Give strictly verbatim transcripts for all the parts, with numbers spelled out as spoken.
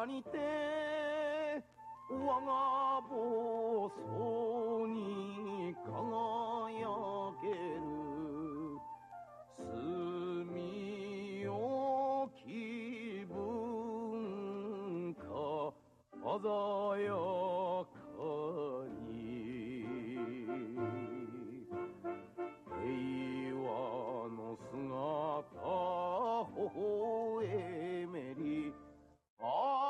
にて我が暴走に輝ける住よ気分か鮮やかに平和の姿微笑めりあ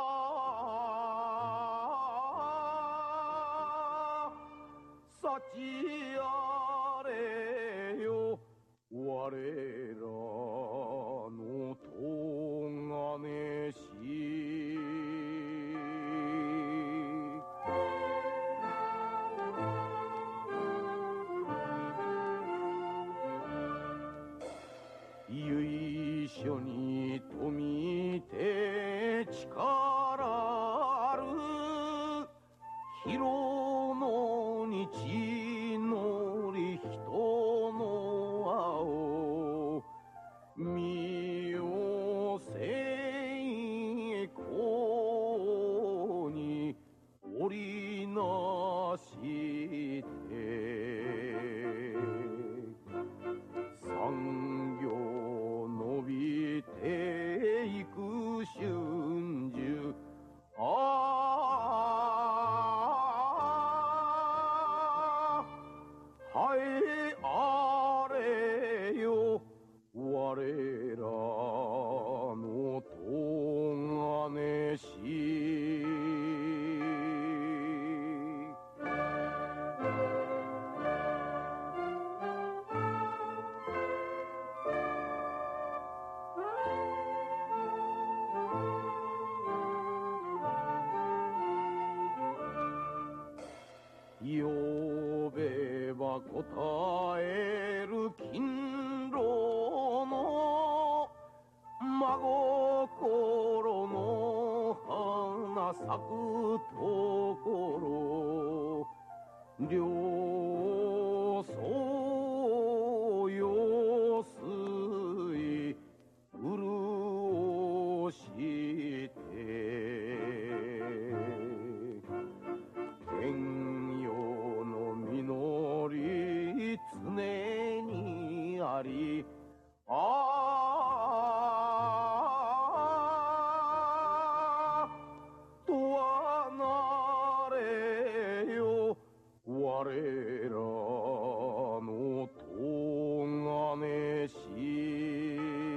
あ幸あれよ我らの咎し由緒に富て力ある広の日のり人の輪を見よ成功に織りなして産業伸びていく春秋ああはえあれよ我らの咎し呼べば答える勤労の真心の花咲くところ両相用水潤して天陽の実り常にありああとはなれよ我らの咎し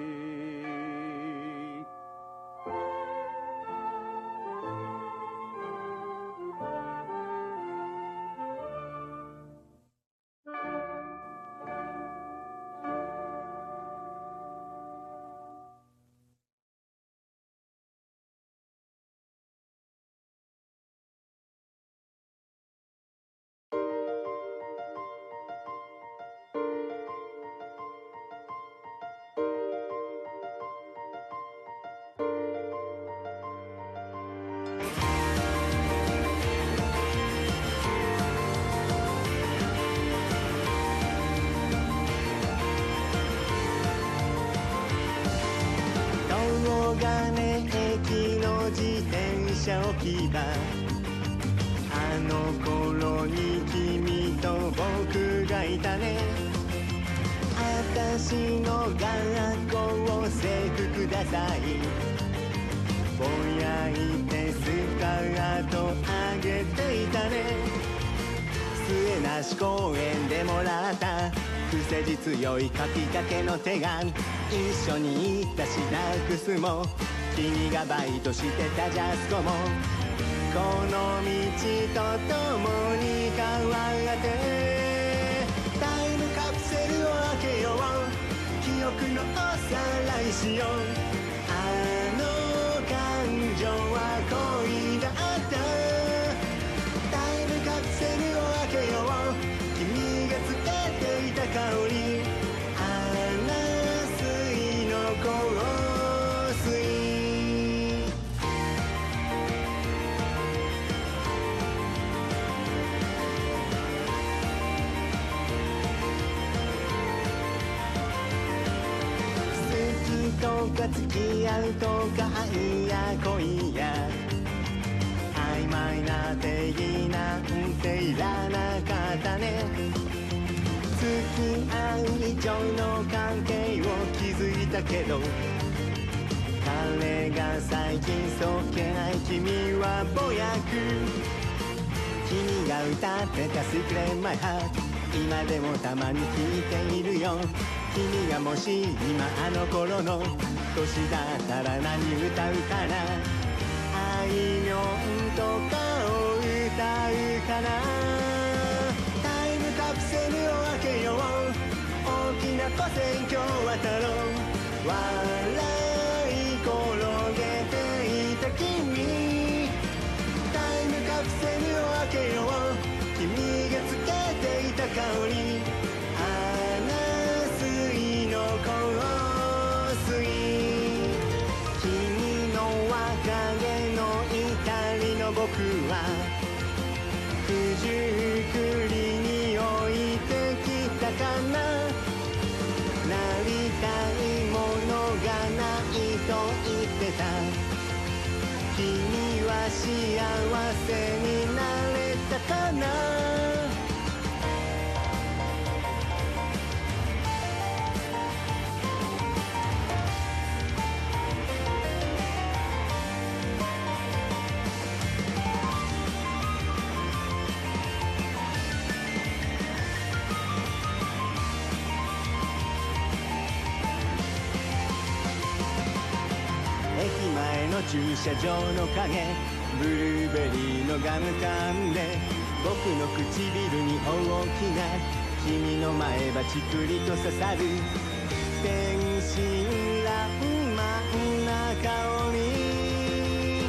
置き場あの頃に君と僕がいたねあたしの学校制服くださいぼやいてスカートあげていたね末なし公園でもらった癖強い書きかけの手紙一緒に行ったシダックスも君がバイトしてたジャスコもこの道と共に変わってタイムカプセルを開けよう記憶のおさらいしようあの感情は恋だったタイムカプセルを開けよう君がつけていた香りあら水の香水とか付き合うとか愛や恋やの関係を築いたけど彼が最近そっけない君はぼやく君が歌ってた Secret My Heart 今でもたまに聞いているよ君がもし今あの頃の年だったら何歌うかなあいみょんとかを歌うかなタイムカプセルを開けよう大きな古戦橋渡ろう笑い転げていた君タイムカプセルを開けよう君がつけていた香り花水の香水君の若気の至りの僕は九十九里に置いてきたかななりたいものがないと言ってた君は幸せになれたかな駅前の駐車場の影ブルーベリーのガム噛んで僕の唇に大きな君の前歯チクリと刺さる天真爛漫な香り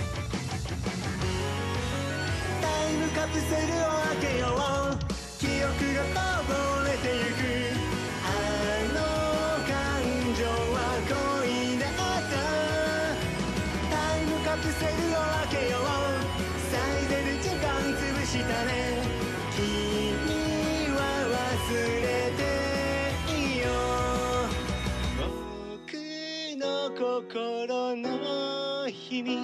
タイムカプセルを開けよう記憶がこぼれてゆくあの感情は恋だったタイムカプセルを開けよう咲いてる時間潰したね君は忘れていいよ僕の心の秘密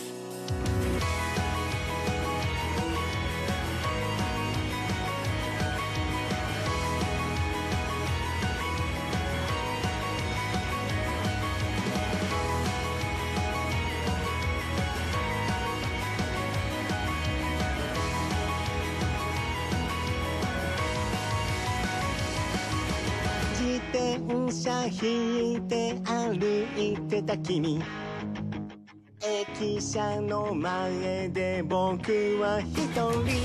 自転車引いて歩いてた君駅舎の前で僕は一人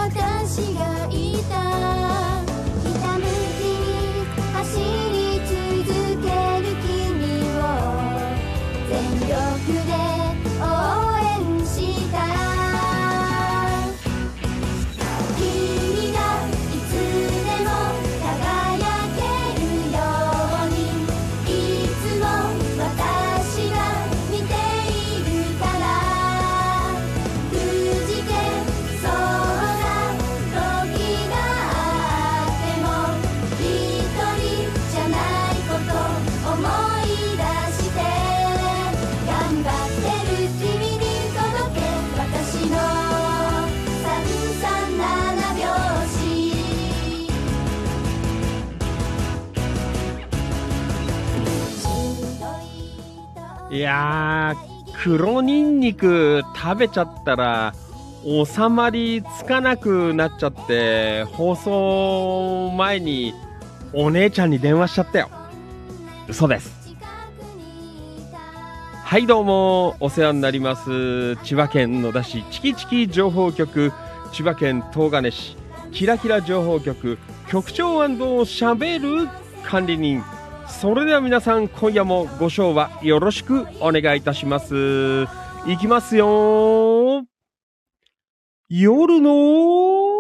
私がいた。ひたむきに走り続ける君を全力で応援した。君がいつでも輝けるようにいつも私が見ているから。くじけそうな時があっても一人じゃないこと思い出して頑張ってる君に届け私のさんさんなな拍子。 いやー、黒ニンニク食べちゃったら収まりつかなくなっちゃって、放送前にお姉ちゃんに電話しちゃったよ。嘘です。はい、どうもお世話になります。千葉県野田市チキチキ情報局、千葉県東金市キラキラ情報局局長&しゃべる管理人。それでは皆さん、今夜もご唱和よろしくお願いいたします。いきますよ。夜の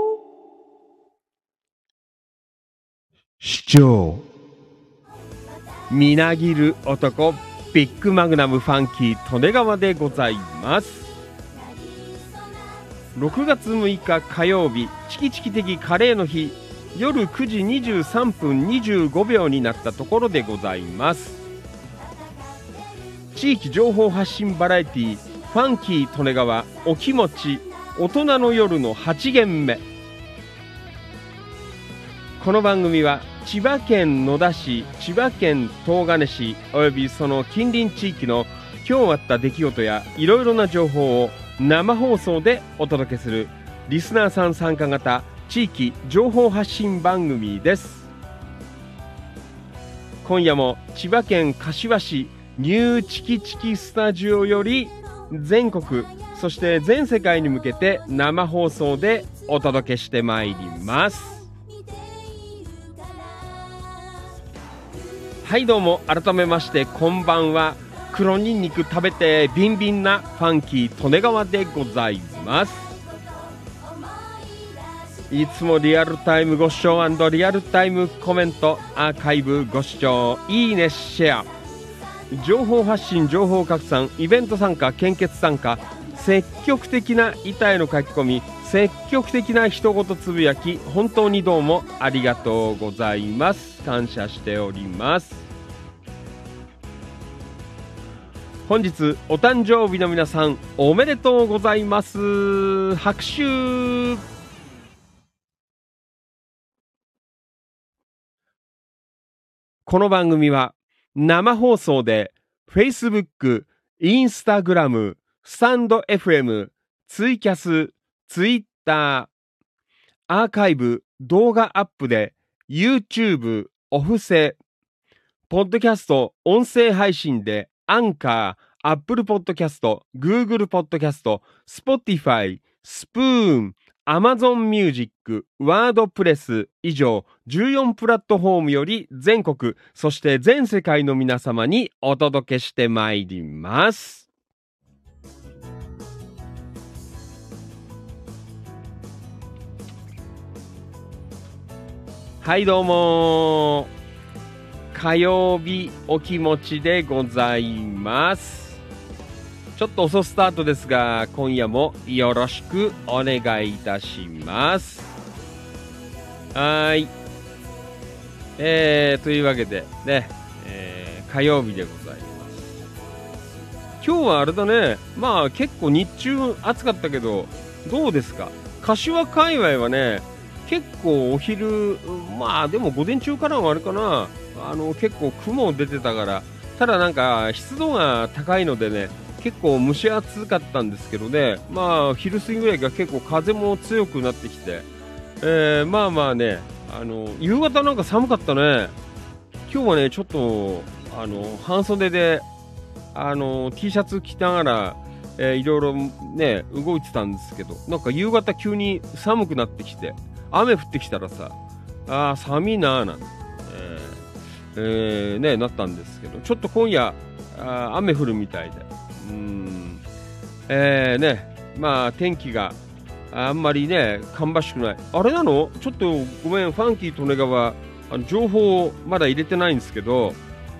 市長、みなぎる男、ビッグマグナムファンキー利根川でございます。ろくがつむいか火曜日、チキチキ的カレーの日、夜くじにじゅうさんぷんにじゅうごびょうになったところでございます。地域情報発信バラエティファンキー利根川お気持ち大人の夜のはち限目。この番組は千葉県野田市、千葉県東金市およびその近隣地域の今日あった出来事やいろいろな情報を生放送でお届けするリスナーさん参加型地域情報発信番組です。今夜も千葉県柏市ニューチキチキスタジオより全国そして全世界に向けて生放送でお届けしてまいります。はい、どうも改めましてこんばんは。黒ニンニク食べてビンビンなファンキー利根川でございます。いつもリアルタイムご視聴&リアルタイムコメント、アーカイブご視聴、いいね、シェア、情報発信、情報拡散、イベント参加、献血参加、積極的な板への書き込み、積極的な一言つぶやき、本当にどうもありがとうございます。感謝しております。本日お誕生日の皆さんおめでとうございます。拍手。この番組は生放送で Facebook、Instagram、スタンド エフエム、ツイキャス、Twitter、アーカイブ、動画アップで YouTube、お布施、ポッドキャスト、音声配信でアンカー、Apple Podcast、Google Podcast、Spotify、スプーン、Amazon Music、WordPress 以上じゅうよんプラットフォームより全国そして全世界の皆様にお届けしてまいります。はい、どうも火曜日お気持ちでございます。ちょっと遅スタートですが今夜もよろしくお願いいたします。はい、えー、というわけでね、えー、火曜日でございます。今日はあれだね、まあ結構日中暑かったけどどうですか。柏界隈はね結構お昼、まあでも午前中からはあれかな、あの結構雲出てたから、ただなんか湿度が高いのでね結構蒸し暑かったんですけどね、まあ昼過ぎぐらいが結構風も強くなってきて、えー、まあまあね、あの夕方なんか寒かったね。今日はねちょっとあの半袖であの T シャツ着ながらえー、いろいろね、動いてたんですけど、なんか夕方急に寒くなってきて、雨降ってきたらさ、あー寒いなーなんて、えーえー、ね、なったんですけど、ちょっと今夜、あ雨降るみたいで、うーん、えー、ね、まあ天気があんまりね、芳しくない。あれなの？ちょっとごめん、ファンキー利根川、あの情報をまだ入れてないんですけど、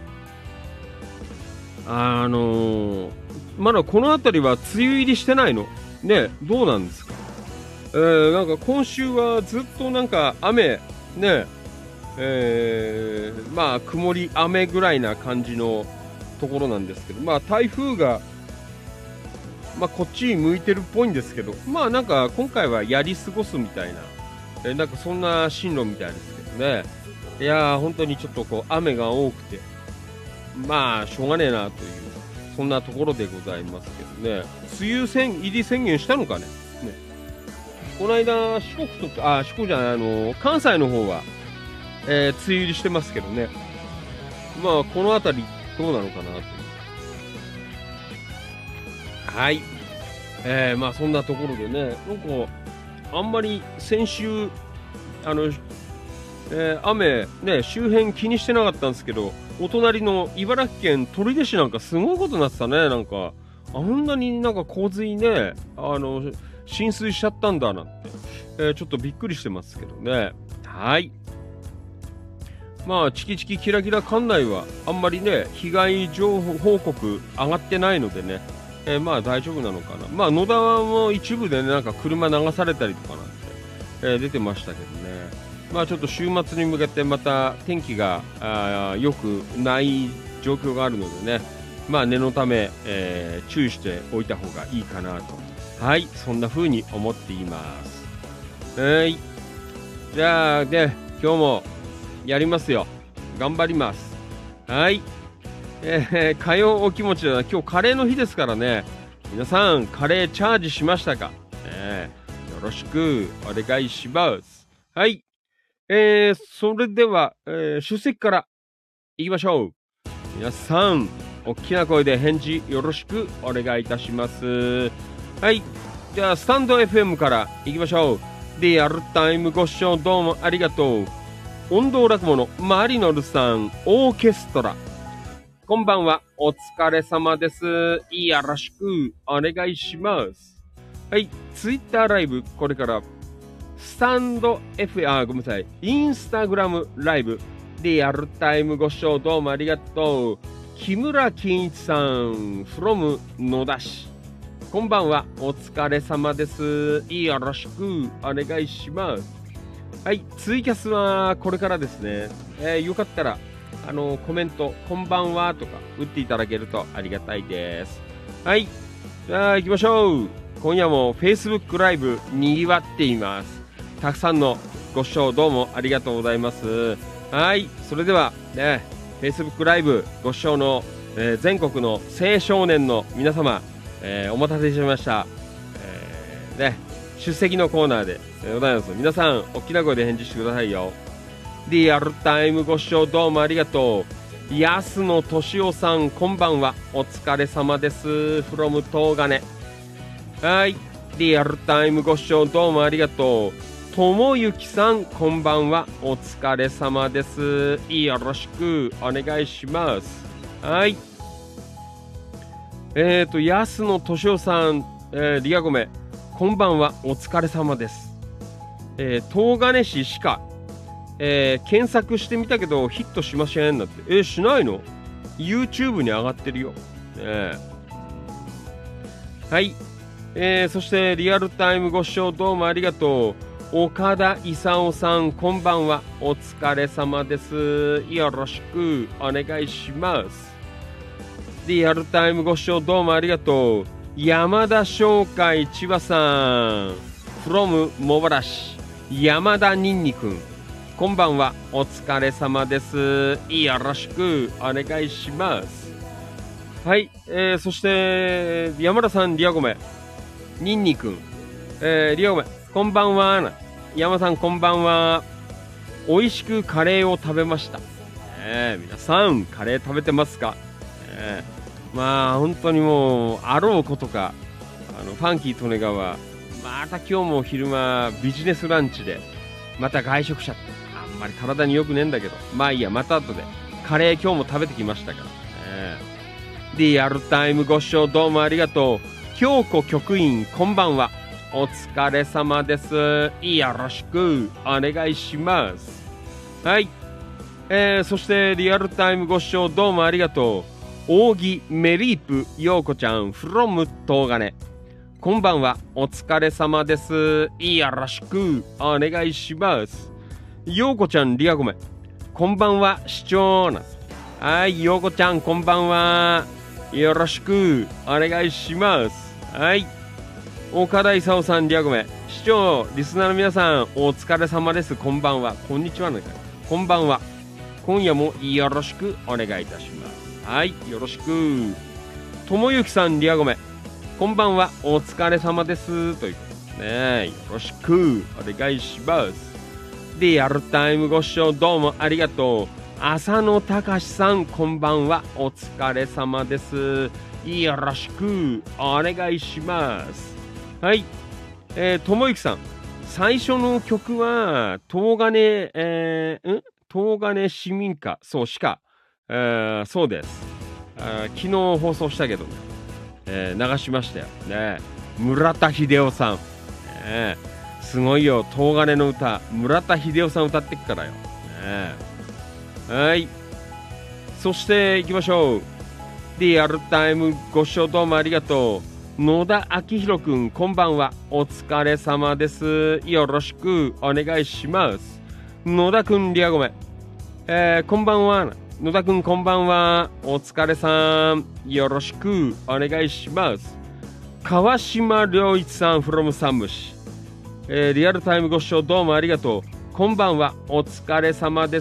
あのー、まだこの辺りは梅雨入りしてないのね、どうなんですか？えー、なんか今週はずっとなんか雨ね、えー、まあ曇り雨ぐらいな感じのところなんですけど、まあ台風がまあこっちに向いてるっぽいんですけど、まあなんか今回はやり過ごすみたいな、えー、なんかそんな進路みたいですけどね。いやー本当にちょっとこう雨が多くて、まあしょうがねえなという、そんなところでございますけどね。梅雨宣入り宣言したのかね。ね、この間四国とか、あ、四国じゃない、あの関西の方は、えー、梅雨入りしてますけどね。まあこの辺りどうなのかなという。はい、えー、まあそんなところでね、なんかあんまり先週あの、えー、雨ね周辺気にしてなかったんですけど、お隣の茨城県取手市なんかすごいことになってたね。なんかあんなになんか洪水ね、あの浸水しちゃったんだなんて、えー、ちょっとびっくりしてますけどね。はい、まあチキチキキラキラ館内はあんまりね被害情報報告上がってないのでね、えー、まあ大丈夫なのかな。まあ野田も一部でねなんか車流されたりとかなんて、えー、出てましたけどね。まあちょっと週末に向けてまた天気が良くない状況があるのでね、まあ念のため、えー、注意しておいた方がいいかなと、はい、そんな風に思っています。はい、じゃあね今日もやりますよ。頑張ります。はい、えー、火曜お気持ちだな。今日カレーの日ですからね、皆さんカレーチャージしましたか？えー、よろしくお願いします。はい、えー、それでは、えー、出席からいきましょう。皆さん大きな声で返事よろしくお願いいたします。はい、じゃあスタンド エフエム からいきましょう。リアルタイムご視聴どうもありがとう。音頭落語のマリノルさんオーケストラ、こんばんは、お疲れ様です。よろしくお願いします。はい、ツイッターライブ、これからスタンド F、あ、ごめんなさい、インスタグラムライブ、リアルタイムご視聴どうもありがとう。木村金一さん from 野田市、こんばんは、お疲れ様です。よろしくお願いします。はい、ツイキャスはこれからですね、えー、よかったらあのコメントこんばんはとか打っていただけるとありがたいです。はい、じゃあ行きましょう。今夜も Facebook ライブにぎわっています。たくさんのご視聴どうもありがとうございます。はい、それではね Facebook ライブご視聴の、えー、全国の青少年の皆様、えー、お待たせしました、えー、ね出席のコーナーでございます。皆さん大きな声で返事してくださいよ。リアルタイムご視聴どうもありがとう。安野俊夫さんこんばんは、お疲れ様です。 from 東金。はい、リアルタイムご視聴どうもありがとう。ともゆきさんこんばんは、お疲れ様です。よろしくお願いします。はい、えーと安野俊夫さん、えー、リアゴメこんばんは、お疲れ様です。えー、東金市しか、えー、検索してみたけどヒットしませんだって。えー、しないの？ YouTube に上がってるよ、ね、はい、えー、そしてリアルタイムご視聴どうもありがとう。岡田勲さんこんばんは、お疲れ様です。よろしくお願いします。リアルタイムご視聴どうもありがとう。山田商会千葉さん from 茂原市、山田ニンニくんこんばんは、お疲れ様です。よろしくお願いします。はい、えー、そして山田さんリアゴメニンニくん、えー、リアゴメこんばんは。山田さんこんばんは。美味しくカレーを食べました、えー、皆さんカレー食べてますか？えーまあ本当にもうあろうことかあのファンキー利根川、また今日も昼間ビジネスランチでまた外食しちゃって、あんまり体に良くねえんだけど、まあいいや、また後でカレー今日も食べてきましたからね。リアルタイムご視聴どうもありがとう。京子局員こんばんは、お疲れ様です。よろしくお願いします。はい、えー、そしてリアルタイムご視聴どうもありがとう。扇メリープようこちゃん from 東金、こんばんは、お疲れ様です。よろしくお願いします。ようこちゃんリアゴメ、こんばんは、視聴なんです。はい、ようこちゃんこんばんは、よろしくお願いします。はい、岡田勲さんリアゴメ、視聴リスナーの皆さんお疲れ様です。こんばんは、こんにちはね、こんばんは。今夜もよろしくお願いいたします。はい、よろしく。ともゆきさんリアゴメ、こんばんは、お疲れ様です。ということでね、よろしくお願いします。リアルタイムご視聴どうもありがとう。浅野隆さんこんばんは、お疲れ様です。よろしくお願いします。はい、えー、ともゆきさん、最初の曲は東金、えー、ん東金市民歌、そうしか、えー、そうです、えー、昨日放送したけどね、えー、流しましたよね。村田秀夫さん、ね、すごいよ、東金の歌、村田秀夫さん歌ってっからよ、ね。はい、そして行きましょう。リアルタイムご視聴どうもありがとう。野田明宏くんこんばんは、お疲れ様です。よろしくお願いします。野田くんリアゴメ、えー、こんばんは、野田くんこんばんは、お疲れさん、よろしくお願いします。川島良一さん from 山武市、えー、リアルタイムご視聴どうもありがとう。こんばんは、お疲れ様です。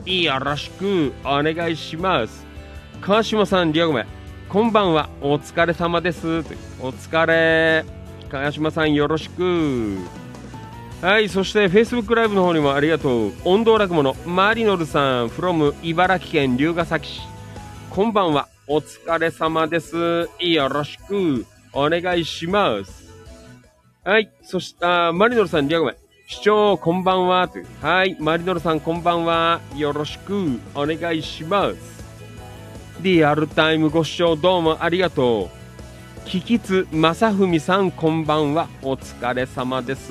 よろしくお願いします。川島さんリアゴメ、こんばんは、お疲れ様です。お疲れ、川島さんよろしく。はい、そして Facebook ライブの方にもありがとう。音頭落語のマリノルさん from 茨城県龍ケ崎市、こんばんは、お疲れ様です。よろしくお願いします。はい、そしてマリノルさんリアゴメ、視聴こんばんはという。はい、マリノルさんこんばんは、よろしくお願いします。リアルタイムご視聴どうもありがとう。キキツ正文さんこんばんは、お疲れ様です。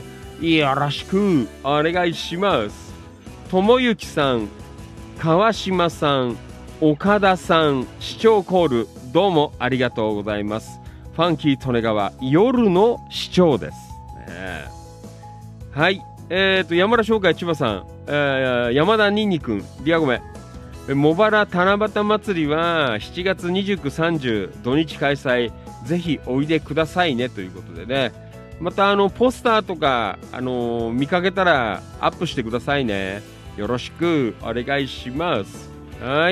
よろしくお願いします。ともゆきさん、川島さん、岡田さん、視聴コールどうもありがとうございます。ファンキー利根川夜の視聴です、ね。はい、えーと山田商会千葉さん、えー、山田ニンニ君リアゴメ、茂原七夕祭りはしちがつにじゅうく、さんじゅう土日開催、ぜひおいでくださいねということでね、またあのポスターとか、あのー、見かけたらアップしてくださいね。よろしくお願いします。はい、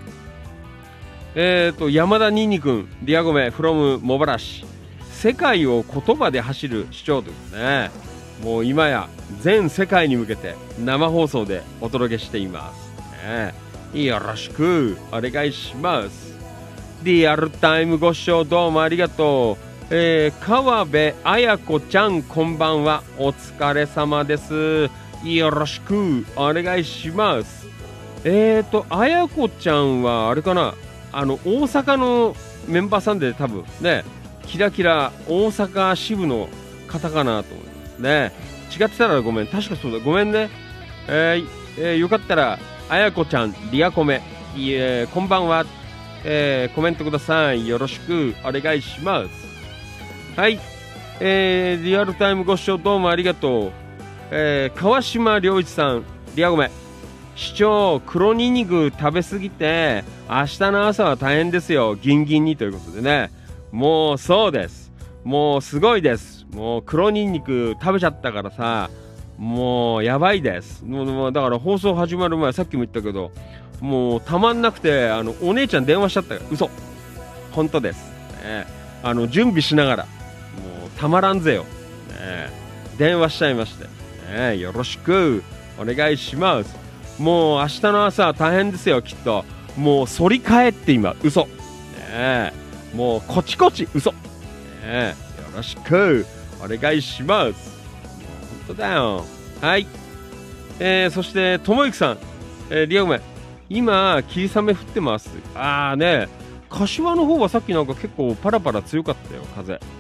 えーと山田ニンニ君リアゴメ from 茂原市、世界を言葉で走る市長ですね。もう今や全世界に向けて生放送でお届けしています、ね。よろしくお願いします。リアルタイムご視聴どうもありがとう。えー、川辺彩子ちゃんこんばんは、お疲れ様です。よろしくお願いします。えーと彩子ちゃんはあれかな、あの大阪のメンバーさんで多分ね、キラキラ大阪支部の方かなと思いますね。違ってたらごめん、確かそうだ、ごめんね。えーえー、よかったらあやこちゃんリアコメ、いえこんばんは、えー、コメントください。よろしくお願いします。はい、えー、リアルタイムご視聴どうもありがとう。えー、川島良一さんリアコメ、市長黒ニンニク食べ過ぎて明日の朝は大変ですよ、ギンギンにということでね。もうそうです、もうすごいです。もう黒ニンニク食べちゃったからさ、もうやばいです。もうだから放送始まる前さっきも言ったけど、もうたまんなくて、あのお姉ちゃん電話しちゃったよ。嘘、本当です、ね、あの準備しながらもうたまらんぜよ、ね、電話しちゃいまして、ね、よろしくお願いします。もう明日の朝は大変ですよきっと。もう反り返って今嘘、ね、もうコチコチ嘘、 ね、よろしくお願いします。本当だよ。はい。えー、そして、ともゆきさん、えー、リアゴメ、今、霧雨降ってます。あーね、柏の方はさっきなんか結構パラパラ強かったよ、風。ね、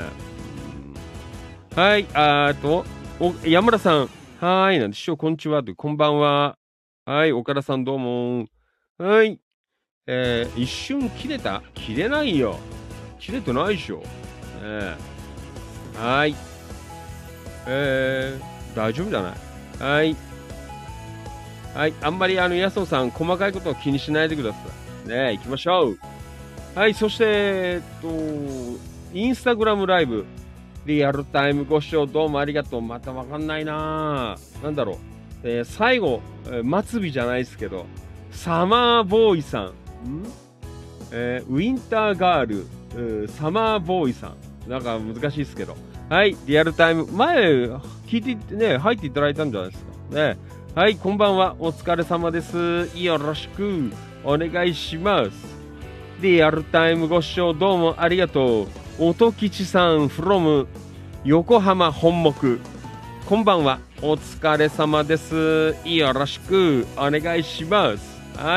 うん、はい、あーと、お山田さん、はーい、なんで、師匠、こんにちは、こんばんは。はい、岡田さん、どうも。はい。えー、一瞬切れた？切れないよ。切れてないでしょ。ね、はい。えー、大丈夫じゃない？はい。はい。あんまり、あの、安尾さん、細かいことを気にしないでください。ね、行きましょう。はい。そして、えっと、インスタグラムライブ、リアルタイムご視聴どうもありがとう。またわかんないなぁ。なんだろう。えー、最後、えー、末尾じゃないですけど、サマーボーイさん。んえー、ウィンターガール、えー、サマーボーイさん。なんか難しいですけど。はい。リアルタイム。前、聞いてね、入っていただいたんじゃないですか。ね。はい。こんばんは。お疲れ様です。よろしくお願いします。リアルタイムご視聴どうもありがとう。音吉さん from 横浜本木。こんばんは。お疲れ様です。よろしくお願いします。はい。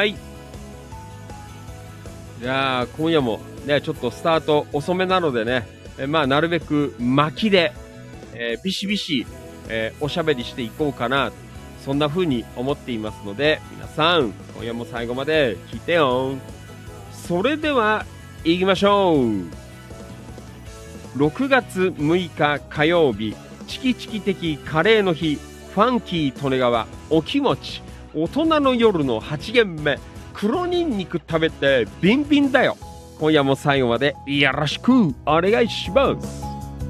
じゃあ、今夜もね、ちょっとスタート遅めなのでね、えまあ、なるべく巻きで、えー、ビシビシ、えー、おしゃべりしていこうかな、そんな風に思っていますので、皆さん、今夜も最後まで聞いてよ。それでは、行きましょう。ろくがつむいか火曜日、チキチキ的カレーの日、ファンキー利根川、お気持ち、大人の夜のはち限目、黒ニンニク食べてビンビンだよ。今夜も最後までよろしくお願いします。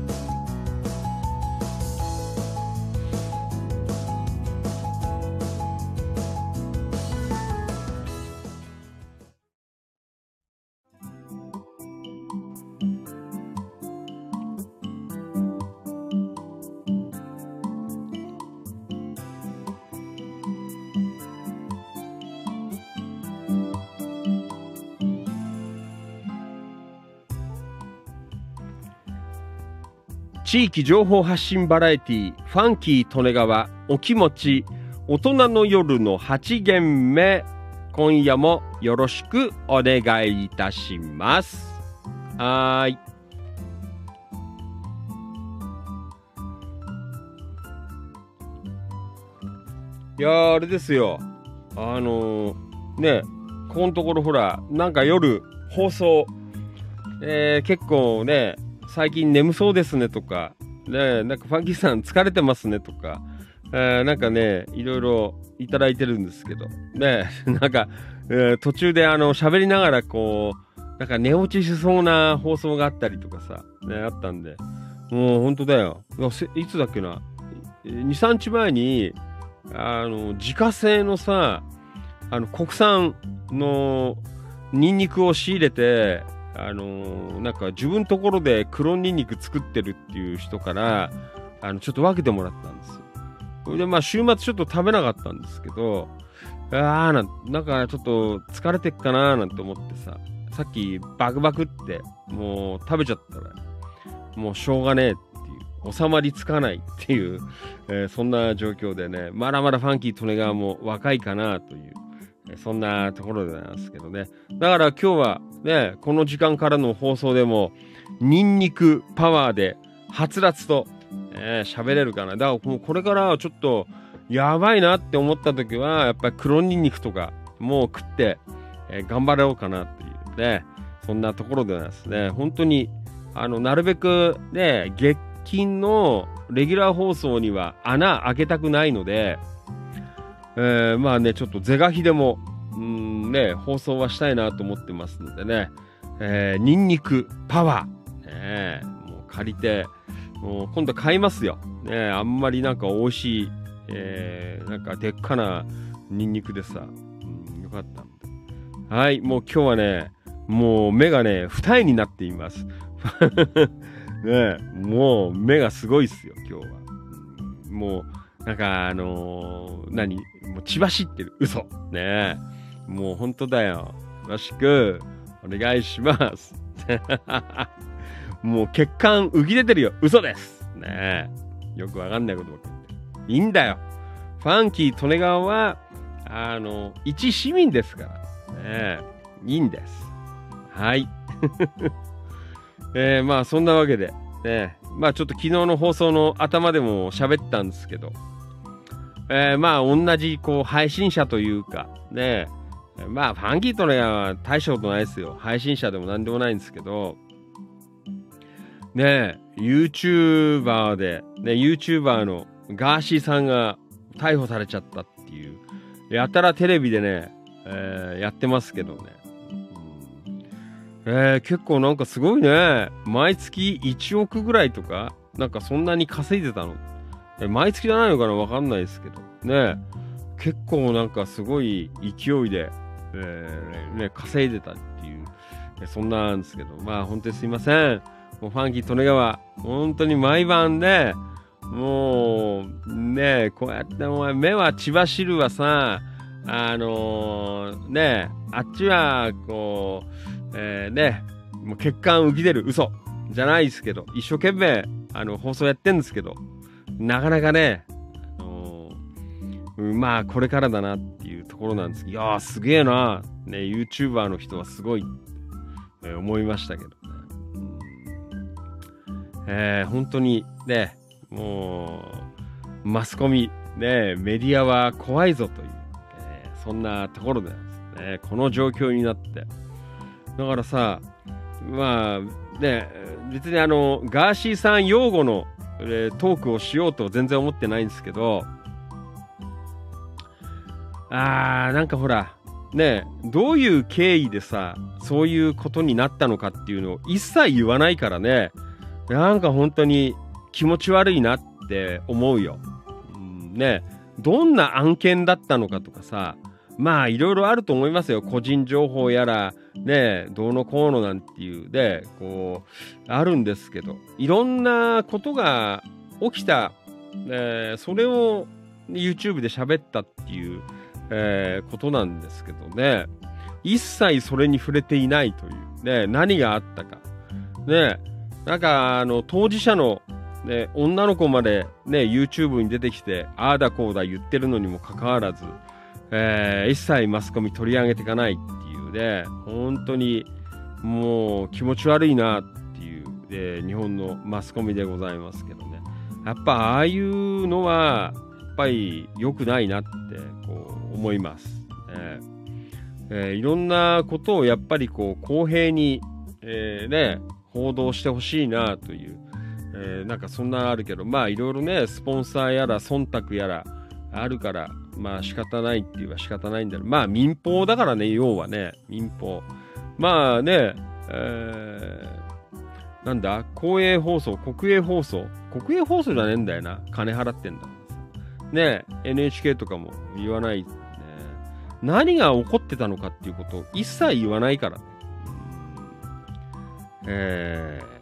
地域情報発信バラエティファンキー利根川お気持ち大人の夜のはち限目、今夜もよろしくお願いいたします。はーい。いやーあれですよ、あのー、ね、ここのところほらなんか夜放送、えー、結構ね最近眠そうですねとか、ね、なんかファンキーさん疲れてますねとか、えー、なんかね、いろいろいただいてるんですけど、ね、なんか、えー、途中であの、喋りながらこう、なんか寝落ちしそうな放送があったりとかさ、ね、あったんで、もう本当だよ。いつだっけな、に、さんにちまえに、あの、自家製のさ、あの、国産のニンニクを仕入れて、あのー、なんか自分のところで黒ニンニク作ってるっていう人からあのちょっと分けてもらったんですよ。それでまあ週末ちょっと食べなかったんですけど、ああな、なんかちょっと疲れてっかなーなんて思ってさ、さっきバクバクってもう食べちゃったらもうしょうがねえっていう、収まりつかないっていう、えー、そんな状況でね、まだまだファンキー利根川も若いかなという、そんなところでございますけどね。だから今日はね、この時間からの放送でもニンニクパワーではつらつと喋、えー、れるかな。だからもうこれからちょっとやばいなって思った時はやっぱり黒ニンニクとかもう食って、えー、頑張ろうかなっていうね、そんなところでございますね。本当にあのなるべくね、月金のレギュラー放送には穴開けたくないので、えー、まあね、ちょっと是が非でも、うんね、放送はしたいなと思ってますのでね、えー、ニンニクパワー、ね、もう借りて、もう今度買いますよ。ね、あんまりなんか美味しい、えー、なんかでっかなニンニクでさ、うん、よかったんで。はい、もう今日はね、もう目がね、二重になっています。ね、もう目がすごいっすよ、今日は。もう、なんかあのー、何もう血走ってる。嘘。ねえ。もう本当だよ。よろしくお願いします。 もう血管浮き出てるよ。嘘です。ねえ。よくわかんないことばっかり言って。いいんだよ。ファンキー利根川は、あの、一市民ですから。ねえ。いいんです。はい。えー、まあ、そんなわけで、ね、まあ、ちょっと昨日の放送の頭でも喋ったんですけど、えー、まあ、同じ、こう、配信者というか、ね、まあ、ファンキー利根川は大したことないですよ。配信者でもなんでもないんですけど、ね、YouTuber で、ね、YouTuber のガーシーさんが逮捕されちゃったっていう、やたらテレビでね、えー、やってますけどね。えー、結構なんかすごいね。毎月いちおくぐらいとか、なんかそんなに稼いでたの。え毎月じゃないのかなわかんないですけど。ね。結構なんかすごい勢いで、えー、ね、稼いでたっていう、そんなんですけど。まあ本当にすいません。もうファンキー利根川、本当に毎晩ね、もう、ね、こうやってお前目は血走るわさ、あのー、ね、あっちはこう、えー、ね、もう血管浮き出る嘘じゃないですけど、一生懸命あの放送やってんですけど、なかなかね、あのー、まあこれからだなっていうところなんですけど、いやーすげえな、ね、YouTuber の人はすごい、えー、思いましたけどね、うんえー、本当にね、もうマスコミ、ね、メディアは怖いぞという、えー、そんなところでなんですね、この状況になって。だからさ、まあね、別にあのガーシーさん擁護の、えー、トークをしようと全然思ってないんですけど、あーなんかほらね、どういう経緯でさそういうことになったのかっていうのを一切言わないからね、なんか本当に気持ち悪いなって思うよ、うん、ね、どんな案件だったのかとかさ、まあいろいろあると思いますよ。個人情報やらね、どうのこうのなんていうでこうあるんですけど、いろんなことが起きた、えー、それを YouTube で喋ったっていう、えー、ことなんですけどね、一切それに触れていないというね、何があったかね、なんかあの当事者のね、女の子までね YouTube に出てきてああだこうだ言ってるのにもかかわらず、えー、一切マスコミ取り上げていかないっていうね、本当にもう気持ち悪いなっていう、えー、日本のマスコミでございますけどね、やっぱああいうのはやっぱり良くないなってこう思います、ねえー、いろんなことをやっぱりこう公平に、えー、ね報道してほしいなという、えー、なんかそんなあるけど、まあいろいろねスポンサーやら忖度やらあるからまあ仕方ないって言えば仕方ないんだろう。まあ民放だからね、要はね、民放。まあね、えー、なんだ、公営放送、国営放送。国営放送じゃねえんだよな。金払ってんだ。ね、エヌエイチケー とかも言わない、ね。何が起こってたのかっていうことを一切言わないからね。えー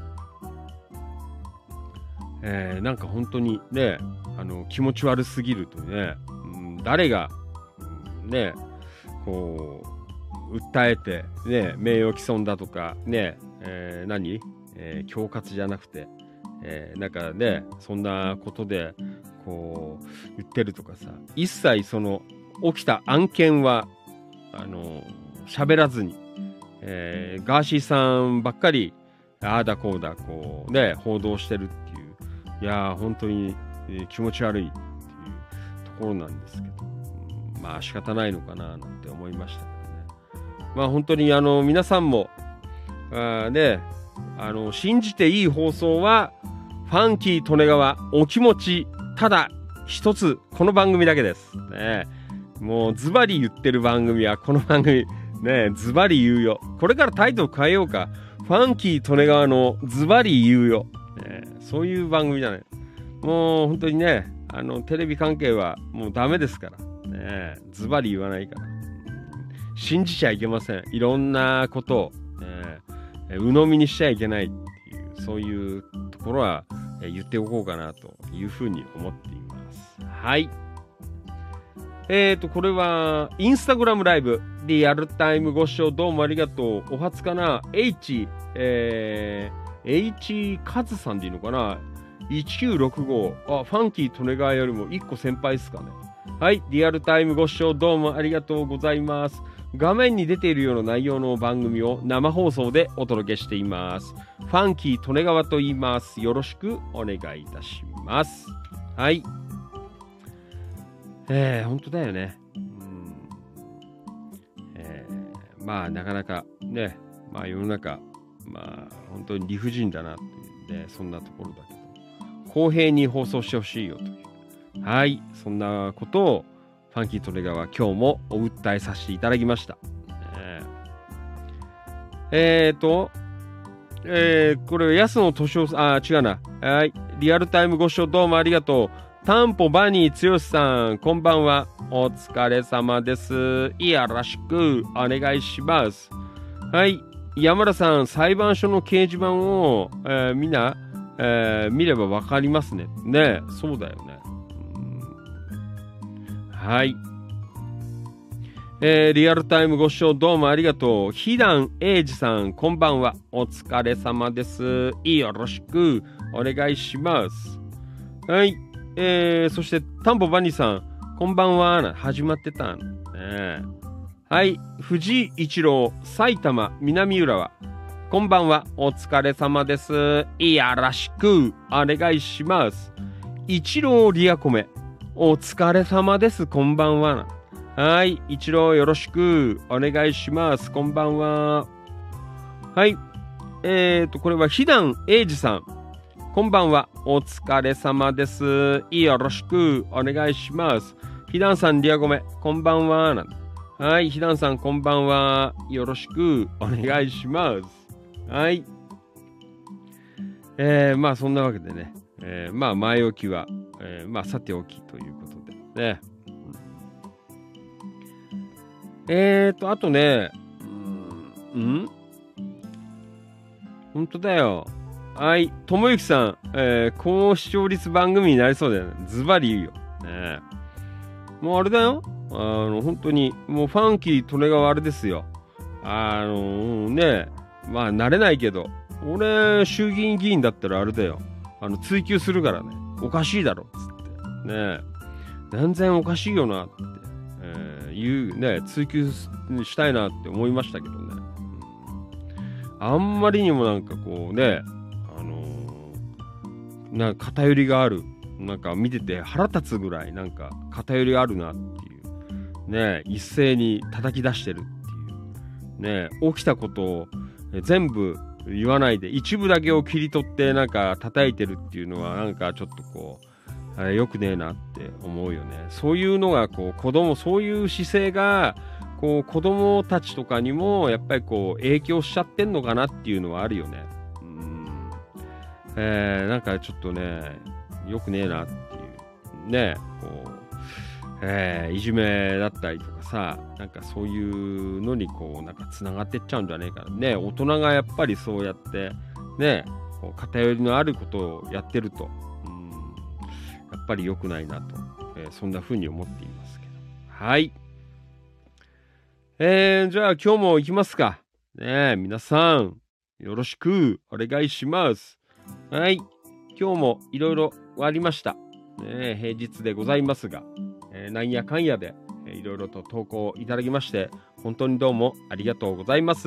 えー、なんか本当にね、あの気持ち悪すぎるとね、うん、誰が、うん、ねこう訴えてね名誉毀損だとかね、えー、何、えー、恐喝じゃなくて、えー、なんかねそんなことでこう言ってるとかさ、一切その起きた案件はあの喋らずに、えー、ガーシーさんばっかりああだこうだこうね報道してるっていう、いやー本当に、えー、気持ち悪いっていうところなんですけど、うん、まあ仕方ないのかななんて思いましたけどね。まあ本当にあの皆さんもあねあの信じていい放送はファンキー利根川お気持ちただ一つ、この番組だけですね。もうズバリ言ってる番組はこの番組ね、ズバリ言うよ。これからタイトル変えようか。ファンキー利根川のズバリ言うよ、ね、そういう番組じゃない。もう本当にね、あのテレビ関係はもうダメですからね、ズバリ言わないから信じちゃいけません。いろんなことを、ね、鵜呑みにしちゃいけないっていう、そういうところは言っておこうかなというふうに思っています。はい。えーと、これは、インスタグラムライブ、リアルタイムご視聴どうもありがとう。お初かな ?H、えー、 H カズさんでいいのかな、いちきゅうろくご、あ、ファンキー利根川よりもいっこ先輩ですかね。はい、リアルタイムご視聴どうもありがとうございます。画面に出ているような内容の番組を生放送でお届けしています。ファンキー利根川と言います。よろしくお願いいたします。はい。えー、本当だよね。うん、えー、まあなかなかね、まあ世の中、まあ本当に理不尽だなっていうね、そんなところだけど、公平に放送してほしいよという。はい、そんなことをファンキー利根川は今日もお訴えさせていただきました。えー、えーと、えー、これ安野敏夫さん、あ、違うな。はい、リアルタイムご視聴どうもありがとう。タンポバニー剛さん、こんばんは。お疲れ様です。よろしくお願いします。はい、山田さん、裁判所の掲示板を、えー、みんな、えー、見ればわかりますね。ね、そうだよね。はい、えー。リアルタイムご視聴どうもありがとう。ひだんえいじさん、こんばんは。お疲れ様です。よろしくお願いします。はい。えー、そして、タンポバニーさん、こんばんは。始まってたん、ね。はい。藤井一郎、埼玉南浦和。こんばんは。お疲れ様です。よろしくお願いします。一郎リアコメ。お疲れ様です。こんばんは。はい。一郎よろしくお願いします。こんばんは。はい。えーと、これはひだんえいじさん。こんばんは。お疲れ様です。よろしくお願いします。ひだんさん、リアゴメ。こんばんは。はい。ひだんさん、こんばんは。よろしくお願いします。はい。えー、まあ、そんなわけでね。えー、まあ、前置きは、えー、まあ、さておきということでね。えーと、あとね、うんんほんとだよ。はい、ともゆきさん、えー、高視聴率番組になりそうだよね。ズバリ言うよ。ね、もうあれだよ。あの、本当に、もうファンキー利根川あれですよ。あのー、ね、まあ、慣れないけど、俺、衆議院議員だったらあれだよ。あの、追及するからね。おかしいだろ、つって。ね、全然おかしいよな、って、えー、言う、ね、追及したいなって思いましたけどね。うん、あんまりにもなんかこうね、なんか偏りがある、なんか見てて腹立つぐらいなんか偏りがあるなっていうね、一斉に叩き出してるっていうね、起きたことを全部言わないで一部だけを切り取ってなんか叩いてるっていうのはなんかちょっとこう、あれよくねえなって思うよね。そういうのがこう子供、そういう姿勢がこう子供たちとかにもやっぱりこう影響しちゃってんのかなっていうのはあるよね。えー、なんかちょっとね、よくねえなっていう、ね、こう、えー、いじめだったりとかさ、なんかそういうのにこう、なんか繋がってっちゃうんじゃねえかな。ね、大人がやっぱりそうやって、ね、こう偏りのあることをやってると、うん、やっぱり良くないなと、えー、そんな風に思っていますけど。はい。えー、じゃあ今日も行きますか。ね、皆さん、よろしくお願いします。はい。今日もいろいろありました。ね、平日でございますが、えー、なんやかんやでいろいろと投稿いただきまして、本当にどうもありがとうございます。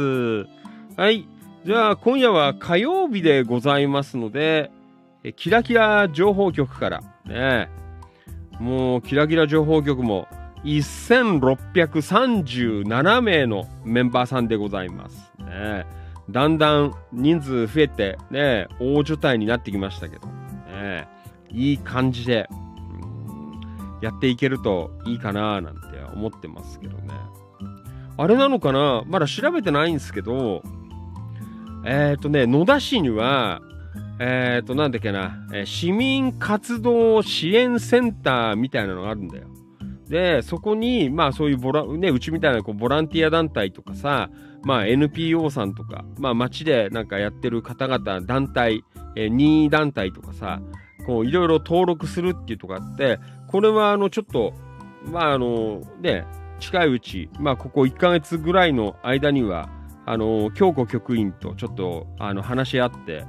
はい。じゃあ今夜は火曜日でございますので、えキラキラ情報局から、ね、もうキラキラ情報局もせんろっぴゃくさんじゅうななめいのメンバーさんでございます。ね、だんだん人数増えてね、大所帯になってきましたけど、ね、いい感じで、うん、やっていけるといいかななんて思ってますけどね。あれなのかな、まだ調べてないんですけど、えっとね、野田市には、えっとなんだっけな、えー、市民活動支援センターみたいなのがあるんだよ。で、そこに、まあそういうボラ、ね、うちみたいなこうボランティア団体とかさ、まあ エヌピーオー さんとか、まあ町でなんかやってる方々、団体、えー、任意団体とかさ、こういろいろ登録するっていうとこあって、これはあのちょっと、まああのね、近いうち、まあここいっかげつぐらいの間には、あの、京子局員とちょっとあの話し合って、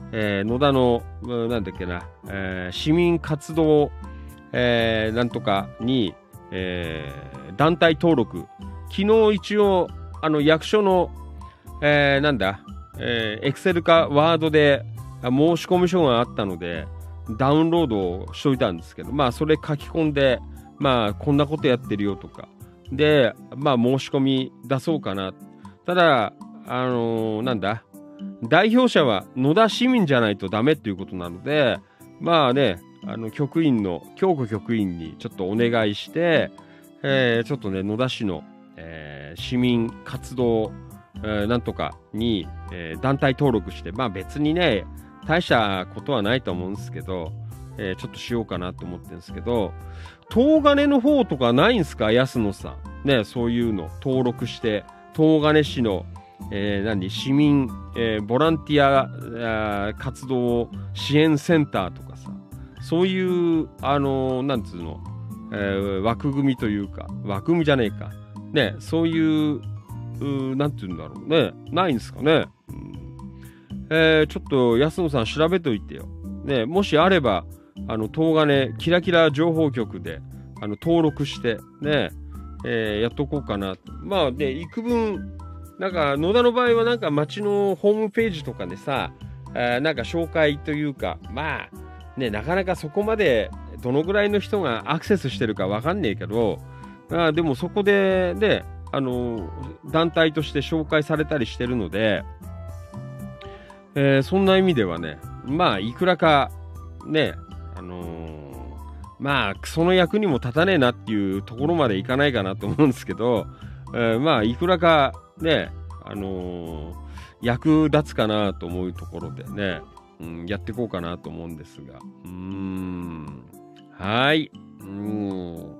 えー、野田の、なんだっけな、えー、市民活動、えー、なんとかに、えー、団体登録。昨日一応、あの、役所の、えー、なんだ、えー、エクセルかワードで申し込み書があったので、ダウンロードしといたんですけど、まあ、それ書き込んで、まあ、こんなことやってるよとか。で、まあ、申し込み出そうかな。ただ、あのー、なんだ、代表者は野田市民じゃないとダメっていうことなので、まあね、あの、局員の、京子局員にちょっとお願いして、えー、ちょっとね、野田市の、えー、市民活動、えー、なんとかに、えー、団体登録して、まあ別にね、大したことはないと思うんですけど、えー、ちょっとしようかなと思ってるんですけど、東金の方とかないんすか、安野さん。ね、そういうの登録して、東金市の、えー、何、市民、えー、ボランティア活動支援センターとかさ、そういう、あのー、なんつうの、えー、枠組みというか、枠組みじゃねえか。ね、そういう、うなんて言うんだろうね。ないんですかね。うんえー、ちょっと安野さん調べといてよ。ね、もしあれば、あの、東金キラキラ情報局で、あの、登録して、ね、えー、やっとこうかなと。まあね、幾分、なんか、野田の場合はなんか町のホームページとかでさ、えー、なんか紹介というか、まあ、ね、なかなかそこまで、どのぐらいの人がアクセスしてるかわかんねえけど、あでもそこで、ね、あの、団体として紹介されたりしてるので、えー、そんな意味ではね、まあ、いくらか、ね、あのー、まあ、その役にも立たねえなっていうところまでいかないかなと思うんですけど、えー、まあ、いくらか、ね、あのー、役立つかなと思うところでね、うん、やっていこうかなと思うんですが、うーん、はい、うーん、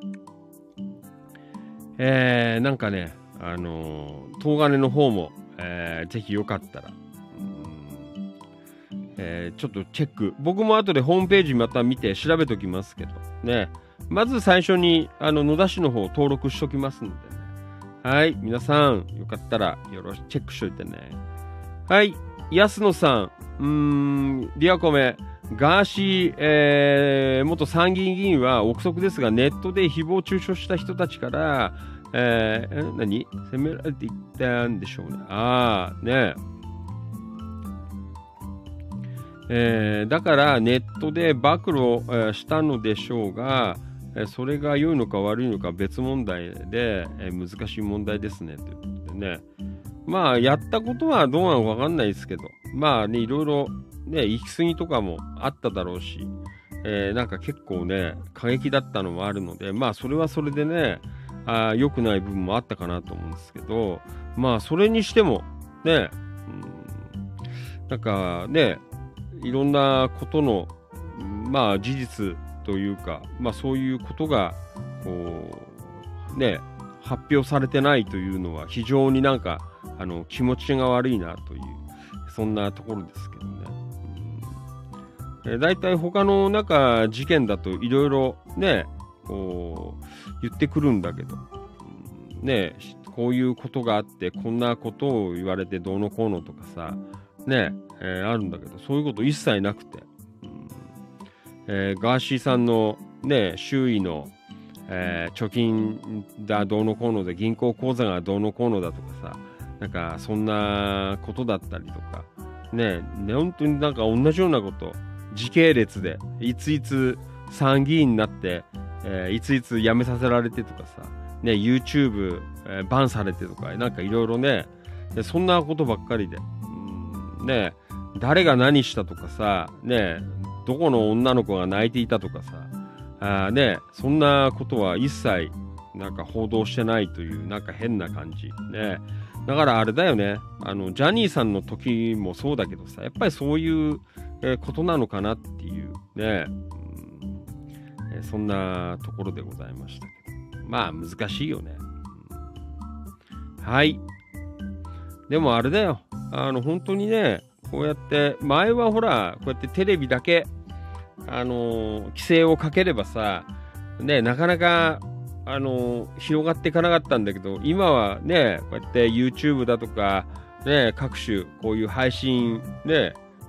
えー、なんかね、あのー、東金の方も、えー、ぜひよかったら、えー、ちょっとチェック。僕も後でホームページまた見て調べときますけど。ね。まず最初に、あの、野田市の方登録しときますのでね。はい。皆さん、よかったらよろしくチェックしといてね。はい。安野さん。うーん、リアコメ。ガーシー、えー、元参議院議員は憶測ですが、ネットで誹謗中傷した人たちから、えー、何責められていったんでしょうね。ああ、ね。えー、だからネットで暴露、えー、したのでしょうが、えー、それが良いのか悪いのか別問題で、えー、難しい問題ですねということでね、まあやったことはどうなのか分かんないですけど、まあね、いろいろね、行き過ぎとかもあっただろうし、えー、なんか結構ね過激だったのもあるので、まあそれはそれでね、あ良くない部分もあったかなと思うんですけど、まあそれにしてもね、うん、なんかね、いろんなことの、まあ、事実というか、まあ、そういうことがこう、ね、発表されてないというのは非常になんかあの気持ちが悪いなという、そんなところですけどね。うん、えだいたい他のなんか事件だといろいろね、こう言ってくるんだけど、うん、ね、こういうことがあってこんなことを言われてどうのこうのとかさ、ね、えー、あるんだけど、そういうこと一切なくて、うんえー、ガーシーさんの、ね、周囲の、えー、貯金だどうのこうので銀行口座がどうのこうのだとかさ、なんかそんなことだったりとか、ね、ね本当になんか同じようなこと、時系列でいついつ参議院になって、えー、いついつ辞めさせられてとかさ、ね、YouTube、えー、バンされてとか、なんかいろいろね、そんなことばっかりで。ね、誰が何したとかさ、ね、どこの女の子が泣いていたとかさ、あね、そんなことは一切なんか報道してないというなんか変な感じね。だからあれだよね、あのジャニーさんの時もそうだけどさ、やっぱりそういう、えー、ことなのかなっていうね、うんえー、そんなところでございましたけど、まあ難しいよね。うん、はい。でもあれだよ。あの本当にね、こうやって前はほらこうやってテレビだけあのー、規制をかければさね、なかなかあのー、広がっていかなかったんだけど、今はねこうやって YouTube だとかね、各種こういう配信ね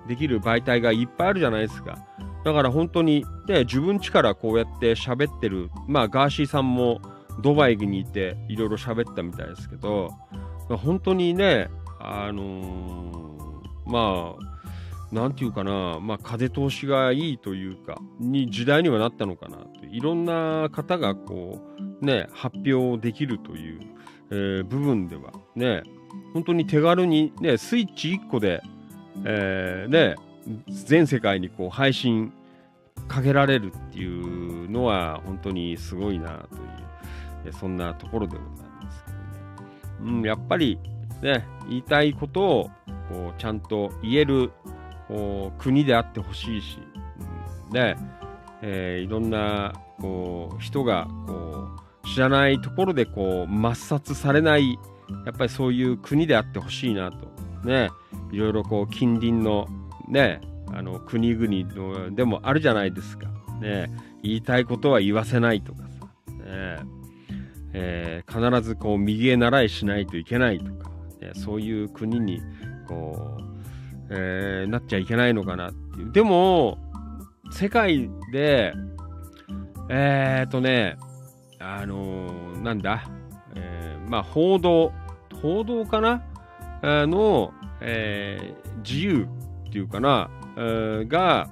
できる媒体がいっぱいあるじゃないですか。だから本当に、ね、自分家からこうやって喋ってる、まあガーシーさんもドバイにいていろいろ喋ったみたいですけど、本当にね、あのー、まあなんていうかな、まあ風通しがいいというかに時代にはなったのかなと。いろんな方がこうね発表できるという、えー、部分ではね、本当に手軽にねスイッチいっこで、えー、ね全世界にこう配信かけられるっていうのは本当にすごいなという、えそんなところでございますけどね。うん、やっぱりね言いたいことをこうちゃんと言えるこう国であってほしいし、うん、で、えー、いろんなこう人がこう知らないところでこう抹殺されない、やっぱりそういう国であってほしいなとね。いろいろこう近隣のねあの国々のでもあるじゃないですかね。言いたいことは言わせないとかさ、ねえー、必ずこう右へ習いしないといけないとか、ね、そういう国にこう、えー、なっちゃいけないのかなっていう。でも世界でえー、っとねあのー、なんだ、えー、まあ報道報道かなあの、えー、自由っていうかな、えー、が、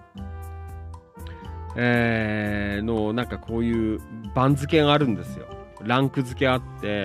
えー、のなんかこういう番付があるんですよ。ランク付けあって、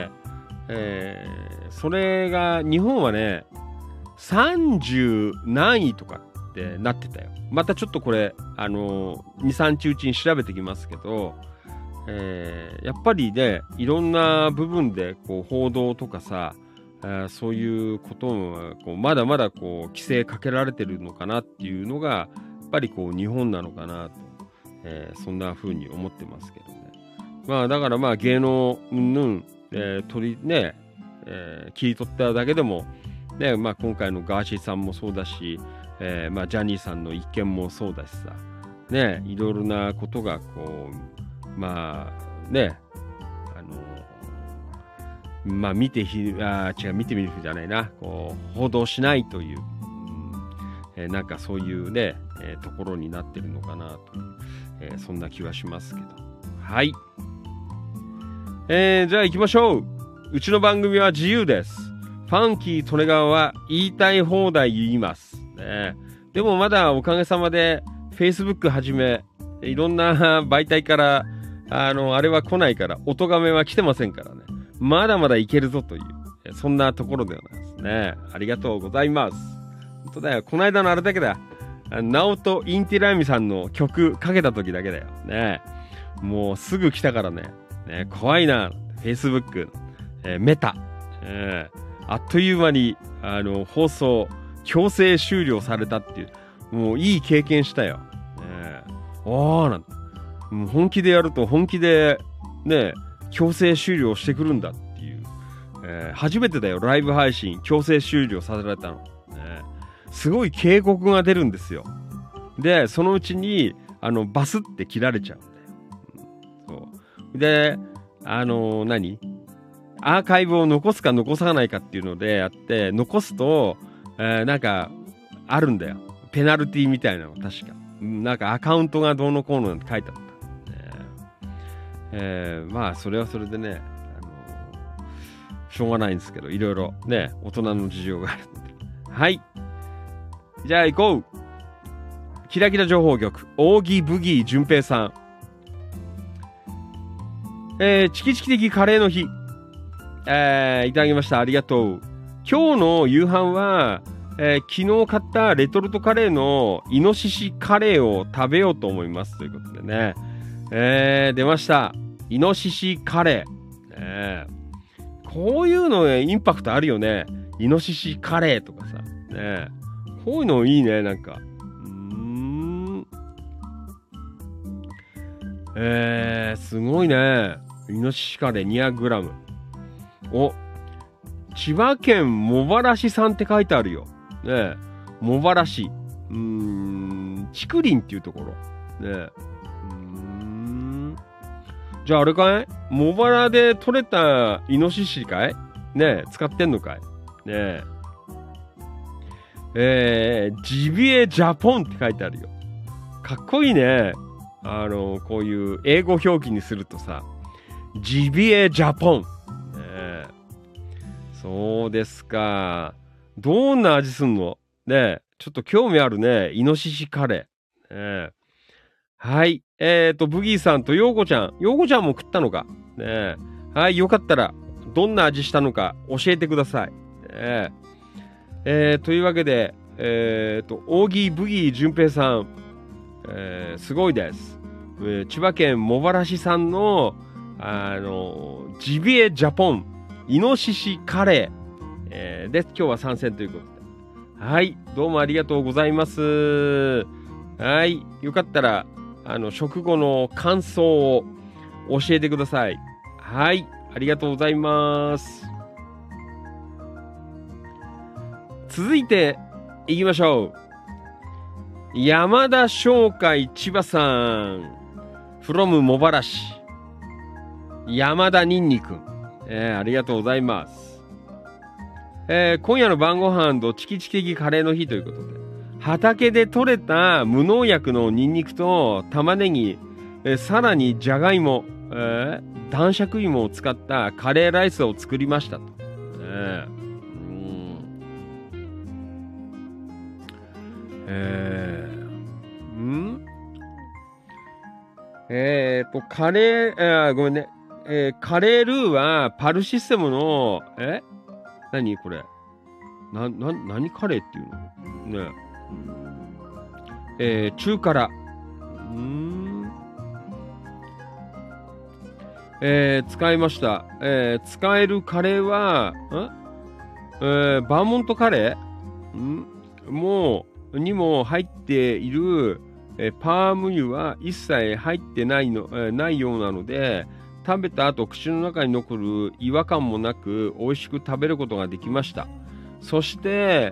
えー、それが日本はねさんじゅう何位とかってなってたよ。またちょっとこれあのに、さんにちうちに調べてきますけど、えー、やっぱりねいろんな部分でこう報道とかさ、えー、そういうこともこうまだまだこう規制かけられてるのかなっていうのがやっぱりこう日本なのかなと、えー、そんな風に思ってますけどね。まあだからまあ芸能うんぬん、えー、取りね、えー、切り取っただけでもね、まあ今回のガーシーさんもそうだし、えー、まあジャニーさんの一件もそうだしさ、ねいろいろなことがこうまあねあのまあ見てひあ違う見てみるじゃないなこう報道しないという、うんえー、なんかそういうね、えー、ところになってるのかなという、えー、そんな気はしますけど。はい、えー、じゃあ行きましょう。うちの番組は自由です。ファンキー・トネガワは言いたい放題言います、ね、でもまだおかげさまで Facebook はじめいろんな媒体からあのあれは来ないから音がめは来てませんからね。まだまだいけるぞというそんなところでございますね。ありがとうございます。本当だよ。この間のあれだけだ。ナオト・インティライミさんの曲かけた時だけだよね。もうすぐ来たからね。ね怖いな。Facebook、えー、メタ、えーあっという間にあの放送強制終了されたっていうもういい経験したよ。ね、ああなんもう本気でやると本気でね強制終了してくるんだっていう、えー、初めてだよライブ配信強制終了させられたの、ね。すごい警告が出るんですよ。でそのうちにあのバスって切られちゃうんだよ。うん、そうであのー、何アーカイブを残すか残さないかっていうのでやって残すと、えー、なんかあるんだよペナルティみたいなの確かなんかアカウントがどうのこうのって書いてあった、えーえー、まあそれはそれでね、あのー、しょうがないんですけどいろいろね大人の事情があるので。はいじゃあ行こう。キラキラ情報局扇ブギー順平さん、えー、チキチキ的カレーの日えー、いただきました。ありがとう。今日の夕飯は、えー、昨日買ったレトルトカレーのイノシシカレーを食べようと思いますということでね、えー、出ましたイノシシカレー、ね、こういうの、ね、インパクトあるよね。イノシシカレーとかさ、ね、こういうのいいね。なんかうーんえー、すごいね。イノシシカレー にひゃくグラム。お、千葉県茂原市さんって書いてあるよ。ねえ、茂原市。うーん、竹林っていうところ。ねえ。うーん。じゃああれかい？茂原で採れたイノシシかい？ねえ、使ってんのかい？ねえ。 えー、ジビエジャポンって書いてあるよ。かっこいいね。あの、こういう英語表記にするとさ、ジビエジャポン。ね、そうですか。どんな味すんのね、ちょっと興味あるね。イノシシカレー。ね、はい。えっと、ブギーさんとヨーコちゃん。ヨーコちゃんも食ったのか。ね、はい。よかったら、どんな味したのか教えてください。ね、えー、というわけで、えっと、オーギーブギー淳平さん、えー、すごいです。えー、千葉県茂原市産の、あの、ジビエジャポン、イノシシカレー、えー、で、今日は参戦ということで。はい。どうもありがとうございます。はい。よかったら、あの、食後の感想を教えてください。はい。ありがとうございます。続いて、行きましょう。山田商会千葉さん。from 茂原市。山田ニンニク。えー、ありがとうございます。えー、今夜の晩ご飯とチキチキ的カレーの日ということで、畑で採れた無農薬のニンニクと玉ねぎ、えー、さらにじゃがいも、えー、男爵芋を使ったカレーライスを作りましたと。えーえー、んえーと、カレー、えー、ごめんね。えー、カレールーはパルシステムの、え何これな、な、何カレーっていうのねえ。えー、中辛。うーん。えー、使いました。えー、使えるカレーは、んえー、バーモントカレーんもう、にも入っている、えー、パーム油は一切入ってないの、えー、ないようなので、食べた後口の中に残る違和感もなく美味しく食べることができました。そして、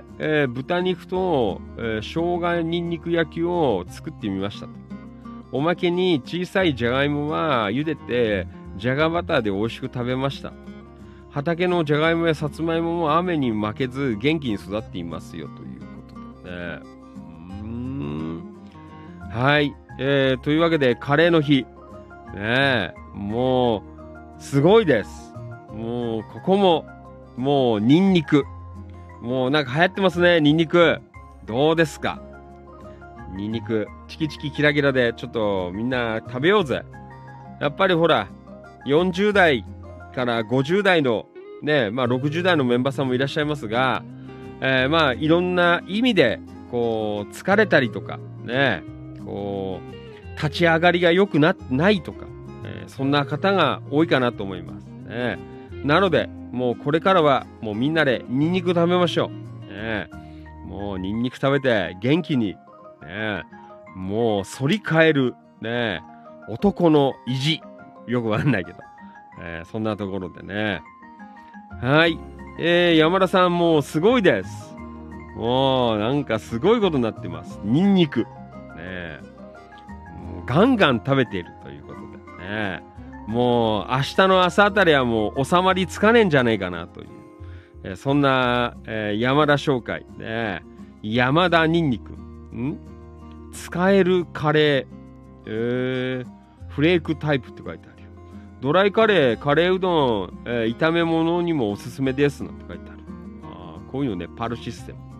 えー、豚肉と、えー、生姜ニンニク焼きを作ってみましたと。おまけに小さいじゃがいもは茹でてじゃがバターで美味しく食べました。畑のじゃがいもやさつまいもも雨に負けず元気に育っていますよということでね。うーんはい、えー、というわけでカレーの日ねえ、もうすごいです。もうここももうニンニク、もうなんか流行ってますね。ニンニクどうですか。ニンニクチキチキキラキラでちょっとみんな食べようぜ。やっぱりほらよんじゅう代からごじゅう代のね、まあろくじゅう代のメンバーさんもいらっしゃいますが、えー、まあいろんな意味でこう疲れたりとかね、こう立ち上がりが良くなないとか、えー、そんな方が多いかなと思いますね。なのでもうこれからはもうみんなでニンニク食べましょう、ね、もうニンニク食べて元気に、ね、もう反り返る、ね、男の意地よくわかんないけど、えー、そんなところでね。はい、えー、山田さんもうすごいです。もうなんかすごいことになってます。ニンニクね、もうガンガン食べているということでね。もう明日の朝あたりはもう収まりつかねえんじゃねえかなという、えー、そんな、えー、山田商会ね。山田ニンニクん使えるカレー、えー、フレークタイプって書いてあるよ。ドライカレー、カレーうどん、えー、炒め物にもおすすめですなんて書いてある。あ、こういうのね、パルシステム。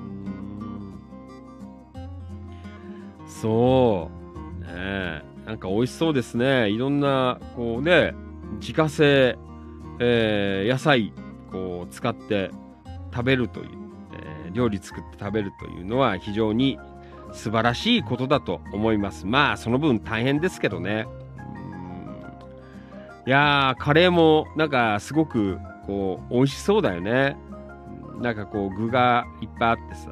うーんそうねえ、なんか美味しそうですね。いろんなこうね自家製、えー、野菜こう使って食べるという、えー、料理作って食べるというのは非常に素晴らしいことだと思います。まあその分大変ですけどね。いやーカレーもなんかすごくこう美味しそうだよね。なんかこう具がいっぱいあってさ。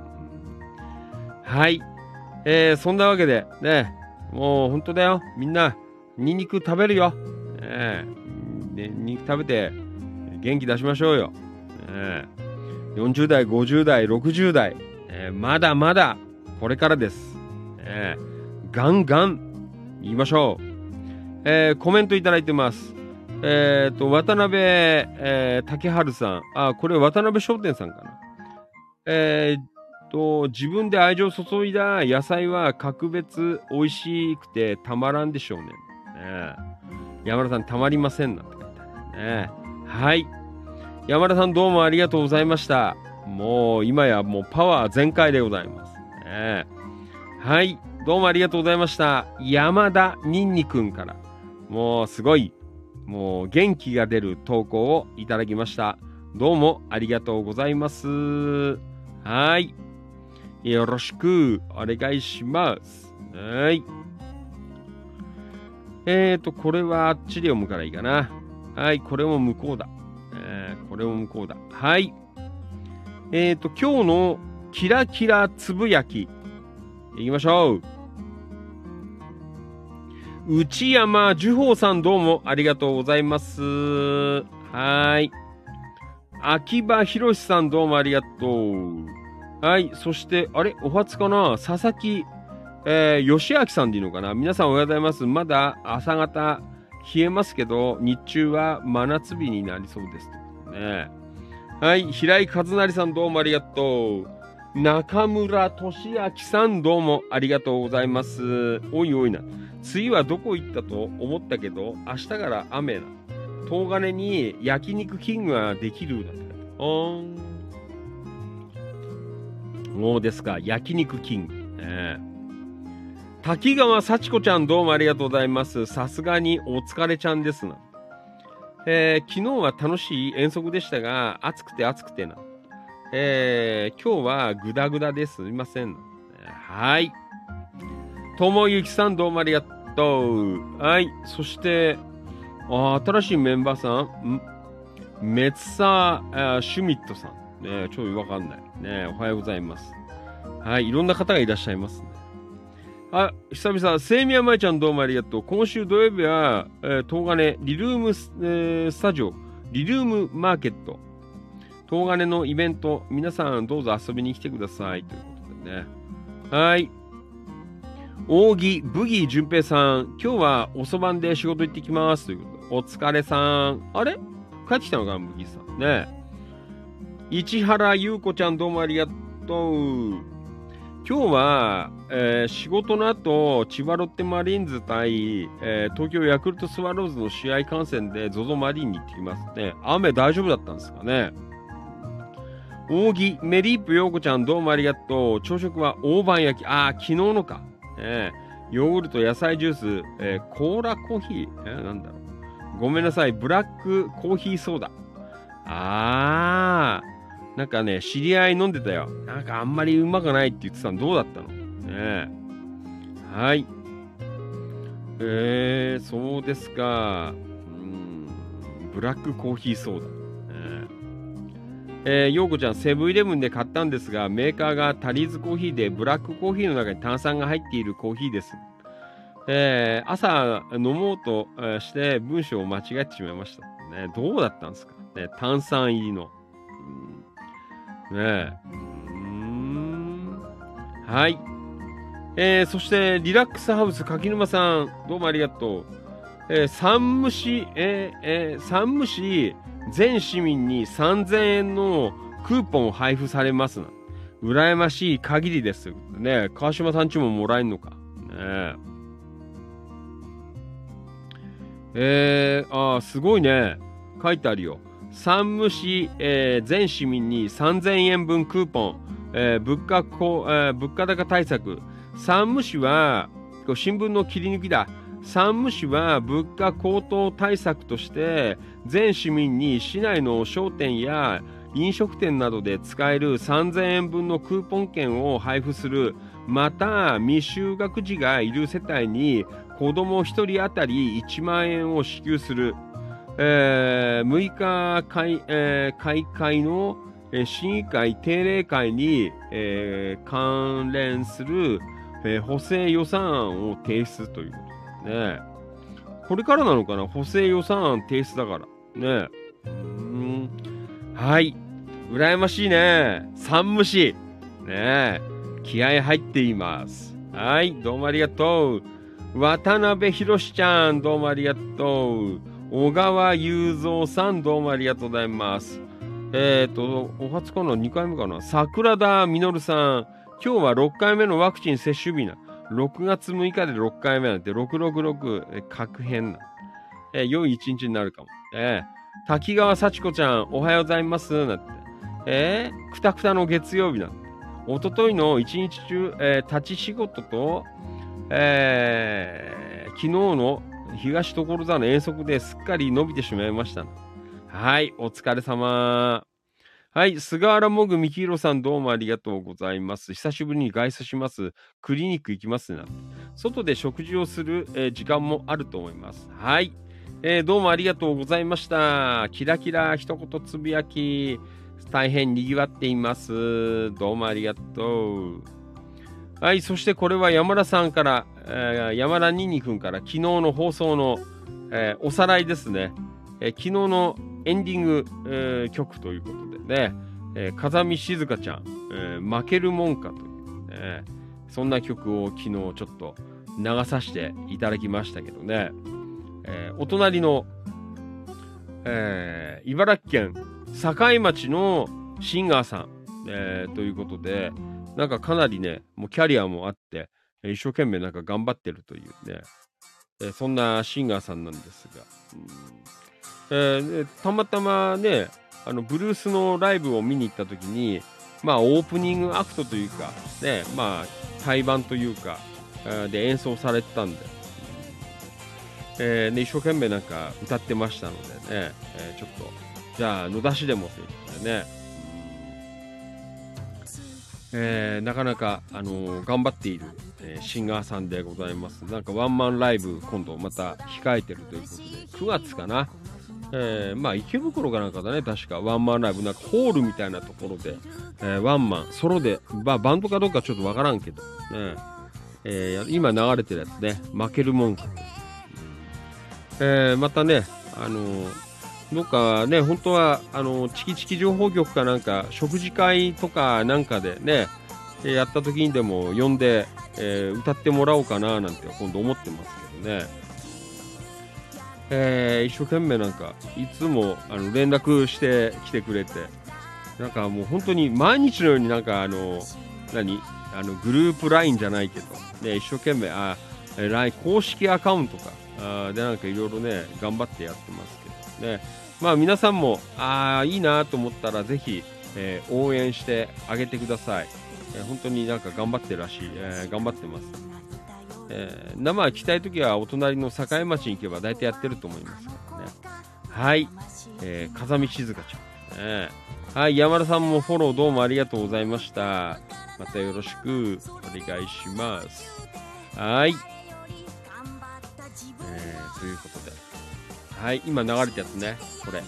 はい、えー、そんなわけでね、もう本当だよ。みんなニンニク食べるよ。ね、ニンニク食べて元気出しましょうよ。ね、よんじゅう代、ごじゅう代、ろくじゅう代、えー、まだまだこれからです。ね、ガンガン言いましょう。えー、コメントいただいてます。えっと、渡辺、えー、竹春さん。あ、これ渡辺商店さんかな。えー、 と、自分で愛情を注いだ野菜は格別美味しくてたまらんでしょうね。ね山田さんたまりませんなんて書いてあるね。はい。山田さんどうもありがとうございました。もう今やもうパワー全開でございます。ね、はい。どうもありがとうございました。山田にんにくんから。もうすごい、もう元気が出る投稿をいただきました。どうもありがとうございます。はい。よろしくお願いします。はい。えーと、これはあっちで読むからいいかな。はい。これも向こうだ。えー、これも向こうだ。はい。えーと、今日のキラキラつぶやき。いきましょう。内山樹宝さんどうもありがとうございます。はい。秋葉博さんどうもありがとう。はい。そして、あれお初かな佐々木、えー、義明さんでいいのかな皆さんおはようございます。まだ朝方冷えますけど、日中は真夏日になりそうです。ね。はい。平井和成さんどうもありがとう。中村俊明さんどうもありがとうございます。おいおいな。梅雨はどこ行ったと思ったけど、明日から雨な。東金に焼肉キングができるなんて。あーん。そうですか。焼肉キング。ね、滝川幸子ちゃんどうもありがとうございます。さすがにお疲れちゃんですな。えー、昨日は楽しい遠足でしたが、暑くて暑くてな。えー、今日はグダグダです。すみません。はい。ともゆきさんどうもありがとう。はい。そして、あ新しいメンバーさん、んメツサーシュミットさん。ねちょっとわかんない。ねおはようございます。はい。いろんな方がいらっしゃいますね。あ、久々、セイミヤマイちゃんどうもありがとう。今週土曜日は、えー、東金リルームス、えー、スタジオ、リルームマーケット、東金のイベント、皆さんどうぞ遊びに来てください。ということでね。はい。扇ブギー淳平さん、今日は遅番で仕事行ってきます。ということで、お疲れさん。あれ帰ってきたのかな、ブギーさん。ね。市原優子ちゃんどうもありがとう。今日は、えー、仕事の後、千葉ロッテマリーンズ対、えー、東京ヤクルトスワローズの試合観戦で ゾゾ マリーンに行ってきますね。雨大丈夫だったんですかね。扇メリープ陽子ちゃんどうもありがとう。朝食は大判焼き。ああ、昨日のか。えー、ヨーグルト、野菜ジュース、えー、コーラコーヒー、えー、なんだろう。ごめんなさい。ブラックコーヒーソーダ。あー。なんかね、知り合い飲んでたよ。なんかあんまりうまくないって言ってたのどうだったのねえ。はい。えー、そうですか。うん。ブラックコーヒーソーダ。えー、ようこちゃん、セブンイレブンで買ったんですが、メーカーがタリーズコーヒーで、ブラックコーヒーの中に炭酸が入っているコーヒーです。えー、朝飲もうとして文章を間違えてしまいました。ね、どうだったんですかね、炭酸入りの。うん、ねえ。うーん。はい。えー、そして、リラックスハウス柿沼さん、どうもありがとう。えー、山武市、えー、えー、山武市、全市民にさんぜんえんのクーポンを配布されますな。羨ましい限りです。ね、川島さんちももらえんのか。ねえー、あー、すごいね。書いてあるよ。山武市、えー、全市民にさんぜんえんぶんクーポン、えー、物価こ、えー、物価高対策。山武市は、新聞の切り抜きだ。山武市は物価高騰対策として全市民に市内の商店や飲食店などで使えるさんぜんえんぶんのクーポン券を配布する。また未就学児がいる世帯に子どもひとり当たりいちまんえんを支給する。えー、むいか開、えー、開会の、えー、審議会定例会に、えー、関連する、えー、補正予算案を提出ということね。これからなのかな、補正予算案提出だからね。うーん、はい、羨ましいね。山武市ね、気合入っています。はい、どうもありがとう。渡辺博ちゃんどうもありがとう。小川雄三さんどうもありがとうございます。 えっと、お初かな ?に 回目かな桜田実さん。今日はろっかいめのワクチン接種日な。ろくがつむいかでろっかいめなんて、ろくろくろく、え確変な。えー、良い一日になるかも。えー、滝川幸子ちゃん、おはようございます。なんて。えー、くたくたの月曜日な。おとといの一日中、えー、立ち仕事と、えー、昨日の東所沢の遠足ですっかり伸びてしまいました。はい、お疲れ様。はい、菅原もぐみきひろさんどうもありがとうございます。久しぶりに外出します。クリニック行きますな。外で食事をする、えー、時間もあると思います。はい、えー、どうもありがとうございました。キラキラ一言つぶやき、大変にぎわっています。どうもありがとう。はい、そしてこれは山田さんから、えー、山田にんにくんから昨日の放送の、えー、おさらいですね。えー、昨日のエンディング、えー、曲ということでね、えー、風見静香ちゃん、えー、負けるもんかという、ね、そんな曲を昨日ちょっと流させていただきましたけどね、えー、お隣の、えー、茨城県境町のシンガーさん、えー、ということで、なんかかなりね、もうキャリアもあって、一生懸命なんか頑張ってるというね、えー、そんなシンガーさんなんですが、うんえー、たまたまね、あのブルースのライブを見に行った時に、まあオープニングアクトというか、ね、まあ対バンというか、えー、で演奏されてたんで、えー、で一生懸命なんか歌ってましたのでね、えー、ちょっとじゃあ野出しでもということでね、えー、なかなか、あのー、頑張っている、えー、シンガーさんでございます。なんかワンマンライブ今度また控えてるということで、くがつかな、えー、まあ池袋かなんかだね、確かワンマンライブ、なんかホールみたいなところで、えー、ワンマンソロで、まあ、バンドかどうかちょっとわからんけど、ねえー、今流れてるやつね、負けるもんか、えー、またね、あのーどっかね、本当はあのチキチキ情報局かなんか食事会とかなんかでね、えー、やった時にでも呼んで、えー、歌ってもらおうかななんて今度思ってますけどね、えー、一生懸命なんかいつもあの連絡してきてくれて、なんかもう本当に毎日のようになんかあの何あのグループ ライン じゃないけど、ね、一生懸命あ ライン 公式アカウントかあでなんかいろいろね頑張ってやってますけどね。まあ皆さんもああいいなと思ったらぜひ、えー、応援してあげてください、えー、本当になんか頑張ってるらしい、えー、頑張ってます、えー、生聞きたいときはお隣の境町に行けば大体やってると思いますからね。はい、えー、風見静香ちゃん、えー、はい、山田さんもフォローどうもありがとうございました。またよろしくお願いします。はい、えー、ということで、はい、今流れたやつね、これ。うん、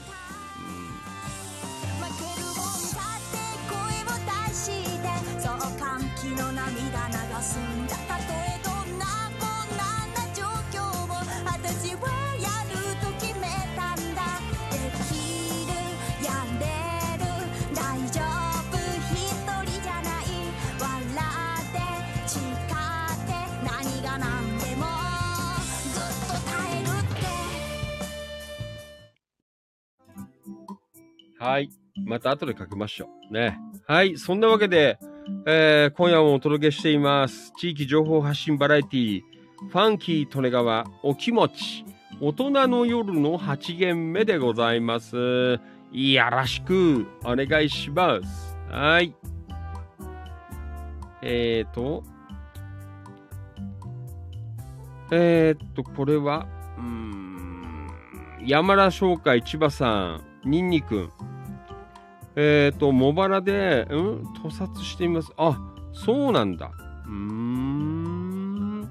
はい。また後で書きましょう。ね。はい。そんなわけで、えー、今夜もお届けしています。地域情報発信バラエティファンキー利根川お気持ち大人の夜のはち限目でございます。よろしくお願いします。はい。えーと、えーと、これは、うーん、山田商会千葉さん、ニンニくん。えーと、茂原で、うん、屠殺してみます。あ、そうなんだ。うーん。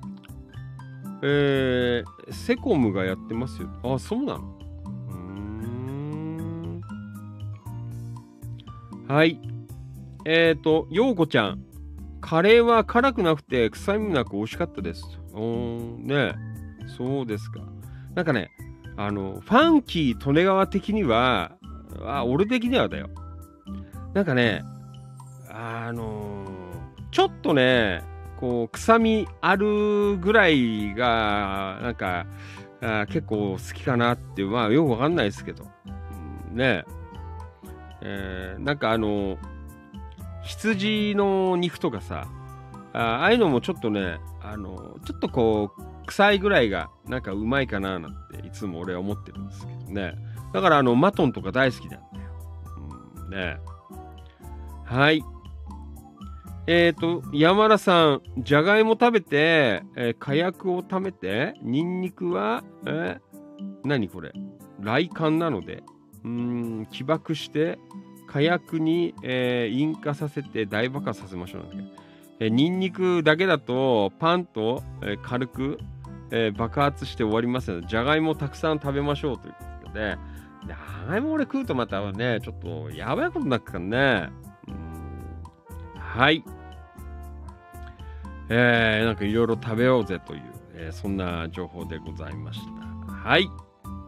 えー、セコムがやってますよ。あ、そうなの。うーん。はい。えーと、ようこちゃん。カレーは辛くなくて臭みもなく美味しかったです。おー、ね。そうですか。なんかね、あの、ファンキー利根川的には、あ、俺的にはだよ。なんかね、あのー、ちょっとね、こう、臭みあるぐらいが、なんか、あ結構好きかなっていう、まあ、よくわかんないですけど。うん、ねえー、なんかあの羊の肉とかさ、あ, ああいうのもちょっとね、あのちょっとこう臭いぐらいがなんかうまいかななんていつも俺は思ってるんですけどね。だからあのマトンとか大好きなんだよ、うん、ね。はい。えっ、ー、と山田さん、じゃがいも食べて、えー、火薬を貯めて、ニンニクはえー、何これ、雷管なので、うーん起爆して火薬に、えー、引火させて大爆発させましょうなんだけど、えー、ニンニクだけだとパンと、えー、軽く、えー、爆発して終わりますので、じゃがいもたくさん食べましょうということで、じゃがいも俺食うとまたね、ちょっとやばいことになるからね。うーん、はい。えー、なんかいろいろ食べようぜという、えー、そんな情報でございました。はい。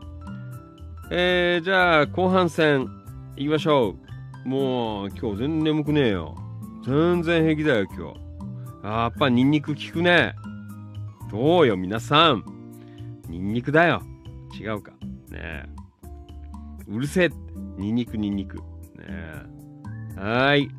えー、じゃあ後半戦いきましょう。もう今日全然眠くねえよ。全然平気だよ今日。あー、やっぱニンニク効くね。どうよ皆さん、ニンニクだよ。違うかねえ、うるせえ、ニンニクニンニクねえ。はーい。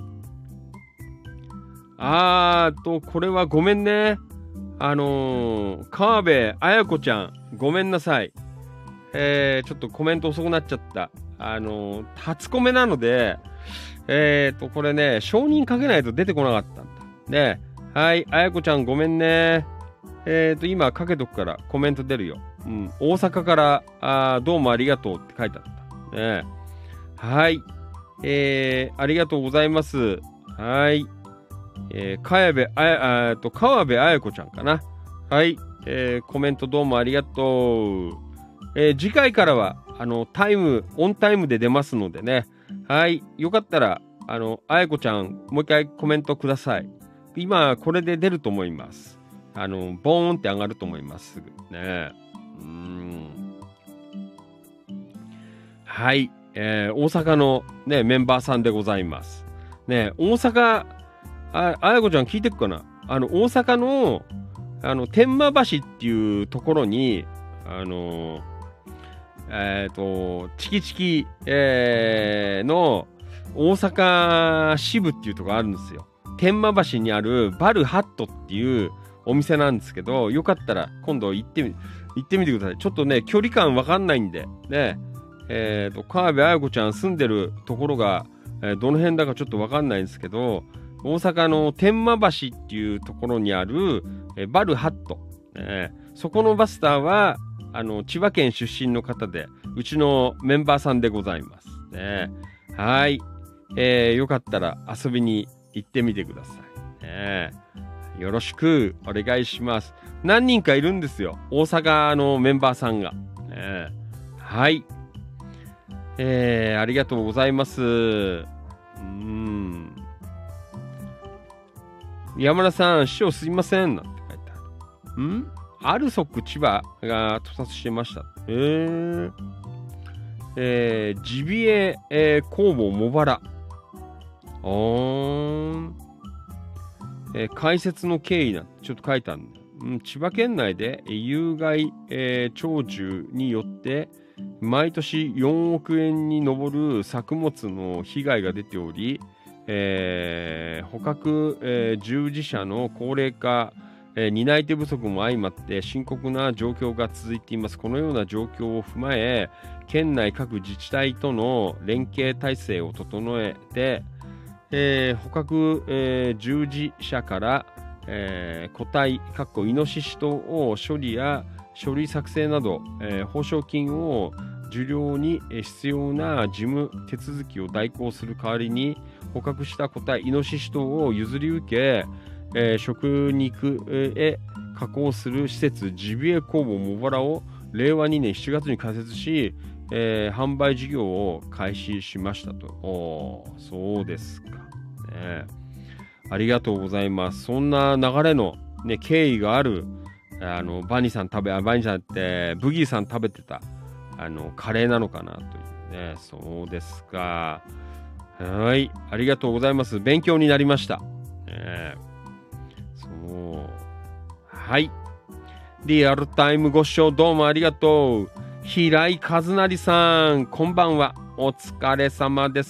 あーとこれはごめんね、あのー、川辺綾子ちゃんごめんなさい。えー、ちょっとコメント遅くなっちゃった。あのー、初コメなので、えーとこれね、承認かけないと出てこなかったんだね。はい、綾子ちゃんごめんね。えーと今かけとくからコメント出るよ。うん、大阪からあどうもありがとうって書いてあったね。はい、えー、ありがとうございます。はい、えー、川辺あやあと川辺綾子ちゃんかな。はい、えー、コメントどうもありがとう。えー、次回からはあのタイムオンタイムで出ますのでね。はい、よかったらあの綾子ちゃんもう一回コメントください。今これで出ると思います。あのボーンって上がると思います、すぐね。うーん、はい、えー、大阪のねメンバーさんでございますね。大阪、ああやこちゃん聞いてくかな。あの大阪のあの天満橋っていうところにあのえっ、ー、とチキチキ、えー、の大阪支部っていうところあるんですよ。天満橋にあるバルハットっていうお店なんですけど、よかったら今度行ってみ行ってみてください。ちょっとね距離感わかんないんでね。えーと川辺綾子ちゃん住んでるところが、えー、どの辺だかちょっとわかんないんですけど、大阪の天満橋っていうところにある、えー、バルハット、ね、そこのバスターはあの千葉県出身の方で、うちのメンバーさんでございますね。はい、えー、よかったら遊びに行ってみてくださいね。よろしくお願いします。何人かいるんですよ、大阪のメンバーさんが、ね、はい、えー、ありがとうございます。うーん、山田さん師匠すいませんなんて書いてある。んアルソック千葉が屠殺してました。えー、えー、ジビエ、えー、工房茂原。おーん、えー、解説の経緯なんてちょっと書いてあるんだよ。うん、千葉県内で有害、えー、鳥獣によって毎年よんおくえんに上る作物の被害が出ており、えー、捕獲、えー、従事者の高齢化、えー、担い手不足も相まって深刻な状況が続いています。このような状況を踏まえ、県内各自治体との連携体制を整えて、えー、捕獲、えー、従事者から、えー、個体イノシシ等を処理や書類作成など、えー、報奨金を受領に必要な事務手続きを代行する代わりに、捕獲した個体イノシシ等を譲り受け、えー、食肉へ加工する施設ジビエ工房茂原をれいわにねんしちがつに開設し、えー、販売事業を開始しましたと。おー、そうですか、ね、ありがとうございます。そんな流れの、ね、経緯があるあのバニーさん食べあバニーさんってブギーさん食べてたあのカレーなのかなというね。そうですか、はい、ありがとうございます。勉強になりました、ね、そうはい、リアルタイムご視聴どうもありがとう。平井和成さんこんばんは。 お疲れ様です。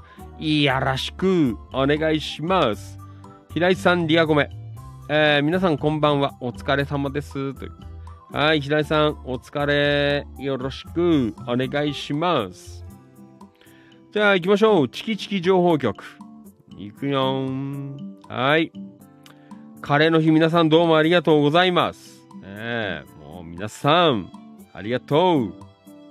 よろしくお願いします。平井さん、リアゴメ。えー、皆さんこんばんは。お疲れ様です。というはい、平井さん、お疲れ。よろしくお願いします。じゃあ行きましょう。チキチキ情報局。行くよん。はい。カレーの日皆さんどうもありがとうございます。ねえ、もう皆さん、ありがとう。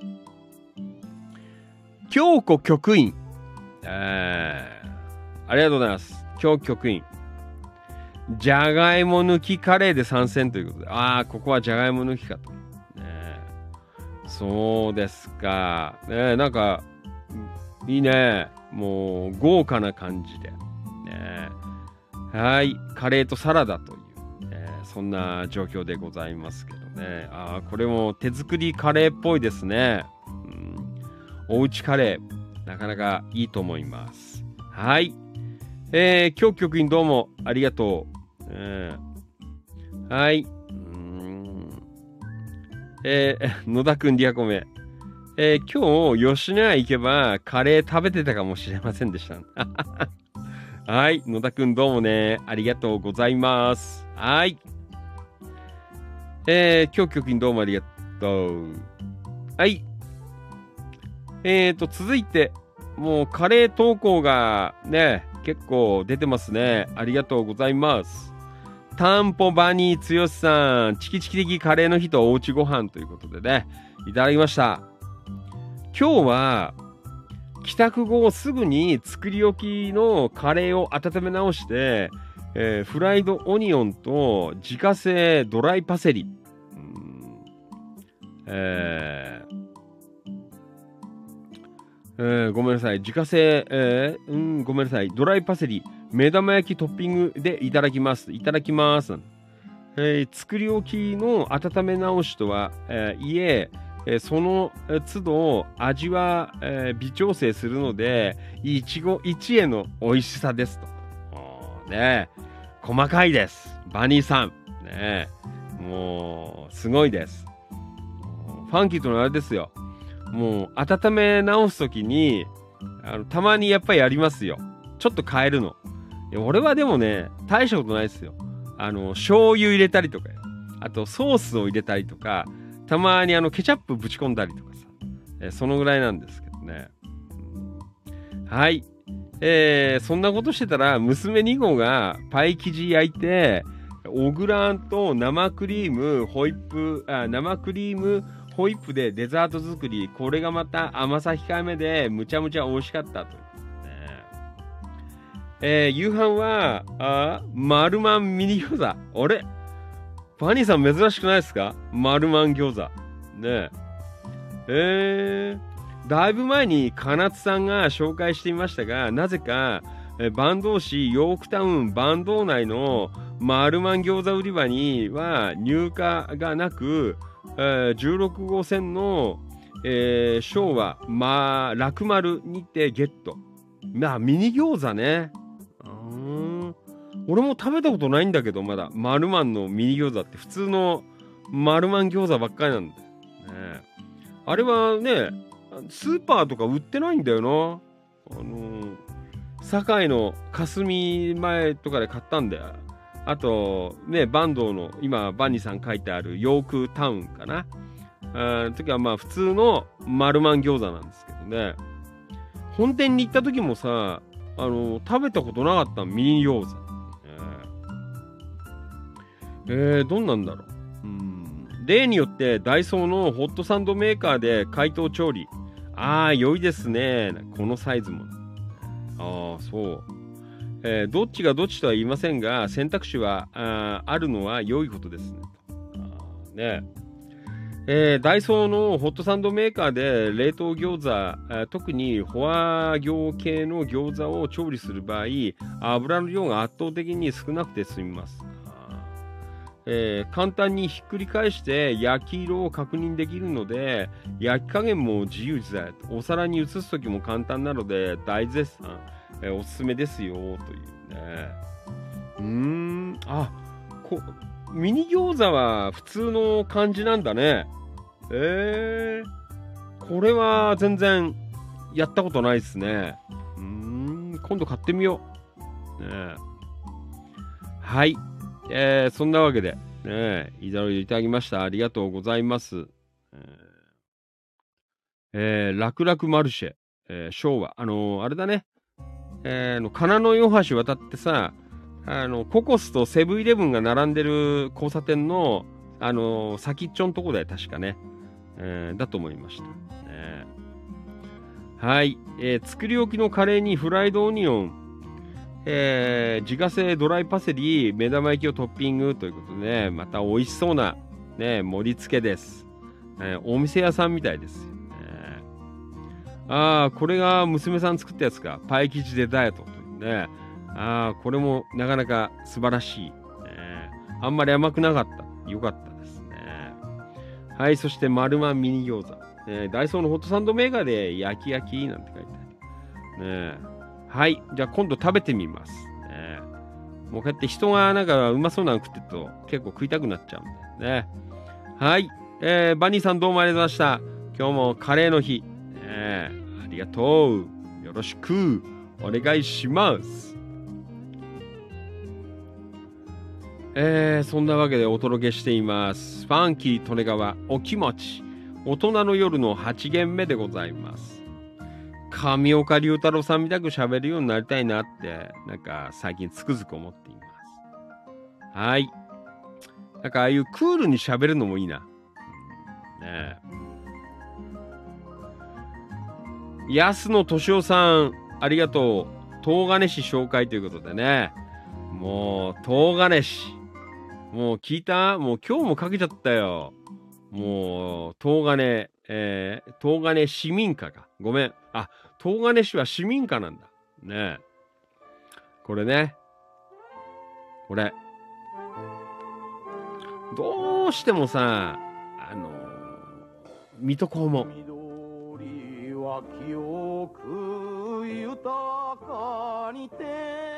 京子局員。えー、ありがとうございます。京子局員。じゃがいも抜きカレーで参戦ということで。ああ、ここはじゃがいも抜きかと。ね、そうですか。ね、なんか、いいね。もう、豪華な感じで。ね、はい。カレーとサラダという、ね、そんな状況でございますけどね。ああ、これも手作りカレーっぽいですね。うん、おうちカレー、なかなかいいと思います。はい。えー、京子局員どうもありがとう。えー、はい。うーんえー、野田くんリアコメ。えー、今日、吉野家行けばカレー食べてたかもしれませんでした。はい。野田くんどうもね。ありがとうございます。はい。えー、京子局員どうもありがとう。はい。えーと、続いて、もうカレー投稿がね、結構出てますね。ありがとうございます。タンポバニーつよしさん、チキチキ的カレーの日とおうちご飯ということでね、いただきました。今日は、帰宅後すぐに作り置きのカレーを温め直して、えー、フライドオニオンと自家製ドライパセリ、うんえーえー、ごめんなさい。自家製、えー、うん、ごめんなさい。ドライパセリ、目玉焼きトッピングでいただきます。いただきます。えー、作り置きの温め直しとは、えー、いえ、えー、その都度味は、えー、微調整するので、一期一会の美味しさですと。ね、細かいです。バニーさん。ね、もう、すごいです。ファンキーとのあれですよ。もう温め直すときにあのたまにやっぱりやりますよ。ちょっと変えるの。いや俺はでもね、大したことないですよ。あの醤油入れたりとか、あとソースを入れたりとか、たまにあのケチャップぶち込んだりとかさ、えそのぐらいなんですけどね。うん、はい、えー、そんなことしてたら娘に号がパイ生地焼いて、オグランと生クリームホイップあ生クリームホイップでデザート作り、これがまた甘さ控えめでむちゃむちゃ美味しかったという、ねえー、夕飯はあマルマンミニ餃子。あれパニーさん珍しくないですか？マルマン餃子ねええー、だいぶ前に金津さんが紹介していましたが、なぜかえ坂東市ヨークタウン坂東内のマルマン餃子売り場には入荷がなく、えー、じゅうろく号線の、えー、昭和、まあ、楽丸にてゲット。まあ、ミニ餃子ね。うーん。俺も食べたことないんだけど、まだ。マルマンのミニ餃子って普通のマルマン餃子ばっかりなんだよ。ね、あれはね、スーパーとか売ってないんだよな。あのー、堺の霞前とかで買ったんだよ。あと、ね、坂東の、今、バニーさん書いてあるヨークタウンかな。あの時はまあ、普通のマルマン餃子なんですけどね。本店に行った時もさ、あの、食べたことなかったミニ餃子。えー、えー、どんなんだろう。うん。例によって、ダイソーのホットサンドメーカーで解凍調理。ああ、良いですね。このサイズも。ああ、そう。えー、どっちがどっちとは言いませんが、選択肢は あ, あるのは良いことですね。あねえー、ダイソーのホットサンドメーカーで冷凍餃子、特にフォア餃系の餃子を調理する場合、油の量が圧倒的に少なくて済みます。えー、簡単にひっくり返して焼き色を確認できるので、焼き加減も自由自在。お皿に移すときも簡単なので大絶賛。えー、おすすめですよというね。うーん、あ、こミニ餃子は普通の感じなんだね。えー、これは全然やったことないですね。うーん、今度買ってみよう。ね、はい。えー、そんなわけで、ね、いろいろいただきました。ありがとうございます。えー、えー、楽々マルシェ、えー、昭和。あのー、あれだね。えー、の、金の四橋渡ってさ、あの、ココスとセブンイレブンが並んでる交差点の、あのー、先っちょのとこで確かね、えー、だと思いました。ね、はい、えー、作り置きのカレーにフライドオニオン、えー、自家製ドライパセリ、目玉焼きをトッピングということでね、また美味しそうな、ね、盛り付けです。えー、お店屋さんみたいですよ。ね、ああ、これが娘さん作ったやつか。パイ生地でダイエットというね。ああ、これもなかなか素晴らしい。ね、あんまり甘くなかった。よかったですね。はい、そしてマルマンミニ餃子。ね、ダイソーのホットサンドメーカーで焼き焼きなんて書いてある。ね、はい、じゃあ今度食べてみます。ね、もうこうやって人がなんかうまそうなの食ってると結構食いたくなっちゃうんでね。はい、えー、バニーさんどうもありがとうございました。今日もカレーの日。ね、ありがとう。よろしくお願いします。えー、そんなわけでお届けしています。ファンキー利根川お気持ち大人の夜のはち限目でございます。上岡龍太郎さんみたく喋るようになりたいなってなんか最近つくづく思っています。はい、なんかああいうクールに喋るのもいいな。ねえ、安野敏夫さんありがとう。東金市紹介ということでね、もう東金市もう聞いた？もう今日もかけちゃったよ。もう東金、えー、東金市民課か。ごめん。あ、東金市は市民課なんだ。ねえ。これね。これ。どうしてもさ、あのー、水戸黄門。 緑は清く豊かにて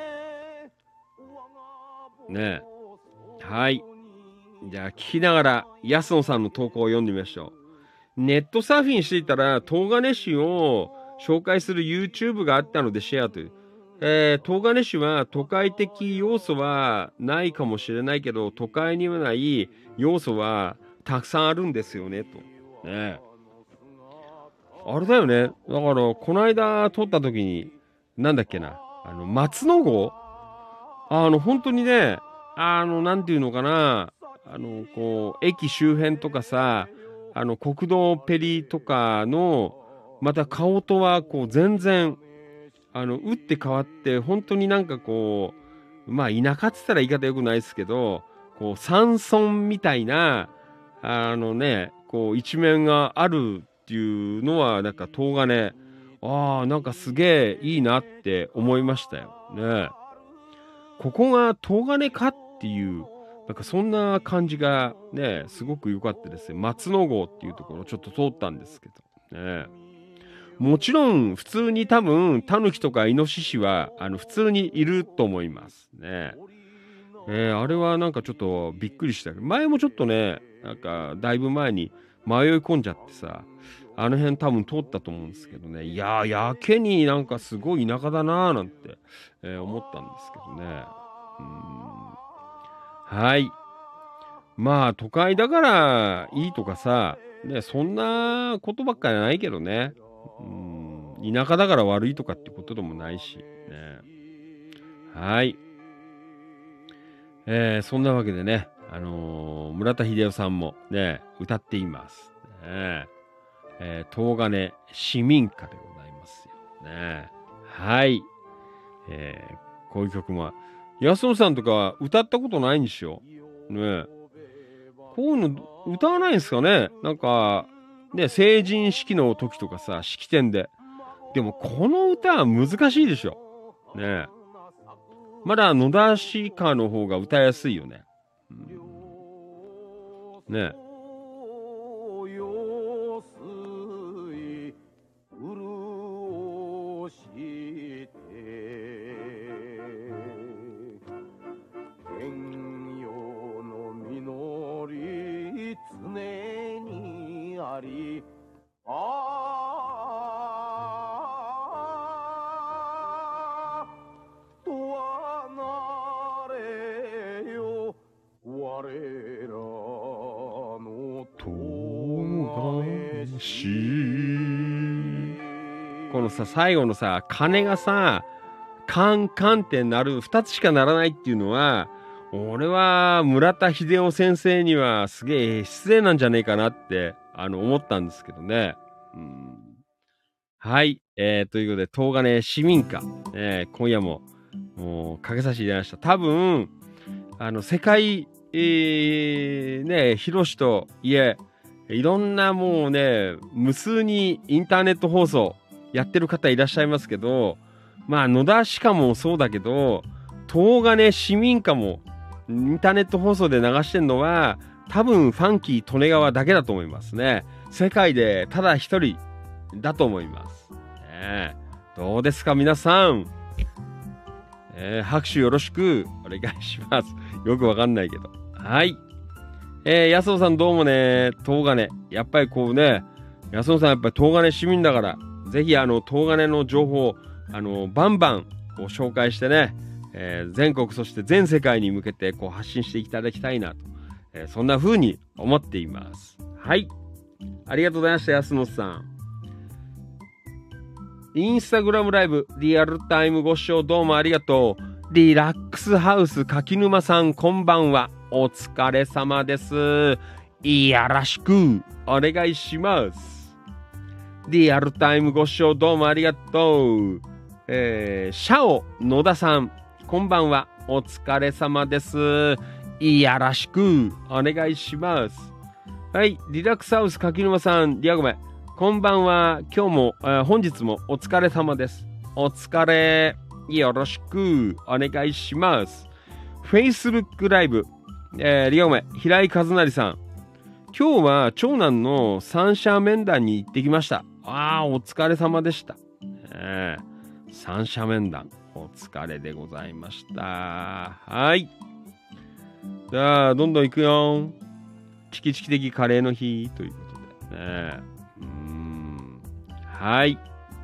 ねえ。はい。じゃあ聞きながら安野さんの投稿を読んでみましょう。ネットサーフィンしていたら東金市を紹介する YouTube があったのでシェアという。えー、東金市は都会的要素はないかもしれないけど都会にはない要素はたくさんあるんですよねと。ね、あれだよね。だからこの間撮った時になんだっけな、あの松の郷、あの本当にね、あのなんていうのかな、あのこう駅周辺とかさ、あの国道ペリとかのまた顔とはこう全然あの打って変わって本当になんかこう、まあ田舎って言ったら言い方よくないですけど、こう山村みたいなあのねこう一面があるっていうのはなんか東金、ああなんかすげえいいなって思いましたよね。ここが東金かっていうなんかそんな感じがねすごく良かったですね。松の郷っていうところをちょっと通ったんですけどね。もちろん普通に多分タヌキとかイノシシはあの普通にいると思いますね。えー、あれはなんかちょっとびっくりしたけど、前もちょっとねなんかだいぶ前に迷い込んじゃってさ、あの辺多分通ったと思うんですけどね、いやーやけになんかすごい田舎だなーなんて、えー、思ったんですけどね。うーん、はい、まあ都会だからいいとかさ、ね、そんなことばっかりないけどね。うん、田舎だから悪いとかってことでもないし、ね、はい、えー、そんなわけでね、あのー、村田秀夫さんもね歌っています、ね、えー、東金市民歌でございますよね。はい、えー、こういう曲も安野さんとか歌ったことないんですよね。こういうの歌わないんですかね。なんかね、成人式の時とかさ、式典で。でもこの歌は難しいでしょね。まだ野田シカの方が歌いやすいよね。うん、ね。 しこのさ、最後のさ、鐘がさ、カンカンってなる、二つしかならないっていうのは、俺は村田秀夫先生にはすげえ失礼なんじゃねえかなって、あの、思ったんですけどね。うん、はい。えー、ということで、東金市民歌、えー、今夜も、もう、かけさせていただきました。多分、あの、世界、えー、ね、広しといえ、いろんなもうね、無数にインターネット放送やってる方いらっしゃいますけど、まあ、野田歯科もそうだけど、東金市民歌もインターネット放送で流してるのは、多分ファンキー利根川だけだと思いますね。世界でただ一人だと思います。ね、どうですか皆さん、えー、拍手よろしくお願いします。よくわかんないけど。はい。えー、安尾さんどうもね、東金。やっぱりこうね、安尾さんやっぱり東金市民だから、ぜひあの、東金の情報、あの、バンバンこう紹介してね、えー、全国そして全世界に向けてこう発信していただきたいなと、えー、そんな風に思っています。はい。ありがとうございました、安野さん。インスタグラムライブ、リアルタイムご視聴どうもありがとう。リラックスハウス柿沼さん、こんばんは。お疲れ様です。いやらしくお願いします。リアルタイムご視聴どうもありがとう。えー、シャオ野田さん、こんばんは。お疲れ様です。いやらしくお願いします。はい、リラックスハウス柿沼さん、リアゴメ。こんばんは。今日も、えー、本日もお疲れ様です。お疲れ。よろしくお願いします。Facebook ライブ、えー、リアゴメ、平井和成さん。今日は長男の三者面談に行ってきました。ああ、お疲れ様でした。えー、三者面談、お疲れでございました。はい。じゃあ、どんどん行くよ。チキチキ的カレーの日ということでね。うーん。はい。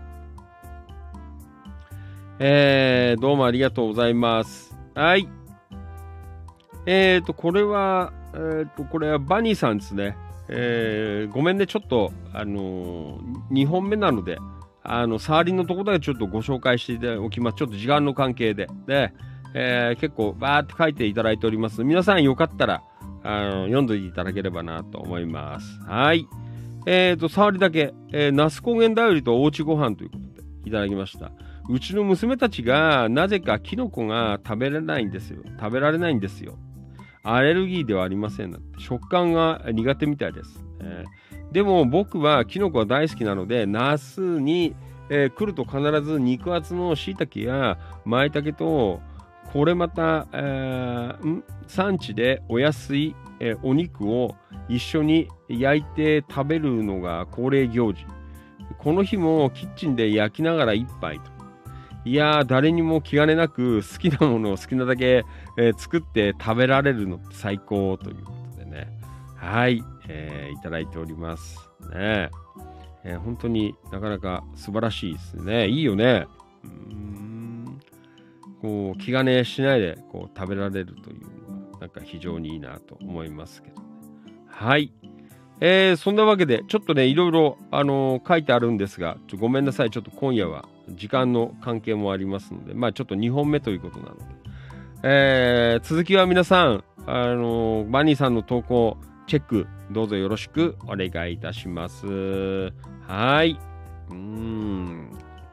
えー、どうもありがとうございます。はい。えーと、これは、えーと、これはバニーさんですね。えー、ごめんね、ちょっと、あのー、にほんめなので、あの、触りのところだけちょっとご紹介しておきます。ちょっと時間の関係で。で、えー、結構バーって書いていただいております。皆さんよかったら、あの、読んでいただければなと思います。はい。えーと、触りだけ、えー、那須高原だよりとおうちご飯ということでいただきました。うちの娘たちがなぜかキノコが食べられないんですよ。食べられないんですよ。アレルギーではありません。食感が苦手みたいです。えー、でも僕はキノコは大好きなので、夏に、えー、来ると必ず肉厚の椎茸や舞茸と、これまた、えー、ん産地でお安い、えー、お肉を一緒に焼いて食べるのが恒例行事。この日もキッチンで焼きながら一杯と。いやー、誰にも気兼ねなく好きなものを好きなだけ、えー、作って食べられるのって最高ということでね。はい、えー、いただいております。ねえー、本当になかなか素晴らしいですね。いいよね。うーん、こう気兼ねしないでこう食べられるというのはなんか非常にいいなと思いますけど、ね。はい。えー、そんなわけでちょっとねいろいろ、あのー、書いてあるんですが、ちょごめんなさい。ちょっと今夜は時間の関係もありますので、まあちょっとにほんめということなので、えー、続きは皆さん、あのー、バニーさんの投稿チェックどうぞよろしくお願いいたします。はい。うーん、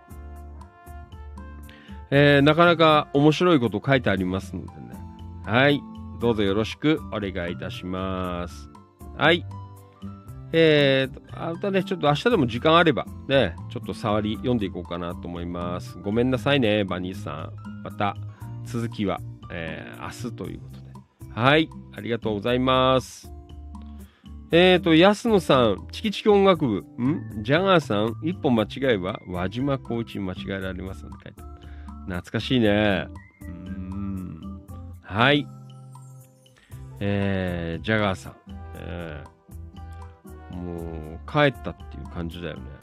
えー、なかなか面白いこと書いてありますのでね。はい。どうぞよろしくお願いいたします。はい。えー、あとね、ちょっと明日でも時間あれば、ね、ちょっと触り読んでいこうかなと思います。ごめんなさいね、バニーさん。また続きは、えー、明日ということで。はい、ありがとうございます。えーと、安野さん、チキチキ音楽部、んジャガーさん、一本間違えば、輪島光一に間違えられますので書いてある。懐かしいね。うーん。はい。えー、ジャガーさん。えーもう帰ったっていう感じだよね。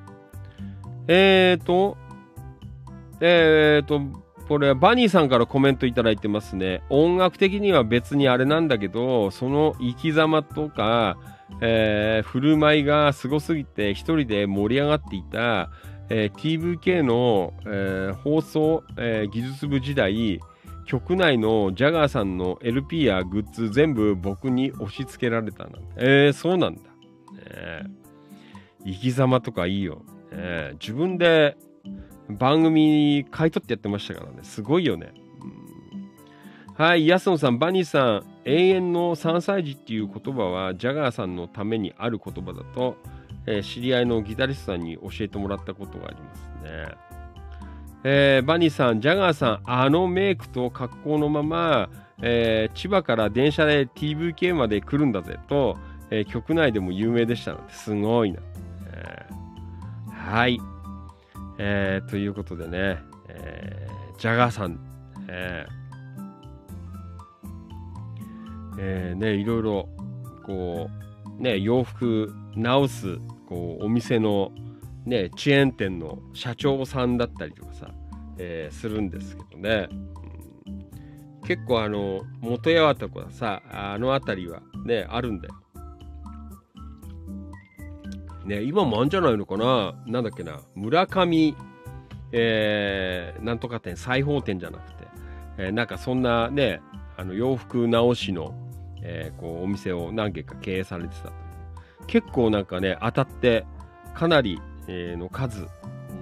えーと、えーと、これはバニーさんからコメントいただいてますね。音楽的には別にあれなんだけど、その生き様とか、 えー振る舞いがすごすぎて一人で盛り上がっていた、えー ティーブイケー の、えー放送、えー技術部時代、局内のジャガーさんの エルピー やグッズ全部僕に押し付けられたなんて。えー、そうなんだ。ね、生き様とかいいよ。ね、自分で番組買い取ってやってましたからね。すごいよね。うん、はい、安野さん、バニーさん、永遠のさんさい児っていう言葉はジャガーさんのためにある言葉だと、えー知り合いのギタリストさんに教えてもらったことがありますね。えーバニーさん、ジャガーさん、あのメイクと格好のまま、えー千葉から電車で ティーブイケー まで来るんだぜと、えー局内でも有名でしたので、すごいな。えーはい、えーということでね、えージャガーさん、えーえーね、いろいろこうね、洋服直すこうお店のね、チェーン店の社長さんだったりとかさ、えーするんですけどね、うん、結構あの元八幡とかさ、あの辺りはねあるんだよね。今もあんじゃないのかな、なんだっけな、村上、えーなんとか店、裁縫店じゃなくて、えーなんかそんなね、あの洋服直しの、えーこうお店を何軒か経営されてたという、結構なんかね当たってかなり、えーの数、うん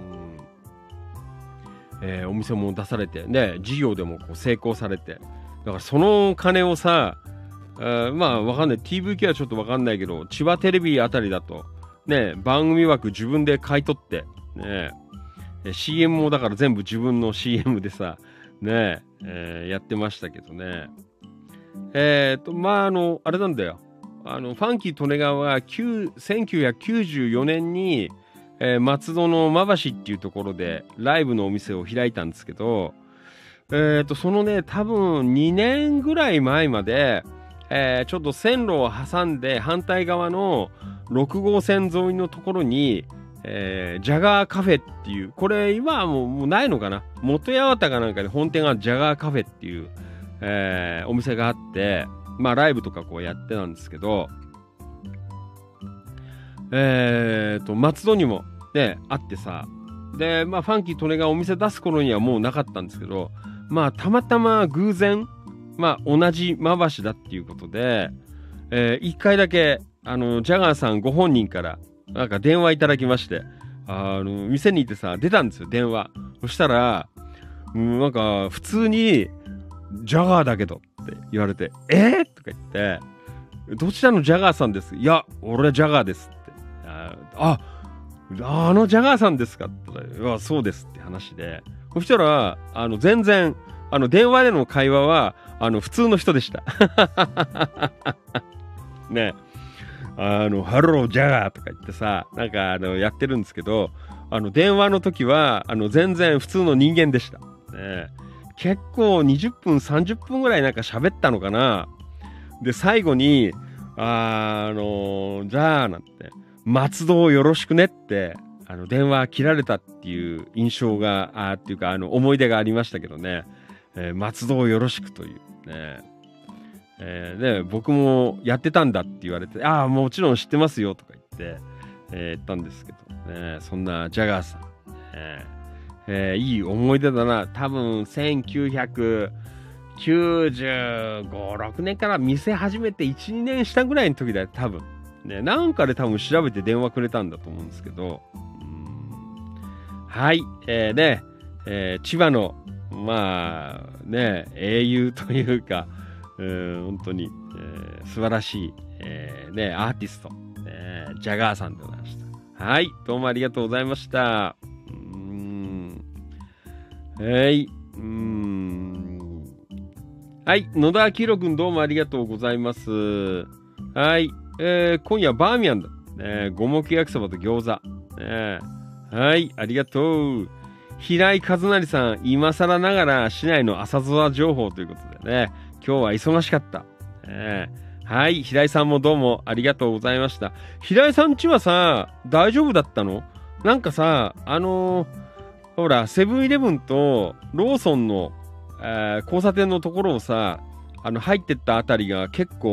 えーお店も出されてね、事業でもこう成功されて、だからその金をさ、あーまあわかんない、 ティーブイケー はちょっとわかんないけど、千葉テレビあたりだとね、番組枠自分で買い取ってね、シーエム もだから全部自分の シーエム でさね、えーやってましたけどね。えっとまああのあれなんだよ、あのファンキー利根川はせんきゅうひゃくきゅうじゅうよねんに、えー松戸の馬橋っていうところでライブのお店を開いたんですけど、えっとそのね多分にねんぐらい前まで、えーちょっと線路を挟んで反対側のろくごうせん沿いのところに、えージャガーカフェっていう、これ今はもうもうないのかな、元八幡かなんかで本店がジャガーカフェっていう、えーお店があって、まあライブとかこうやってたんですけど、えーと松戸にもねあってさ、でまあファンキー利根川お店出す頃にはもうなかったんですけど、まあたまたま偶然、まあ同じ馬橋だっていうことで、えー、いっかいだけあのジャガーさんご本人からなんか電話いただきまして、あの店に行ってさ出たんですよ、電話。そしたら、うん、なんか普通にジャガーだけどって言われて、えー、とか言って、どちらのジャガーさんです？いや俺はジャガーですって。ああのジャガーさんですかって言ったら、いやそうですって話で、そしたらあの全然あの電話での会話はあの普通の人でしたね、あのハロージャガーとか言ってさ、なんかあのやってるんですけど、あの電話の時はあの全然普通の人間でした、ね、結構にじゅっぷんさんじゅっぷんぐらいなんか喋ったのかな。で最後にあのじゃあなんて、松戸をよろしくねってあの電話切られたっていう印象があっていうか、あの思い出がありましたけどね、えー、松戸をよろしくというね、えー、で僕もやってたんだって言われて、ああもちろん知ってますよとか言って、えー、言ったんですけどね、そんなジャガーさん、えーえー、いい思い出だな。多分せんきゅうひゃくきゅうじゅうご、ろくねんから店始めていち、にねんしたぐらいの時だよ多分ね、なんかで多分調べて電話くれたんだと思うんですけど、うーんはい、えー、ね、えー、千葉のまあね英雄というか、えー、本当に、えー、素晴らしい、えー、ねアーティスト、えー、ジャガーさんでございました。はい、どうもありがとうございました。うーんはい、うーんはい、野田明宏君どうもありがとうございます。はい。えー、今夜バーミヤンだ、ね、五目焼きそばと餃子、ね、はいありがとう。平井和成さん、今更ながら市内の朝空情報ということでね、今日は忙しかった、ね、はい平井さんもどうもありがとうございました。平井さんちはさ大丈夫だったの？なんかさあのー、ほらセブンイレブンとローソンの、えー、交差点のところをさあの入ってったあたりが結構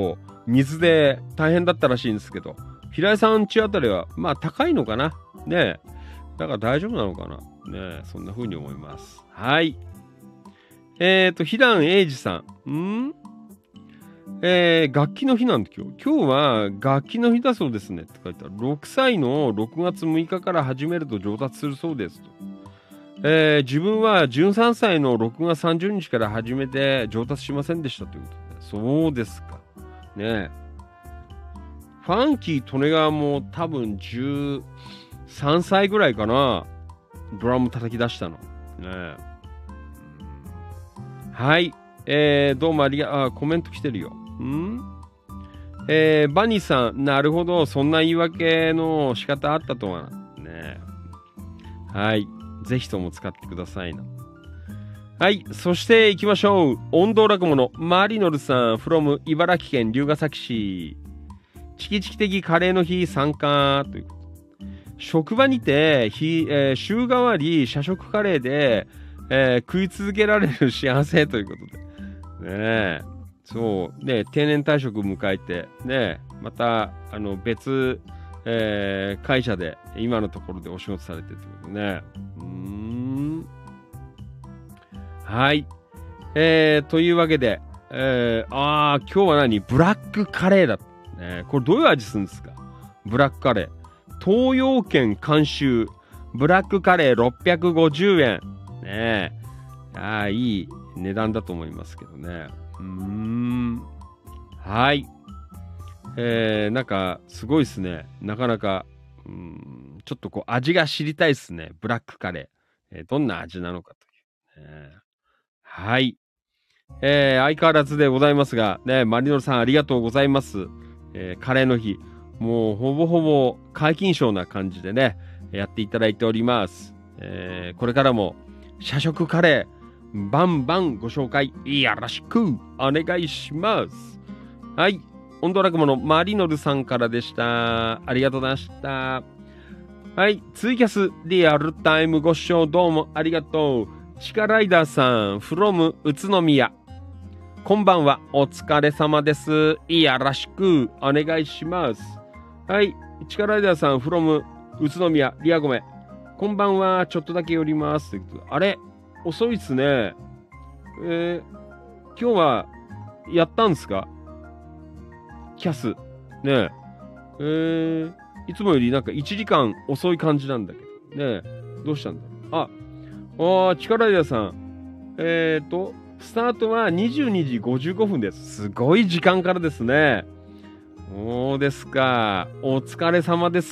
水で大変だったらしいんですけど、平井さん家あたりは、まあ高いのかなねえ。だから大丈夫なのかなねえ、そんな風に思います。はい。えーと、ひだんえいじさん。んえー、楽器の日なんだ今日。今日は楽器の日だそうですねって書いてある。ろくさいのろくがつむいかから始めると上達するそうですと。えー、自分はじゅうさんさいのろくがつさんじゅうにちから始めて上達しませんでしたということで。そうですか。ねえ。ファンキー・利根川も多分じゅうさんさいぐらいかな。ドラム叩き出したの。ねえ。はい。えー、どうもありが、あ、コメント来てるよ。んえー、バニーさん、なるほど。そんな言い訳の仕方あったとは。ね。はい。ぜひとも使ってくださいな。はい。そして行きましょう。音頭落語のマリノルさん、from 茨城県龍ケ崎市。チキチキ的カレーの日参加ということ。職場にて、日、えー、週替わり社食カレーで、えー、食い続けられる幸せということで。ねえ。そう。ね定年退職迎えて、ねまた、あの、別、えー、会社で、今のところでお仕事されてるということね。うーん。はい。えー、というわけで、えー、あー、今日は何ブラックカレーだ。ね、これどういう味するんですかブラックカレー。東洋軒監修。ブラックカレーろっぴゃくごじゅうえん。ねえ。ああ、いい値段だと思いますけどね。うーん。はい。えー、なんか、すごいですね。なかなか、うーん、ちょっとこう、味が知りたいですね。ブラックカレー。えー、どんな味なのかという。えー、はい。えー、相変わらずでございますが、ね、マリノルさんありがとうございます。えー、カレーの日。もう、ほぼほぼ解禁賞な感じでね、やっていただいております。えー、これからも、社食カレー、バンバンご紹介よろしくお願いします。はい。音頭落語のマリノルさんからでした。ありがとうございました。はい。ツイキャスリアルタイムご視聴どうもありがとう。チカライダーさん、from 宇都宮。こんばんは。お疲れ様です。よろしくお願いします。はい。チカライダーさん、from 宇都宮。リアゴメ。こんばんは。ちょっとだけ寄ります。あれ遅いっすね。えー、今日は、やったんすかキャス。ねえ。えー、いつもよりなんかいちじかん遅い感じなんだけど。ねえ。どうしたんだあ、あー、力屋さん。えーと、スタートはにじゅうにじごじゅうごふんです。すごい時間からですね。そうですか。お疲れ様です。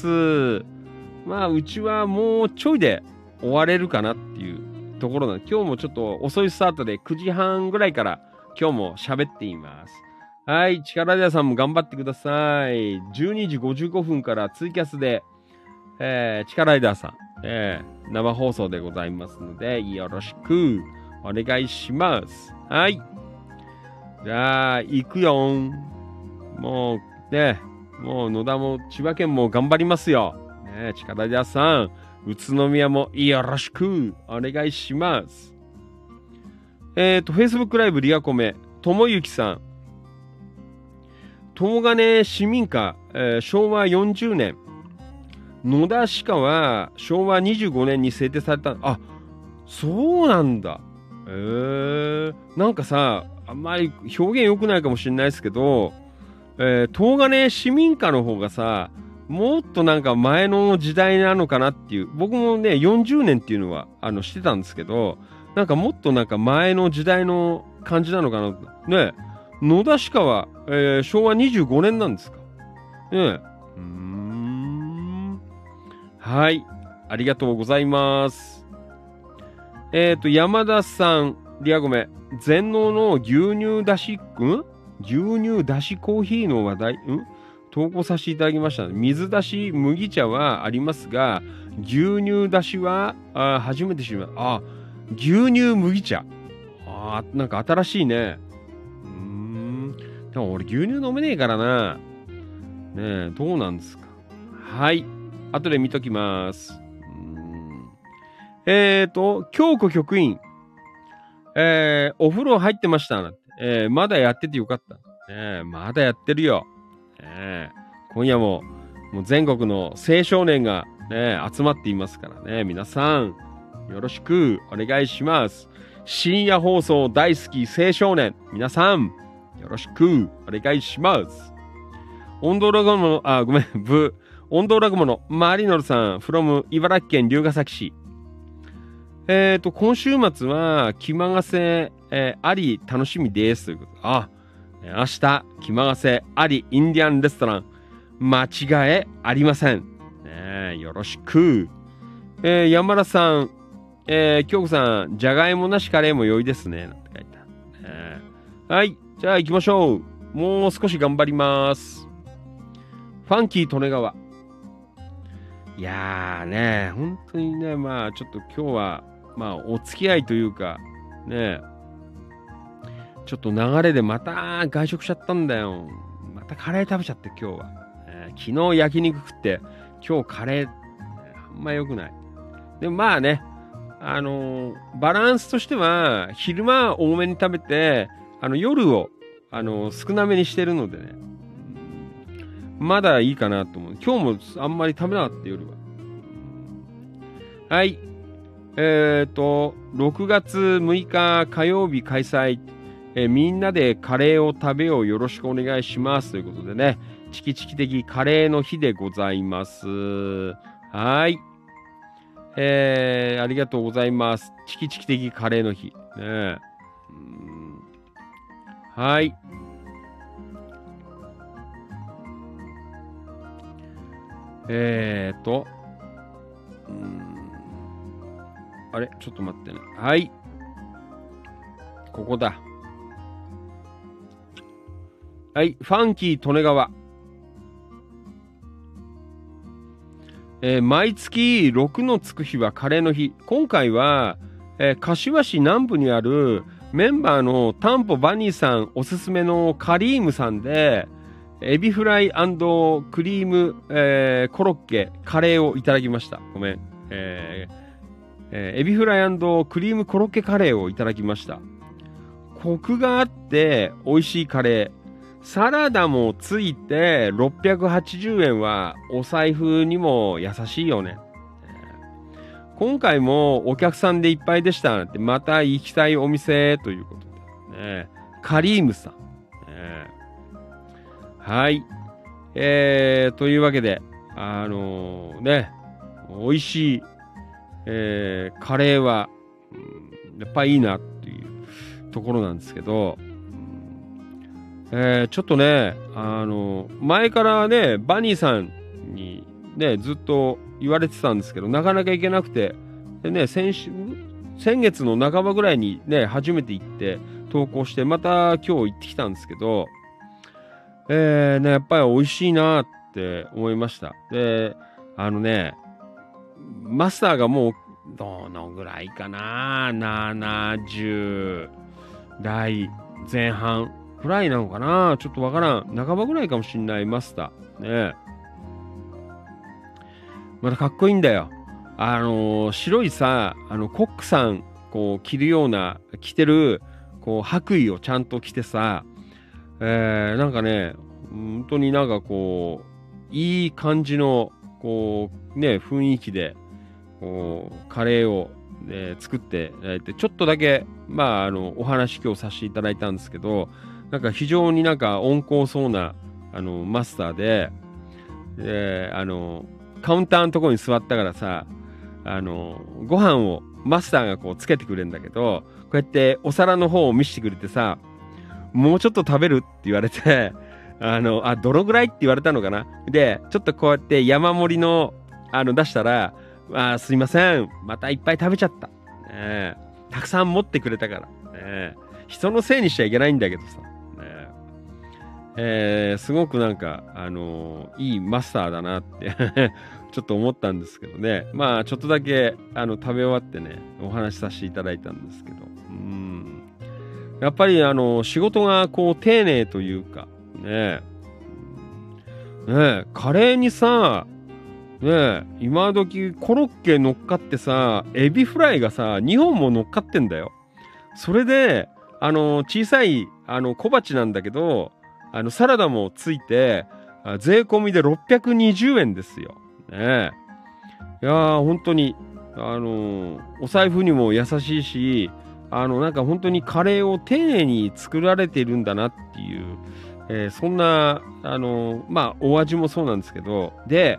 まあ、うちはもうちょいで終われるかなっていうところなんで、今日もちょっと遅いスタートでくじはんぐらいから今日も喋っています。はい、力屋さんも頑張ってください。じゅうにじごじゅうごふんからツイキャスで、えー、力屋さん、えー、生放送でございますので、よろしくお願いします。はい。じゃあ、行くよん。もう、ね、もう野田も千葉県も頑張りますよ。ね、力屋さん、宇都宮もよろしくお願いします。えっと、Facebook ライブリアコメ、ともゆきさん。東金市民課、えー、しょうわよんじゅうねん。野田歯科はしょうわにじゅうごねんに制定された。あ、そうなんだ。えー、なんかさ、あんまり表現良くないかもしれないですけど、えー、東金市民課の方がさ、もっとなんか前の時代なのかなっていう。僕もね、よんじゅうねんっていうのは、あの、してたんですけど、なんかもっとなんか前の時代の感じなのかな。ね、野田歯科は、えー、しょうわにじゅうごねんなんですか。ねえ。うーん。はい。ありがとうございます。えっと、山田さん、リアゴメ、全農の牛乳だし、ん牛乳だしコーヒーの話題、ん投稿させていただきました。水だし、麦茶はありますが、牛乳だしは、あ初めて知りました。あ、牛乳麦茶。あなんか新しいね。うーん。でも俺牛乳飲めねえからな。ねえ、どうなんですか。はい。後で見ときます。うーんえーと、京子局員。えー、お風呂入ってました。えー、まだやっててよかった。 ね、まだやってるよ。ね、今夜も、もう全国の青少年が、ね、集まっていますからね。皆さん、よろしくお願いします。深夜放送大好き青少年、皆さん、よろしくお願いします。音頭落語の、あ、ごめん、ブ、音頭落語のマリノルさん、from 茨城県龍ケ崎市。えっと、今週末は、気まがせ、えー、あり楽しみです。ということで、あ、明日、気まがせありインディアンレストラン、間違えありません。ね、よろしく。えー、山田さん、えー、京子さん、じゃがいもなしカレーも良いですね。なんて書いてある、えー。はい、じゃあ行きましょう。もう少し頑張ります。ファンキー利根川。いやーね、本当にね、まあちょっと今日は、まあお付き合いというか、ね、ちょっと流れでまた外食しちゃったんだよ。またカレー食べちゃって今日は。えー、昨日焼肉食って、今日カレー、あんま良くない。でもまあね、あのー、バランスとしては、昼間多めに食べて、あの夜を、あのー、少なめにしてるのでね、まだいいかなと思う。今日もあんまり食べなかった夜は。はい。えっと、ろくがつむいか火曜日開催。えー、みんなでカレーを食べようよろしくお願いしますということでね、チキチキ的カレーの日でございます。はい。えー、ありがとうございます。チキチキ的カレーの日。ね、うん、はい。えーと、うん、あれちょっと待ってね。はい。ここだ。はい、ファンキー利根川。えー、毎月ろくのつく日はカレーの日。今回は、えー、柏市南部にあるメンバーのタンポバニーさんおすすめのカリームさんで、エビフライ&クリーム、えー、コロッケ、カレーをいただきました。ごめん。えーえー、エビフライ&クリームコロッケカレーをいただきました。コクがあって美味しいカレー。サラダもついてろっぴゃくはちじゅうえんはお財布にも優しいよね。今回もお客さんでいっぱいでしたってまた行きたいお店ということで、ね、カリームさん、ね、はい、えー、というわけであのー、ね美味しい、えー、カレーは、うん、やっぱいいなっていうところなんですけど、えー、ちょっとね、あの、前からね、バニーさんにね、ずっと言われてたんですけど、なかなか行けなくて、でね、先週、先月の半ばぐらいにね、初めて行って投稿して、また今日行ってきたんですけど、えー、ね、やっぱり美味しいなって思いました。で、あのね、マスターがもう、どのぐらいかな、ななじゅう代前半。くらいなのかな、ちょっとわからん。半ばぐらいかもしんないマスター。ね。またかっこいいんだよ。あのー、白いさ、あの、コックさん、こう、着るような、着てる、こう、白衣をちゃんと着てさ、えー、なんかね、本当になんかこう、いい感じの、こう、ね、雰囲気で、こう、カレーを、ね、作っていただいて、ちょっとだけ、まあ、あの、お話今日させていただいたんですけど、なんか非常になんか温厚そうなあのマスターで、であのカウンターのところに座ったからさ、あのご飯をマスターがこうつけてくれるんだけど、こうやってお皿の方を見せてくれてさ、もうちょっと食べるって言われて、あのあどのぐらいって言われたのかな。でちょっとこうやって山盛りのあの出したら、あすいませんまたいっぱい食べちゃった、ね、たくさん持ってくれたから、ね、人のせいにしちゃいけないんだけどさ。えー、すごくなんか、あのー、いいマスターだなってちょっと思ったんですけどね。まあちょっとだけあの食べ終わってねお話しさせていただいたんですけど、うん、やっぱりあの仕事がこう丁寧というかね、ねカレーにさ、ね今時コロッケ乗っかってさ、エビフライがさにほんも乗っかってんだよ。それであの小さいあの小鉢なんだけど、 あの、サラダもついて、税込みでろっぴゃくにじゅうえんですよ。ねえ。いやー、本当に、あのー、お財布にも優しいし、あの、なんか本当にカレーを丁寧に作られているんだなっていう、えー、そんな、あのー、まあ、お味もそうなんですけど、で、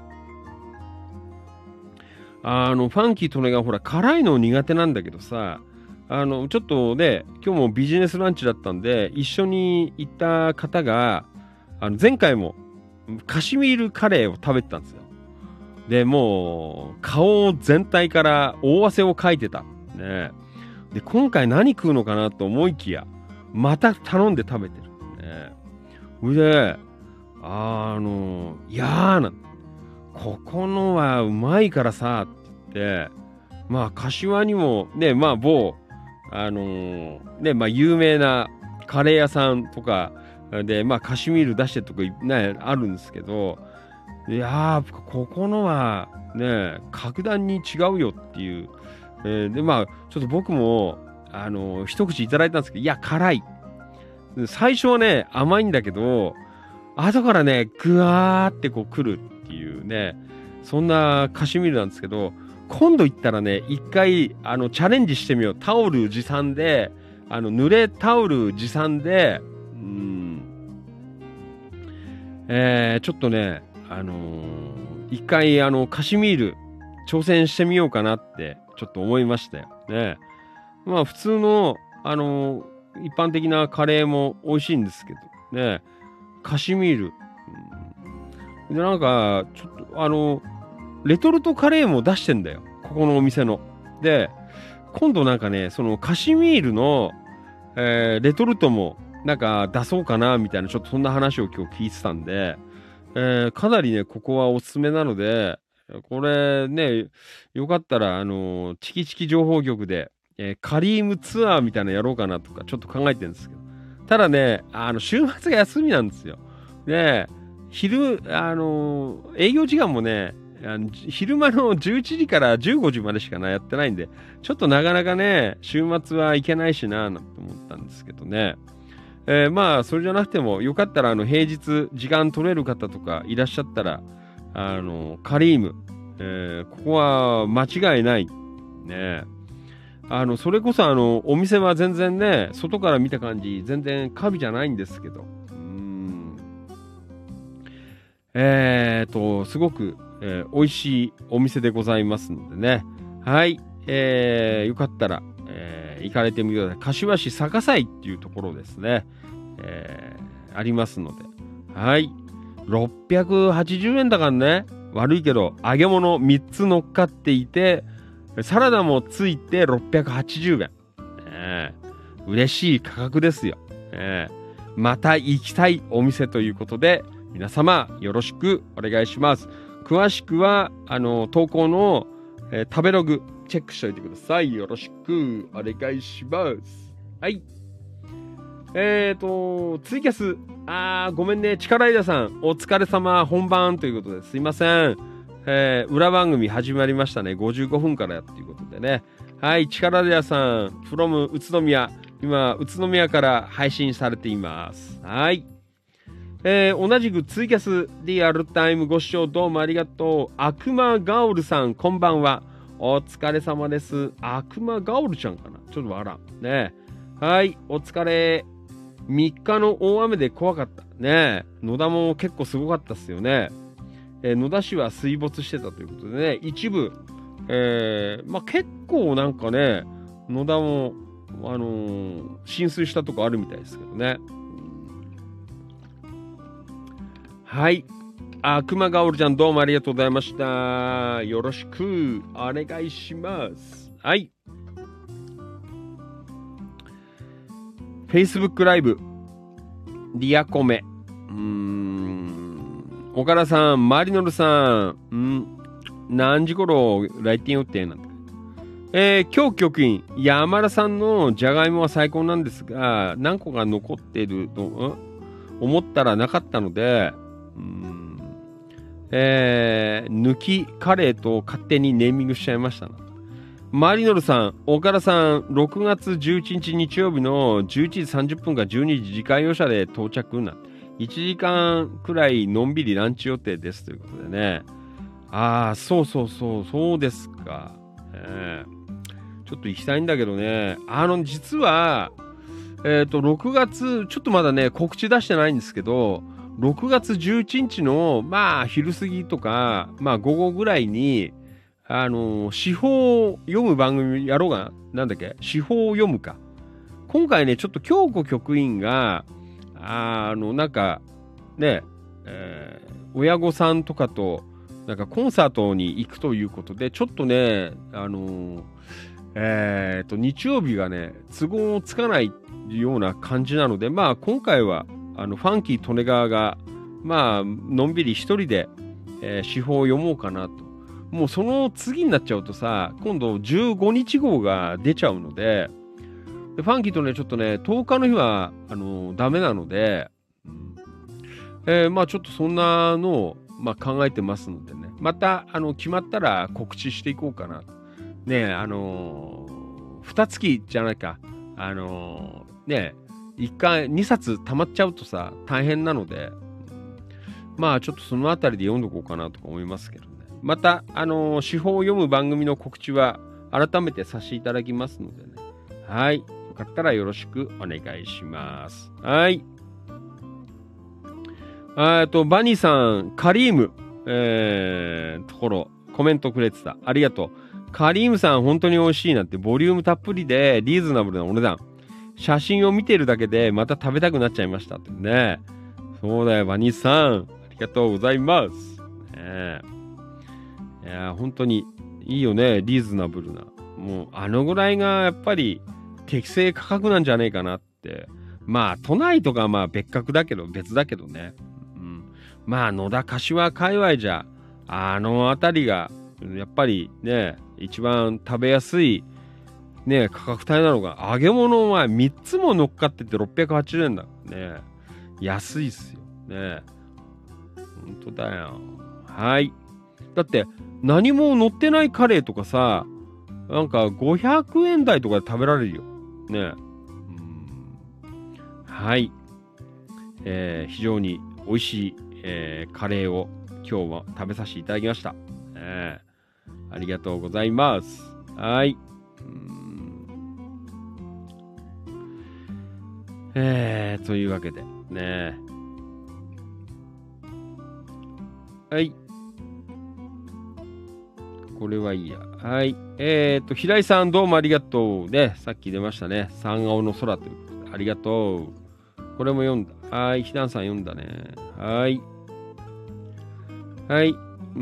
あの、ファンキーとねがほら、辛いの苦手なんだけどさ、あの、ちょっとね、今日もビジネスランチだったんで、一緒に行った方が、あの、前回もカシミールカレーを食べてたんですよ。で、もう、顔全体から大汗をかいてた。ね。で、今回何食うのかなと思いきや、また頼んで食べてる。ね。それで、あの、いやーなんここのはうまいからさ、って言って、まあ、柏にも、ね、まあ、某、あのー、ね、まあ、有名なカレー屋さんとかで、まあ、カシミール出してるとこ、ね、あるんですけど、いやー、ここのは、ね、格段に違うよっていう。えー、で、まあ、ちょっと僕も、あのー、一口いただいたんですけど、いや、辛い。最初はね、甘いんだけど、後からね、ぐわーってこう来るっていうね、そんなカシミールなんですけど、今度行ったらね、一回、あの、チャレンジしてみよう。タオル持参で、あの、濡れタオル持参で、うん、えー、ちょっとね、あのー、一回、あの、カシミール、挑戦してみようかなって、ちょっと思いましたよ。ね。まあ、普通の、あのー、一般的なカレーも美味しいんですけど、ね。カシミール。うん、で、なんか、ちょっと、あのー、レトルトカレーも出してんだよ。ここのお店の。で、今度なんかね、そのカシミールの、えー、レトルトもなんか出そうかな、みたいな、ちょっとそんな話を今日聞いてたんで、えー、かなりね、ここはおすすめなので、これね、よかったら、あのー、チキチキ情報局で、えー、カリームツアーみたいなのやろうかなとか、ちょっと考えてるんですけど。ただね、あの、週末が休みなんですよ。で、昼、あのー、営業時間もね、あの昼間のじゅういちじからじゅうごじまでしかなやってないんで、ちょっとなかなかね、週末は行けないしな、なんて思ったんですけどね。えー、まあ、それじゃなくても、よかったら、あの、平日、時間取れる方とかいらっしゃったら、あの、カリーム、えー、ここは間違いない。ね。あの、それこそ、あの、お店は全然ね、外から見た感じ、全然カビじゃないんですけど、うーん。えーと、すごく、えー、美味しいお店でございますのでね。はい。えー、よかったら、えー、行かれてみてください。柏市坂西っていうところですね。えー、ありますので。はい。ろっぴゃくはちじゅうえんだからね。悪いけど、揚げ物みっつ乗っかっていて、サラダもついてろっぴゃくはちじゅうえん。えー、嬉しい価格ですよ。えー、また行きたいお店ということで、皆様よろしくお願いします。詳しくは、あの、投稿の、えー、食べログチェックしておいてください。よろしくお願いします。はい。えーと、ツイキャス、あー、ごめんね、力井田さん、お疲れ様、本番ということですいません。えー、裏番組始まりましたね。ごじゅうごふんからやっていうことでね。はい、力井田さん、from 宇都宮、今、宇都宮から配信されています。はい。えー、同じくツイキャスリアルタイムご視聴どうもありがとう。悪魔ガオルさん、こんばんは。お疲れ様です。悪魔ガオルちゃんかなちょっとわからん。ね。はい、お疲れ。みっかの大雨で怖かった。ね。野田も結構すごかったっすよね。えー、野田市は水没してたということでね、一部、えー、まあ、結構なんかね、野田も、あのー、浸水したとこあるみたいですけどね。はい。あ、熊がおるちゃんどうもありがとうございました。よろしくお願いします。はい。Facebook ライブ。リアコメ。うーん。岡田さん、マリノルさん。ん何時頃来店予定なんだ。えー、今日局員、山田さんのじゃがいもは最高なんですが、何個か残っていると、ん思ったらなかったので、うーんえー、抜きカレーと勝手にネーミングしちゃいましたな。マリノルさん、岡田さん、ろくがつじゅういちにち日曜日のじゅういちじさんじゅっぷんからじゅうにじ自家用車で到着なんて。 いちじかんくらいのんびりランチ予定ですということでね。ああ、そうそうそう、そうですか。えー、ちょっと行きたいんだけどね。あの、実は、えっと、ろくがつ、ちょっとまだね、告知出してないんですけど、ろくがつじゅういちにちの、まあ、昼過ぎとか、まあ、午後ぐらいに、あの、司法を読む番組やろうが、なんだっけ、司法を読むか。今回ね、ちょっと京子局員が、あの、なんか、ね、えー、親御さんとかと、なんかコンサートに行くということで、ちょっとね、あのー、えーと、日曜日がね、都合つかないような感じなので、まあ、今回は、あの、ファンキー利根川が、まあ、のんびり一人で、えー、司法を読もうかなと。もうその次になっちゃうとさ、今度じゅうごにち号が出ちゃうので、でファンキーとね、ちょっとね、とおかの日は、あのー、ダメなので、うんえー、まあちょっとそんなのを、まあ、考えてますのでね、また、あの、決まったら告知していこうかな。ねあのー、二月じゃないか、あのー、ね一回、二冊溜まっちゃうとさ、大変なので、まあちょっとそのあたりで読んどこうかなとか思いますけどね。また、あのー、司法を読む番組の告知は改めてさせていただきますのでね。はい。よかったらよろしくお願いします。はい。あと、バニーさん、カリーム、えー、ところ、コメントくれてた。ありがとう。カリームさん、本当に美味しいなって、ボリュームたっぷりで、リーズナブルなお値段。写真を見てるだけで、また食べたくなっちゃいましたってね。そうだよ、バニーさん。ありがとうございます。ね、いや、本当にいいよね、リーズナブルな。もう、あのぐらいが、やっぱり、適正価格なんじゃねえかなって。まあ、都内とかまあ別格だけど、別だけどね。うん、まあ、野田柏界隈じゃ、あのあたりが、やっぱりね、一番食べやすい、ね、価格帯なのが、揚げ物はみっつも乗っかっててろっぴゃくはちじゅうえんだからね。安いっすよ。ね。ほんとだよ。はい。だって、何も乗ってないカレーとかさ、なんかごひゃくえん台とかで食べられるよ。ね。うんはい、えー。非常に美味しい、えー、カレーを今日は食べさせていただきました。えー、ありがとうございます。はい。うんえー、というわけでね。はい。これはいいや。はい。えっと、平井さんどうもありがとう。ね、さっき出ましたね。三青の空ということで。ありがとう。これも読んだ。はい。ひだんさん読んだね。はい。はい。うん、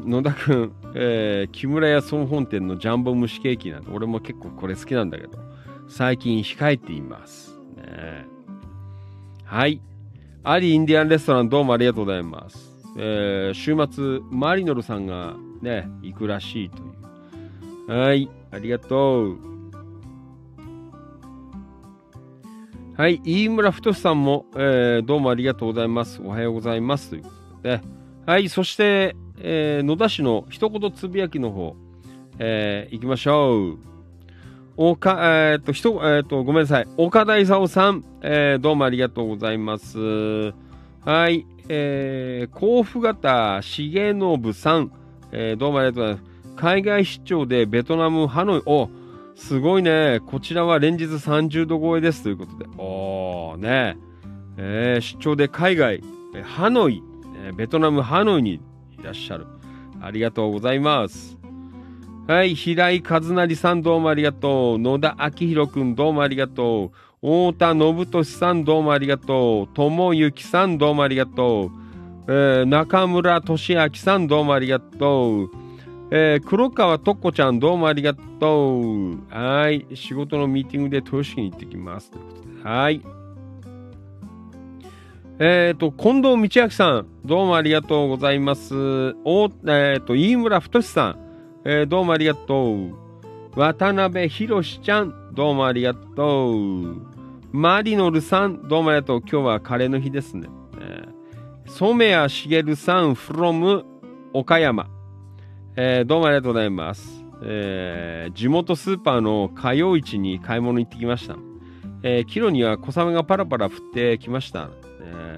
野田くん、えー、木村屋総本店のジャンボ蒸しケーキなんて、俺も結構これ好きなんだけど、最近控えています。ね、はい。アリインディアンレストランどうもありがとうございます。えー、週末、マリノルさんがね、行くらしいという。はい。ありがとう。はい。飯村太さんも、えー、どうもありがとうございます。おはようございます。ということで。はい。そして、えー、野田市の一言つぶやきの方、えー、行きましょう。おか、えー、っと、ひと、えー、っと、ごめんなさい。岡田勲さん、えー、どうもありがとうございます。はい。えー、甲府型重信さん、えー、どうもありがとうございます。海外出張でベトナム、ハノイ、お、すごいね。こちらは連日さんじゅうど超えですということで。おー、ね。えー、出張で海外、ハノイ、ベトナム、ハノイにいらっしゃる。ありがとうございます。はい、平井和成さんどうもありがとう。野田明宏くんどうもありがとう。太田信俊さんどうもありがとう。友幸さんどうもありがとう。えー、中村俊明さんどうもありがとう。えー、黒川とっこちゃんどうもありがとう。はい、仕事のミーティングで豊洲に行ってきます。ということで、はい。えっ、ー、と、近藤道明さん、どうもありがとうございます。お、えっ、ー、と、飯村太さん、えー、どうもありがとう。渡辺博ちゃん、どうもありがとう。マリノルさん、どうもありがとう。今日はカレーの日ですね。えー、染谷茂さん、from 岡山、えー。どうもありがとうございます。えー、地元スーパーの火曜市に買い物行ってきました。えー、キロには小雨がパラパラ降ってきました。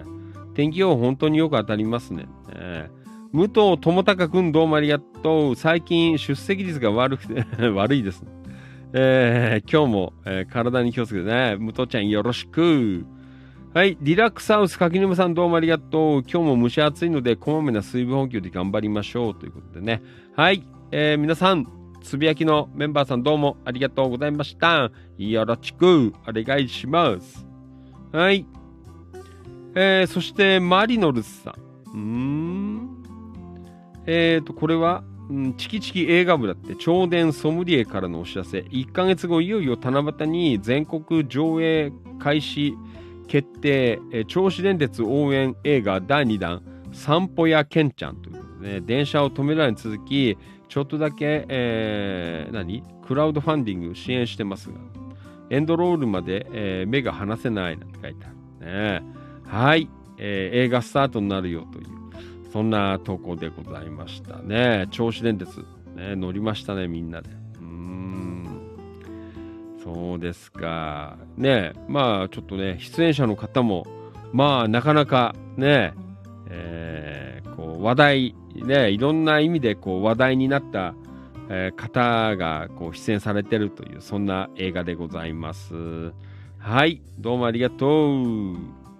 天気予報本当によく当たりますね。えー武藤智隆くんどうもありがとう。最近出席率が悪くて悪いですね。えー、今日も、えー、体に気をつけてね。武藤ちゃんよろしく。はい。リラックスハウス柿沼さんどうもありがとう。今日も蒸し暑いのでこまめな水分補給で頑張りましょうということでね。はい。えー、皆さん、つぶやきのメンバーさんどうもありがとうございました。よろしくお願いします。はい。えー、そしてマリノルさん。うーん。えーと、これは、うん、チキチキ映画部だって、超電ソムリエからのお知らせ。いっかげつご、いよいよ七夕に全国上映開始決定、えー、銚子電鉄応援映画だいにだん、散歩やケンちゃんということで、ね、電車を止められに続き、ちょっとだけ、えー、何クラウドファンディング支援してますが、エンドロールまで、えー、目が離せないなんて書いてある。ね、はい、えー、映画スタートになるよという。そんな投稿でございましたね。銚子電鉄、ね、乗りましたね、みんなで。うーん。そうですか。ね、まあ、ちょっとね、出演者の方も、まあ、なかなかね、えー、こう話題、ね、いろんな意味でこう話題になった、えー、方がこう出演されてるという、そんな映画でございます。はい、どうもありがとう。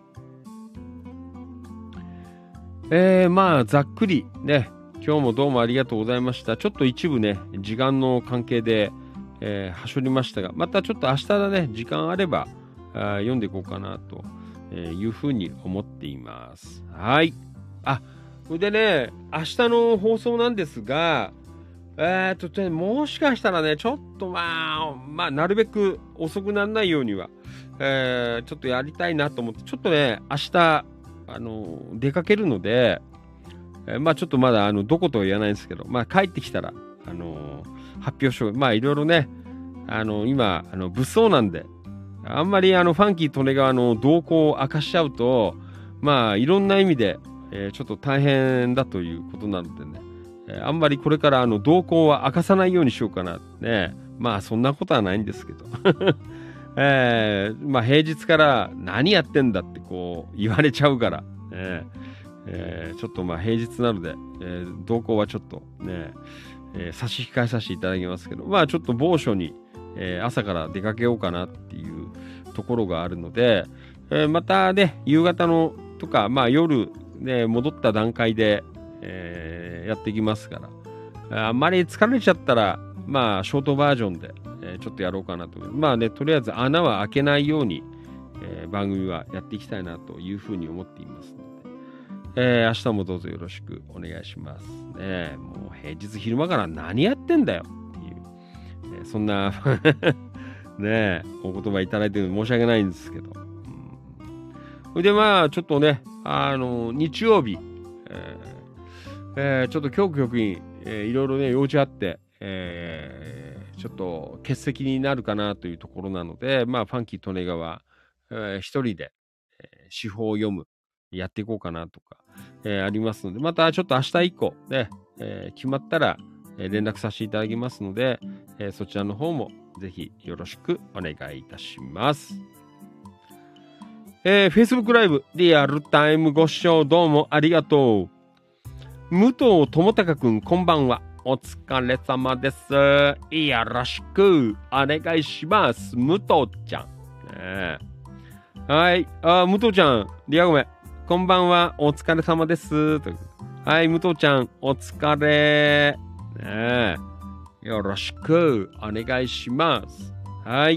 えー、まあざっくりね、今日もどうもありがとうございました。ちょっと一部ね、時間の関係で、えー、はしょりましたが、またちょっと明日だね、時間あればあ読んでいこうかなというふうに思っています。はい。あ、それでね、明日の放送なんですが、えー、っと、もしかしたらね、ちょっとまあ、まあ、なるべく遅くならないようには、えー、ちょっとやりたいなと思って、ちょっとね、明日、あの出かけるので、えー、まあちょっとまだあのどことは言わないんですけど、まあ帰ってきたら、あのー、発表しよう。まあいろいろね、あのー、今、あの物騒なんで、あんまりあのファンキー利根川の動向を明かしちゃうと、まあいろんな意味で、えー、ちょっと大変だということなのでね、えー、あんまりこれからあの動向は明かさないようにしようかな。ね、まあそんなことはないんですけど。えー、まあ平日から何やってんだってこう言われちゃうから、えーえー、ちょっとまあ平日なので、えー、動向はちょっとね、えー、差し控えさせていただきますけど、まあちょっと某所に、えー、朝から出かけようかなっていうところがあるので、えー、またね、夕方のとか、まあ夜ね、戻った段階で、えー、やっていきますから、あんまり疲れちゃったら、まあショートバージョンで、えー、ちょっとやろうかなと。まあね、とりあえず穴は開けないように、えー、番組はやっていきたいなというふうに思っていますので、えー、明日もどうぞよろしくお願いします。ね、もう平日昼間から何やってんだよっていう、ね、そんなね、お言葉いただいてるの申し訳ないんですけど。うん、それでまあちょっとね、あの日曜日、えーえー、ちょっと教区局員、えー、いろいろね用事あって、えー、ちょっと欠席になるかなというところなので、まあ、ファンキー利根川、えー、一人で、えー、司法を読む、やっていこうかなとか、えー、ありますので、またちょっと明日以降、ね、えー、決まったら、えー、連絡させていただきますので、えー、そちらの方もぜひよろしくお願いいたします。えー、Facebook ライブ、リアルタイムご視聴どうもありがとう。武藤智隆くん、こんばんは。お疲れ様です。よろしくお願いします。武藤ちゃん。ね、はい。あ、武藤ちゃん。リアゴメ。こんばんは。お疲れ様です。はい。武藤ちゃん。お疲れ。ね、よろしくお願いします。はい。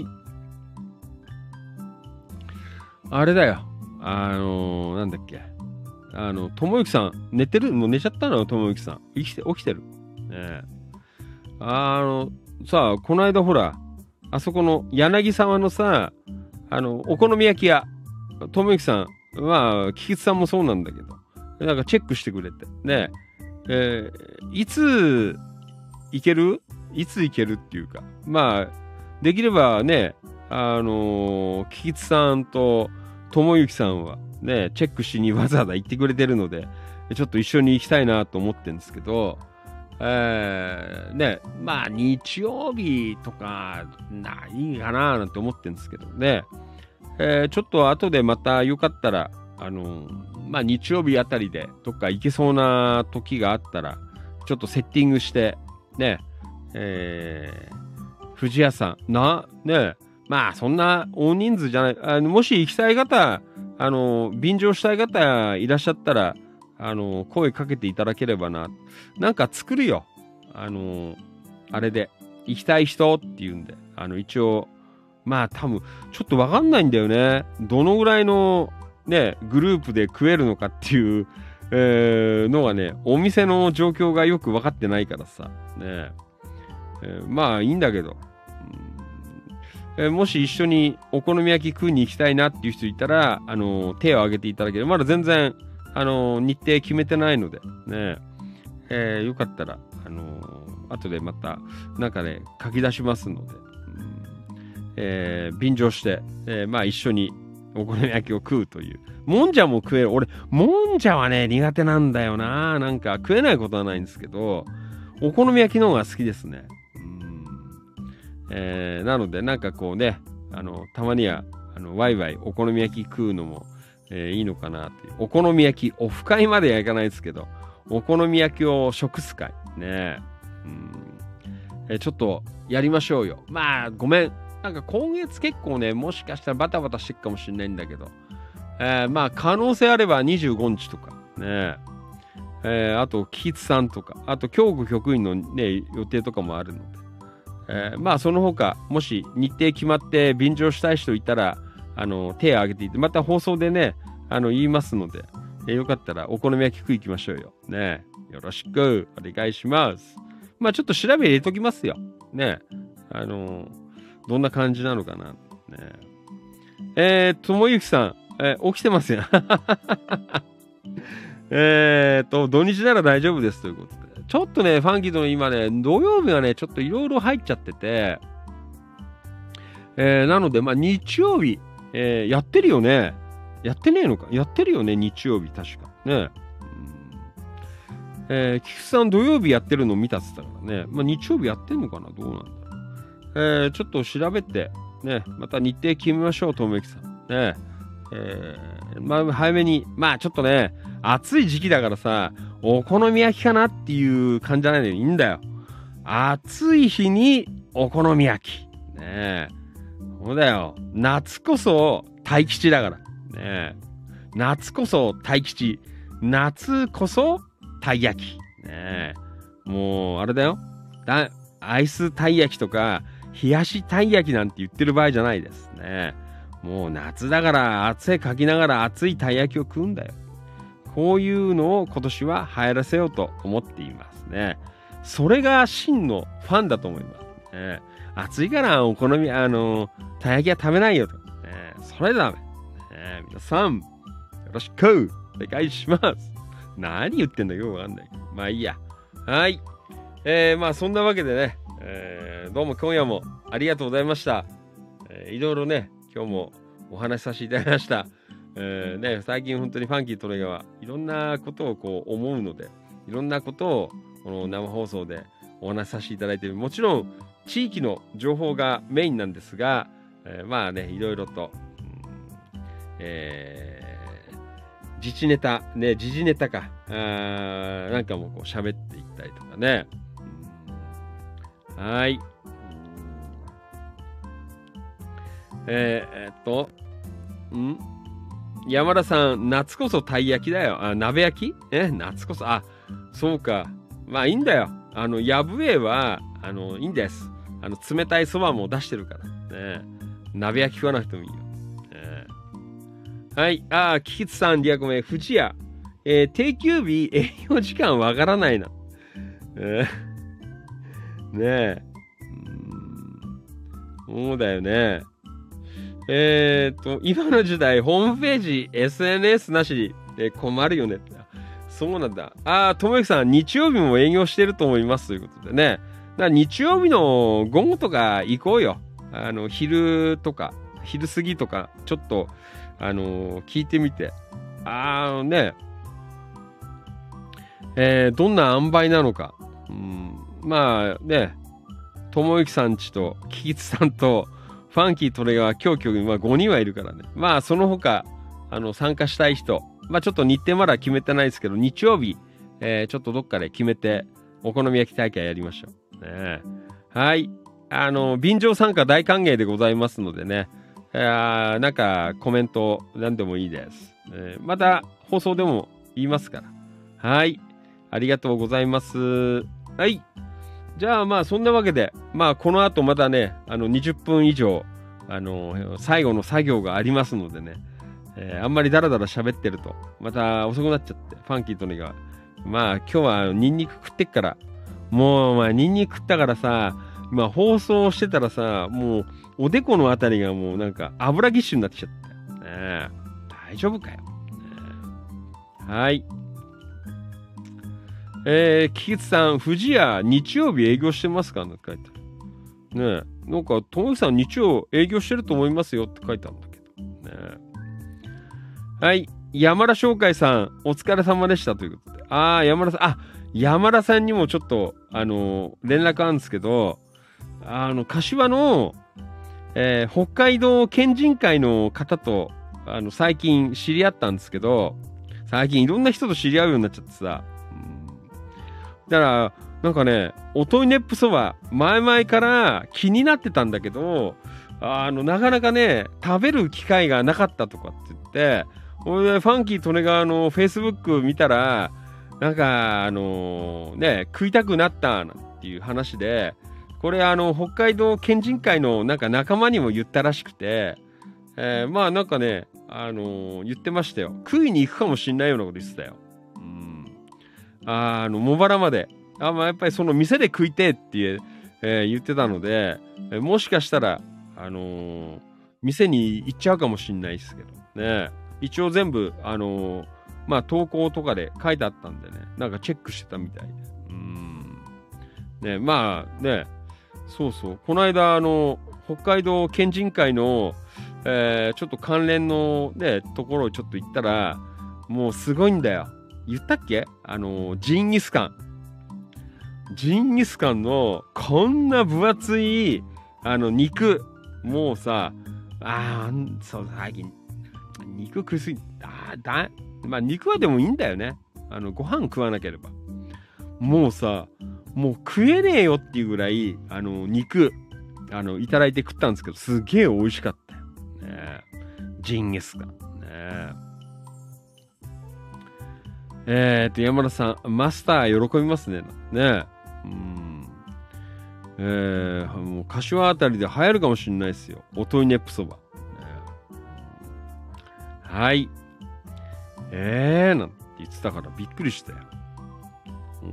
あれだよ。あのー、なんだっけ。あの、ともゆきさん。寝てる？もう寝ちゃったの？ともゆきさん。生きて、起きてる？ね、あのさあこの間ほらあそこの柳沢のさあのお好み焼き屋ともゆきさんまあ菊池さんもそうなんだけどなんかチェックしてくれてねえー、いつ行けるいつ行けるっていうかまあできればねあのー、菊池さんとともゆきさんはねチェックしにわざわざ行ってくれてるのでちょっと一緒に行きたいなと思ってるんですけどえー、ね、まあ日曜日とかないかななんて思ってるんですけどね、えー、ちょっと後でまたよかったらあのまあ日曜日あたりでどっか行けそうな時があったら、ちょっとセッティングして、ね、えー、藤屋さん、な、ね、まあそんな大人数じゃない、あのもし行きたい方、あの、便乗したい方いらっしゃったら、あの、声かけていただければな。なんか作るよ。あの、あれで、行きたい人っていうんで、あの、一応、まあ多分、ちょっとわかんないんだよね。どのぐらいの、ね、グループで食えるのかっていう、えー、のがね、お店の状況がよく分かってないからさ、ね、えー、まあいいんだけど、うんえー、もし一緒にお好み焼き食いに行きたいなっていう人いたら、あのー、手を挙げていただければ、まだ全然、あのー、日程決めてないので、ね、えー、よかったら、あのー、後でまた、なんかね、書き出しますので、うんえー、便乗して、えー、まあ一緒にお好み焼きを食うという。もんじゃも食える。俺、もんじゃはね、苦手なんだよな。なんか食えないことはないんですけど、お好み焼きの方が好きですね。うんえー、なので、なんかこうね、あの、たまには、あの、ワイワイお好み焼き食うのも、えー、いいのかなっていう。お好み焼き、オフ会まではいかないですけど、お好み焼きを食す会。ねうんえー、ちょっとやりましょうよ。まあ、ごめん。なんか今月結構ね、もしかしたらバタバタしてるかもしれないんだけど、えー、まあ可能性あればにじゅうごにちとかね、えー、あとキーツさんとか、あと京子局員のね、予定とかもあるので、えー、まあその他、もし日程決まって便乗したい人いたら、あの、手を挙げていて、また放送でね、あの、言いますので、えー、よかったらお好み焼き食い行きましょうよ。ね。よろしくお願いします。まあちょっと調べ入れときますよ。ね。あのーどんな感じなのかな。ね、えー、ともゆきさん、えー、起きてますよ。えーと、土日なら大丈夫ですということで。ちょっとね、ファンキーの今ね、土曜日はね、ちょっといろいろ入っちゃってて、えー、なので、まあ、日曜日、えー、やってるよね。やってねえのかやってるよね、日曜日、確か。ね。うんえー、菊池さん土曜日やってるの見たって言ったからね。まあ、日曜日やってんのかなどうなんだえー、ちょっと調べて、ね、また日程決めましょう、ともゆきさん。ね、えー、まあ、早めに、まあ、ちょっとね、暑い時期だからさ、お好み焼きかなっていう感じじゃないのよ。いいんだよ。暑い日にお好み焼き。ねそうだよ。夏こそ大吉だから。ね夏こそ大吉。夏こそたい焼き。ねもう、あれだよ。だアイスたい焼きとか、冷やしたい焼きなんて言ってる場合じゃないですね。もう夏だから暑いかきながら熱いたい焼きを食うんだよ。こういうのを今年は流行らせようと思っていますね。それが真のファンだと思いますね。暑いからお好み、あの、たい焼きは食べないよと。ね、それダメ。ね、皆さん、よろしくお願いします。何言ってんだよくわかんないけど。まあいいや。はい。えー、まあそんなわけでね、えー、どうも今夜もありがとうございました。えー、いろいろね、今日もお話しさせていただきました。えー、ね、最近本当にファンキートレガはいろんなことをこう思うので、いろんなことをこの生放送でお話しさせていただいている。もちろん地域の情報がメインなんですが、えー、まあね、いろいろと、うんえー、自治ネタ、ね、時事ネタか、あなんかもこう喋っていったりとかね。はい。えー、えー、っと、ん山田さん、夏こそたい焼きだよ。あ、鍋焼きえ、夏こそ、あ、そうか。まあいいんだよ。あの、やぶえは、あの、いいんです。あの、冷たいそばも出してるから。ね、鍋焼き食わなくてもいいよ。ね、はい。あ、キキツさん、リアコメ、藤屋。えー、定休日、営業時間わからないな。えー、ねえ。うん。そうだよね。えー、っと、今の時代、ホームページ、エスエヌエス なしで困るよねって。そうなんだ。あー、ともゆきさん、日曜日も営業してると思いますということでね。だから日曜日の午後とか行こうよ。あの、昼とか、昼過ぎとか、ちょっと、あのー、聞いてみて。あーね、えー、どんな塩梅なのか。うん、まあね、ともゆきさんちと、キキツさんと、ファンキートレガー、今日今日、まあごにんはいるからね。まあその他、あの、参加したい人、ままあちょっと日程まだ決めてないですけど、日曜日、えー、ちょっとどっかで決めて、お好み焼き大会やりましょう。ね、はい。あの、便乗参加大歓迎でございますのでね、えー、なんかコメント何でもいいです。えー、また放送でも言いますから。はい。ありがとうございます。はい。じゃあまあそんなわけで、まあこの後またね、あのにじゅっぷん以上、あの、最後の作業がありますのでね、えー、あんまりダラダラ喋ってると、また遅くなっちゃって、ファンキーとねが、まあ今日はニンニク食ってっから、もうまあニンニク食ったからさ、まあ放送してたらさ、もうおでこのあたりがもうなんか油ぎっしゅになってきちゃったよ。ね、大丈夫かよ。ね、はい。えー、キキツさん、富士屋日曜日営業してますかって書いてある。ねえ、なんか、ともゆきさん日曜営業してると思いますよって書いてあるんだけど。ねえ。はい。山田商会さん、お疲れ様でしたということで。ああ、山田さん、あ、山田さんにもちょっと、あのー、連絡あるんですけど、あの、柏の、えー、北海道県人会の方と、あの、最近知り合ったんですけど、最近いろんな人と知り合うようになっちゃってさ、だから、なんかね、おといネップそば、前々から気になってたんだけど、あの、なかなかね、食べる機会がなかったとかって言って、俺でファンキーとねがあの、Facebook 見たら、なんか、あのー、ね、食いたくなったなんていう話で、これあの、北海道県人会のなんか仲間にも言ったらしくて、えー、まあなんかね、あのー、言ってましたよ。食いに行くかもしんないようなこと言ってたよ。あ, あの茂原まであ、まあ、やっぱりその店で食いてえって、えー、言ってたので、えー、もしかしたら、あのー、店に行っちゃうかもしんないですけどね。一応全部、あのー、まあ投稿とかで書いてあったんでね、なんかチェックしてたみたいで、うーんね、まあね、そうそう、この間あの北海道県人会の、えー、ちょっと関連のねところをちょっと行ったら、もうすごいんだよ。言ったっけ？あの、ジンギスカン。ジンギスカンのこんな分厚い、あの、肉。もうさ、あー、そう、最近、肉食いすぎ、あだ、まあ肉はでもいいんだよね。あの、ご飯食わなければ。もうさ、もう食えねえよっていうぐらい、あの、肉、あの、いただいて食ったんですけど、すげえ美味しかったよ。ね、ジンギスカン。ねえーと、山田さん、マスター喜びますね。ねえ。うん。えー、もう柏あたりで流行るかもしれないですよ。おといネップそば。ね、はい。えーなんて言ってたからびっくりしたよ。うん。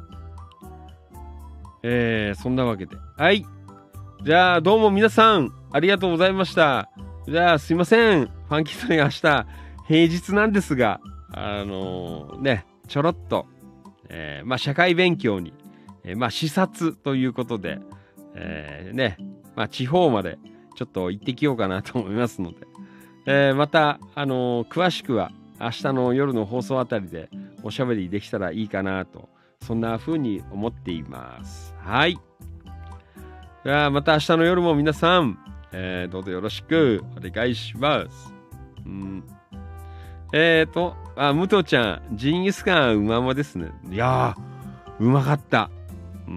えー、そんなわけで。はい。じゃあ、どうも皆さん、ありがとうございました。じゃあ、すいません。ファンキートネが明日、平日なんですが、あのー、ね、ちょろっと、えー、まあ、社会勉強に、えー、まあ、視察ということで、えー、ね、まあ、地方までちょっと行ってきようかなと思いますので、えー、また、あのー、詳しくは明日の夜の放送あたりでおしゃべりできたらいいかなと、そんな風に思っています。はい。じゃあ、また明日の夜も皆さん、えー、どうぞよろしくお願いします。うん、えーと、あ、武藤ちゃん、ジンギスカンうままですね。いやー、うまかった。うん。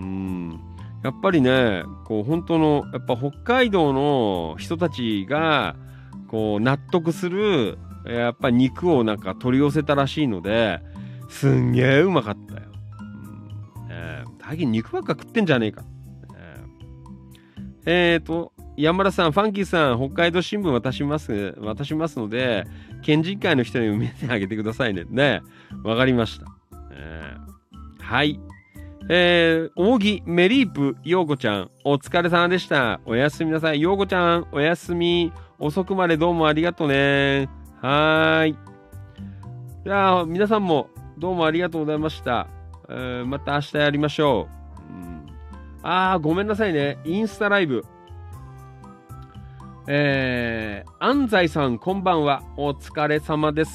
やっぱりね、こう、本当の、やっぱ北海道の人たちが、こう、納得する、やっぱ肉をなんか取り寄せたらしいので、すんげーうまかったよ。うん、えー、最近肉ばっか食ってんじゃねえか。えー、えーと、山田さん、ファンキーさん、北海道新聞渡します、渡しますので、県人会の人に見てあげてくださいね。ね。わかりました。えー、はい。えー、扇メリープ、ようこちゃん、お疲れ様でした。おやすみなさい。ようこちゃん、おやすみ。遅くまでどうもありがとうね。はーい。じゃあ、皆さんもどうもありがとうございました。えー、また明日やりましょう。うん、あー、ごめんなさいね。インスタライブ。えー、安西さんこんばんは。お疲れ様です。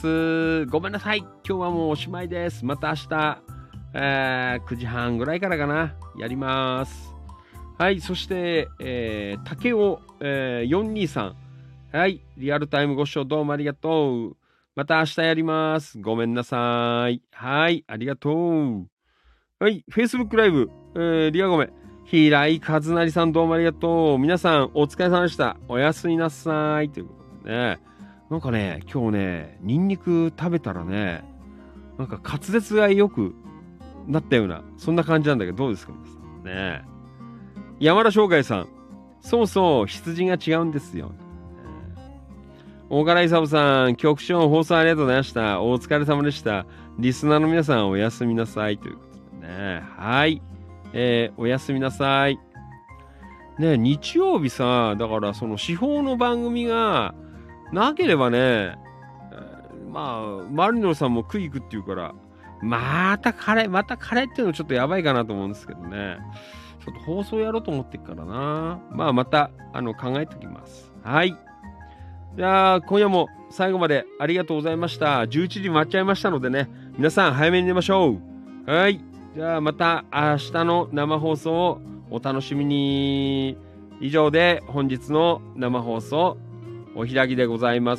ごめんなさい。今日はもうおしまいです。また明日、えー、くじはんぐらいからかな。やります。はい。そして、えー、竹尾、えー、よんにーさん。はい。リアルタイムご視聴どうもありがとう。 また明日やります。ごめんなさい。はい、ありがとう。はい、Facebook ライブ、えー、リアゴメ、平井和成さんどうもありがとう。皆さんお疲れ様でした。おやすみなさい。ということでね。なんかね、今日ね、ニンニク食べたらね、なんか滑舌が良くなったような、そんな感じなんだけど、どうですか皆さん。ね。山田翔海さん、そうそう、羊が違うんですよ。大柄勇さん、局長放送ありがとうございました。お疲れ様でした。リスナーの皆さんおやすみなさいということでね。はい。えー、おやすみなさい。ね、日曜日さ、だからその司法の番組がなければね、えー、まあ、マリノさんも食い行くっていうから、またカレー、またカレーっていうのちょっとやばいかなと思うんですけどね。ちょっと放送やろうと思ってっからな。まあ、また、あの、考えておきます。はい。じゃあ、今夜も最後までありがとうございました。じゅういちじ回っちゃいましたのでね、皆さん早めに寝ましょう。はい。じゃあ、また明日の生放送をお楽しみに。以上で本日の生放送お開きでございます。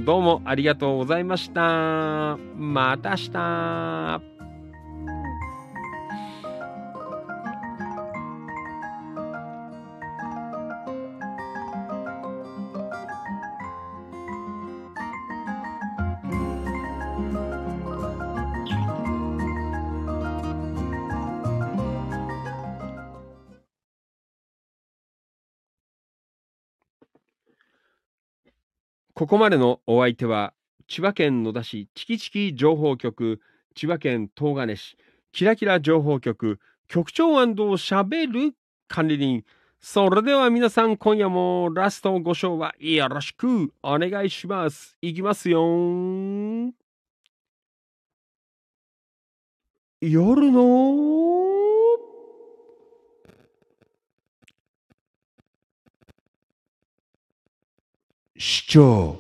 どうもありがとうございました。また明日。ここまでのお相手は、千葉県野田市チキチキ情報局、千葉県東金市キラキラ情報局、局長しゃべる管理人。それでは皆さん、今夜もラストご唱和よろしくお願いします。いきますよ。夜の市長。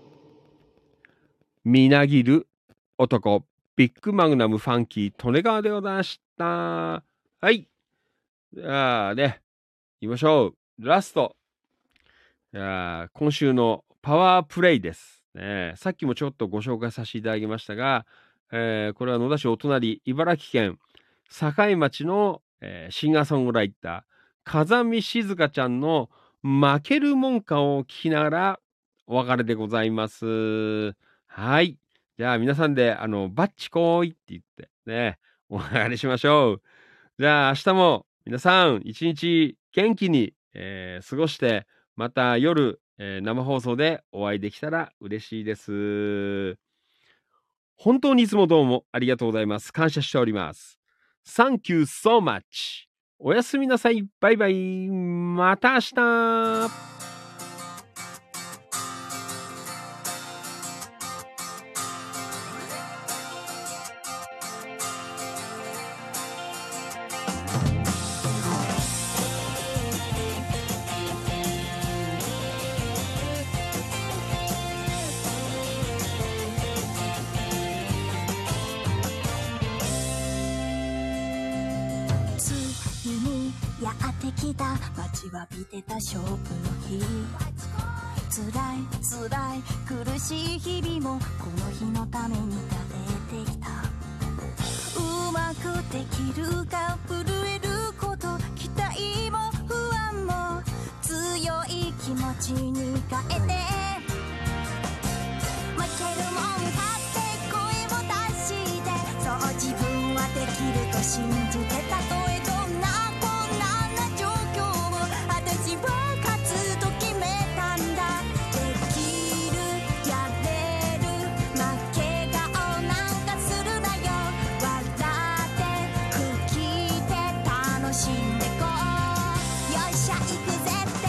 みなぎる男、ビッグマグナムファンキー、利根川でございました。はい。じゃあね、行きましょう。ラスト。じゃあ今週のパワープレイです、ね。さっきもちょっとご紹介させていただきましたが、えー、これは野田市お隣、茨城県境町の、えー、シンガーソングライター、風見静香ちゃんの負けるもんかを聞きながらお別れでございます。はい。じゃあ皆さんで、あの、バッチコーイって言ってね、お別れしましょう。じゃあ明日も皆さん一日元気に、えー、過ごして、また夜、えー、生放送でお会いできたら嬉しいです。本当にいつもどうもありがとうございます。感謝しております。Thank you so much。おやすみなさい。バイバイ。また明日。 待ちわびてた勝負の日、辛い辛い苦しい日々もこの日のために食べてきた。うまくできるか震えること、期待も不安も強い気持ちに変えて、負けるもん勝って声を出して、そう自分はできると信じて、たとえどんな困難な状況も私は勝つと決めたんだ。できるやれる負け顔なんかするなよ、笑って吹きで楽しんでこう、よっしゃ行くぜって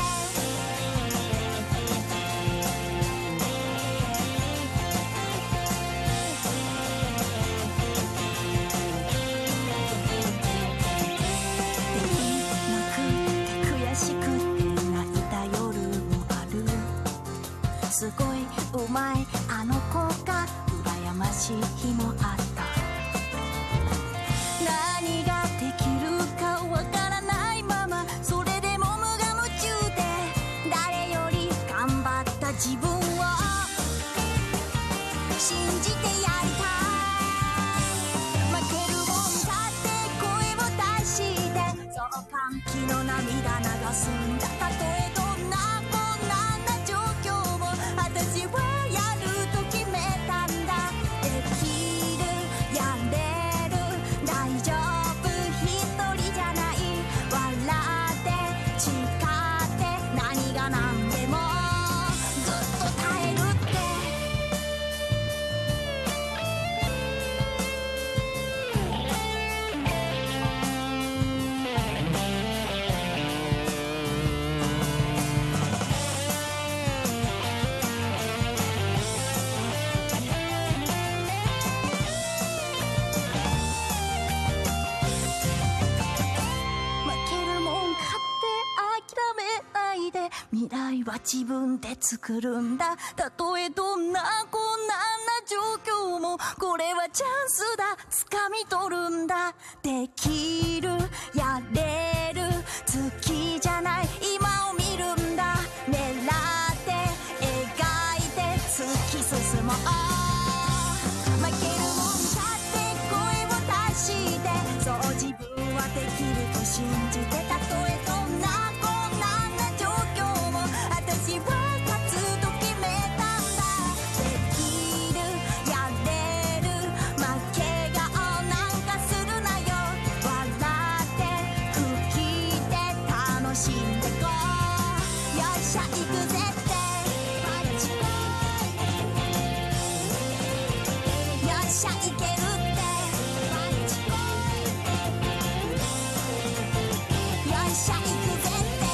すごいうまいあの子が羨ましい日もあった。何ができるかわからないまま、それでも無我夢中で誰より頑張った自分を信未来は自分で作るんだ。たとえどんな困難な状況もこれはチャンスだ、掴み取るんだ。できる、やれる、月じゃない今を見るんだ。狙って描いて突き進もう。負けるもんかって声を出して、そう自分はできると信じて、たとえどんな困難な状況も私は勝つと決めたんだ。できる、やれる、負け顔なんかするなよ。笑って吹きで楽しんでこう。よっしゃ行くぜってよっしゃいけるってよっしゃ行くぜって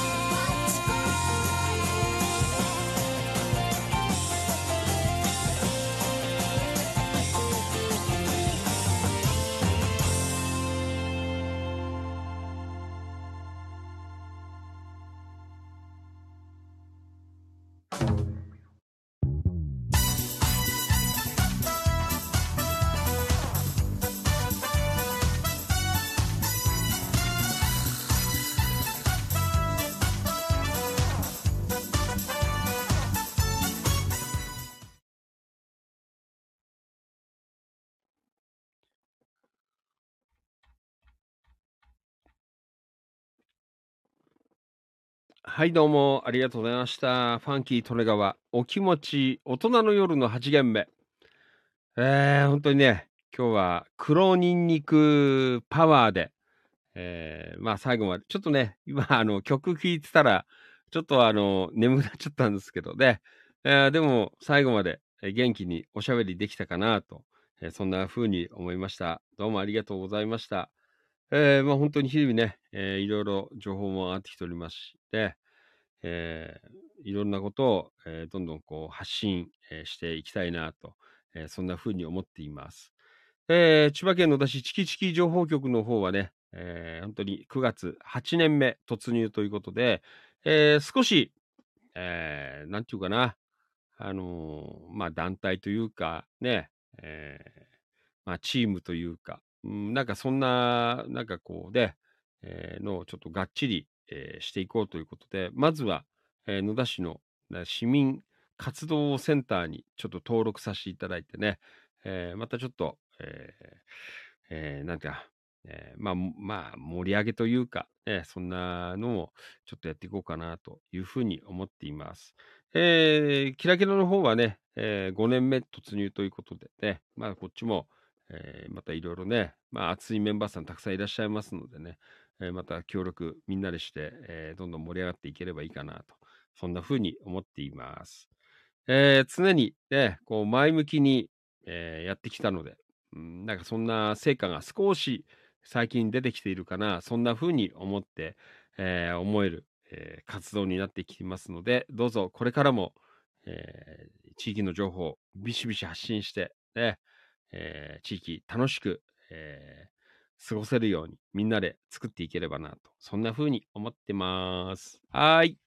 はい、どうもありがとうございました。ファンキー利根川、お気持ち、大人の夜のはち限目。えー、本当にね、今日は黒ニンニクパワーで、えー、まあ最後まで、ちょっとね、今、あの、曲聴いてたら、ちょっとあの、眠くなっちゃったんですけどね、えー、でも最後までえー元気におしゃべりできたかなと、えーそんな風に思いました。どうもありがとうございました。えー、まあ本当に日々ね、えーいろいろ情報も上がってきておりまして、えーいろんなことを、えーどんどんこう発信、えーしていきたいなと、えーそんな風に思っています。えー千葉県の私、チキチキ情報局の方はね、えー本当にくがつはちねんめ突入ということで、えー少し、えーなんていうかな、あのーまあ団体というか、ね、えーまあチームというか、うん、なんかそんな、なんかこうで、えーのをちょっとがっちり、えーしていこうということで、まずは、えー野田市のね市民活動センターにちょっと登録させていただいてね、えーまたちょっと、えーえーなんていうか、えーまあ、まあ、盛り上げというか、ね、そんなのもちょっとやっていこうかなというふうに思っています。えーキラキラの方はね、えーごねんめ突入ということでね、まあ、こっちも、えーまたいろいろね、まあ、熱いメンバーさんたくさんいらっしゃいますのでね、えーまた協力みんなでして、えーどんどん盛り上がっていければいいかなと、そんなふうに思っています。えー常にね、こう前向きに、えーやってきたので、うん、なんかそんな成果が少し最近出てきているかな、そんな風に思って、えー思える、えー活動になってきますので、どうぞこれからも、えー地域の情報をビシビシ発信して、ね、えー地域楽しく、えー過ごせるようにみんなで作っていければなと、そんな風に思ってます。はーい。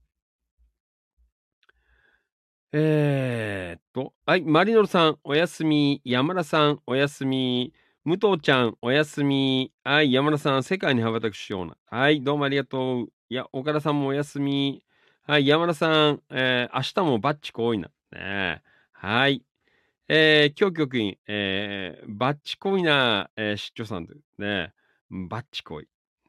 えーっと、はい、マリノルさん、おやすみ。山田さん、おやすみ。武藤ちゃん、おやすみ。はい、山田さん、世界に羽ばたくしような。はい、どうもありがとう。いや、岡田さんもおやすみ。はい、山田さん、えー、明日もバッチコ多いな。ね、はい。えー、今日局員、えー、バッチコイな、えー、出張さんでね、バッチコイ。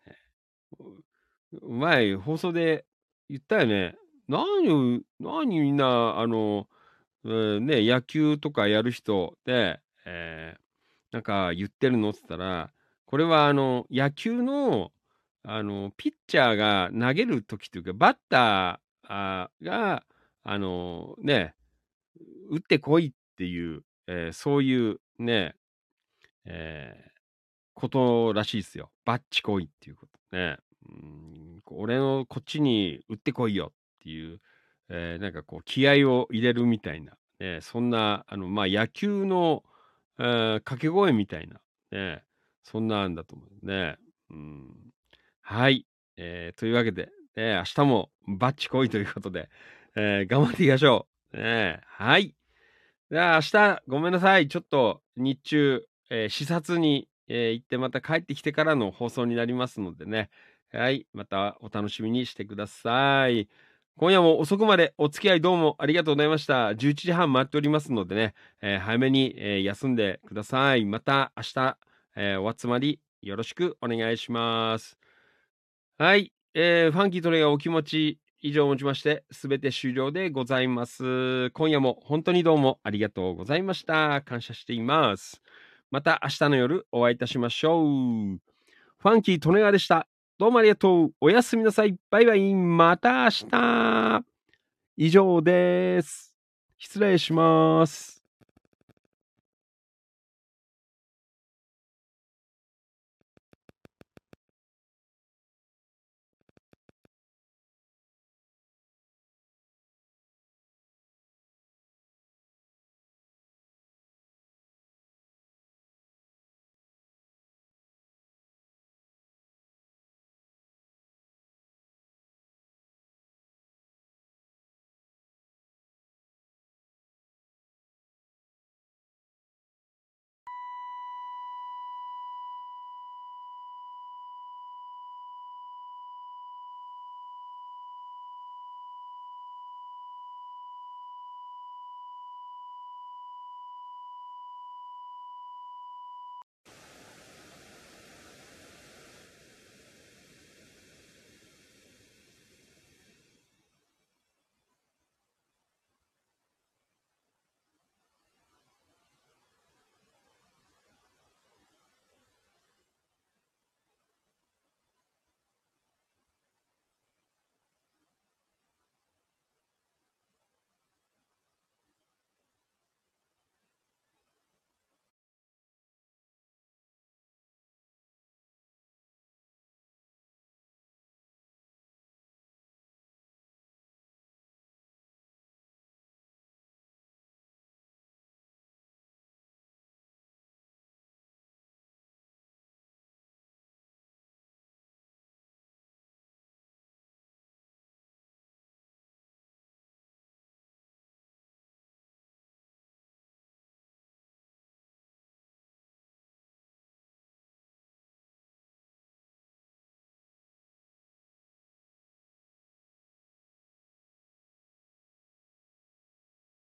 前、放送で言ったよね。何を、何みんな、あの、うんね、野球とかやる人で、えーなんか言ってるのって言ったら、これはあの、野球の、あの、ピッチャーが投げる時というか、バッターあーが、あの、ね、打ってこいっていう、えーそういうね、えーことらしいですよ。バッチこいっていうことね。うん俺のこっちに打ってこいよっていう、えーなんかこう気合を入れるみたいな、ね、そんなあのまあ野球の、えー掛け声みたいな、ね、そんなんだと思うね。うん、はい、えーというわけでえー、明日もバッチ来いということで、えー、頑張っていきましょう。えー、はい。じゃあ明日ごめんなさい。ちょっと日中、えー、視察に、えー、行ってまた帰ってきてからの放送になりますのでね。はい。またお楽しみにしてください。今夜も遅くまでお付き合いどうもありがとうございました。じゅういちじはん回っておりますのでね、えー、早めに、えー、休んでください。また明日、えー、お集まりよろしくお願いします。はい。えー、ファンキートレイがお気持ち以上をもちまして、すべて終了でございます。今夜も本当にどうもありがとうございました。感謝しています。また明日の夜お会いいたしましょう。ファンキートネガでした。どうもありがとう。おやすみなさい。バイバイ。また明日。以上です。失礼します。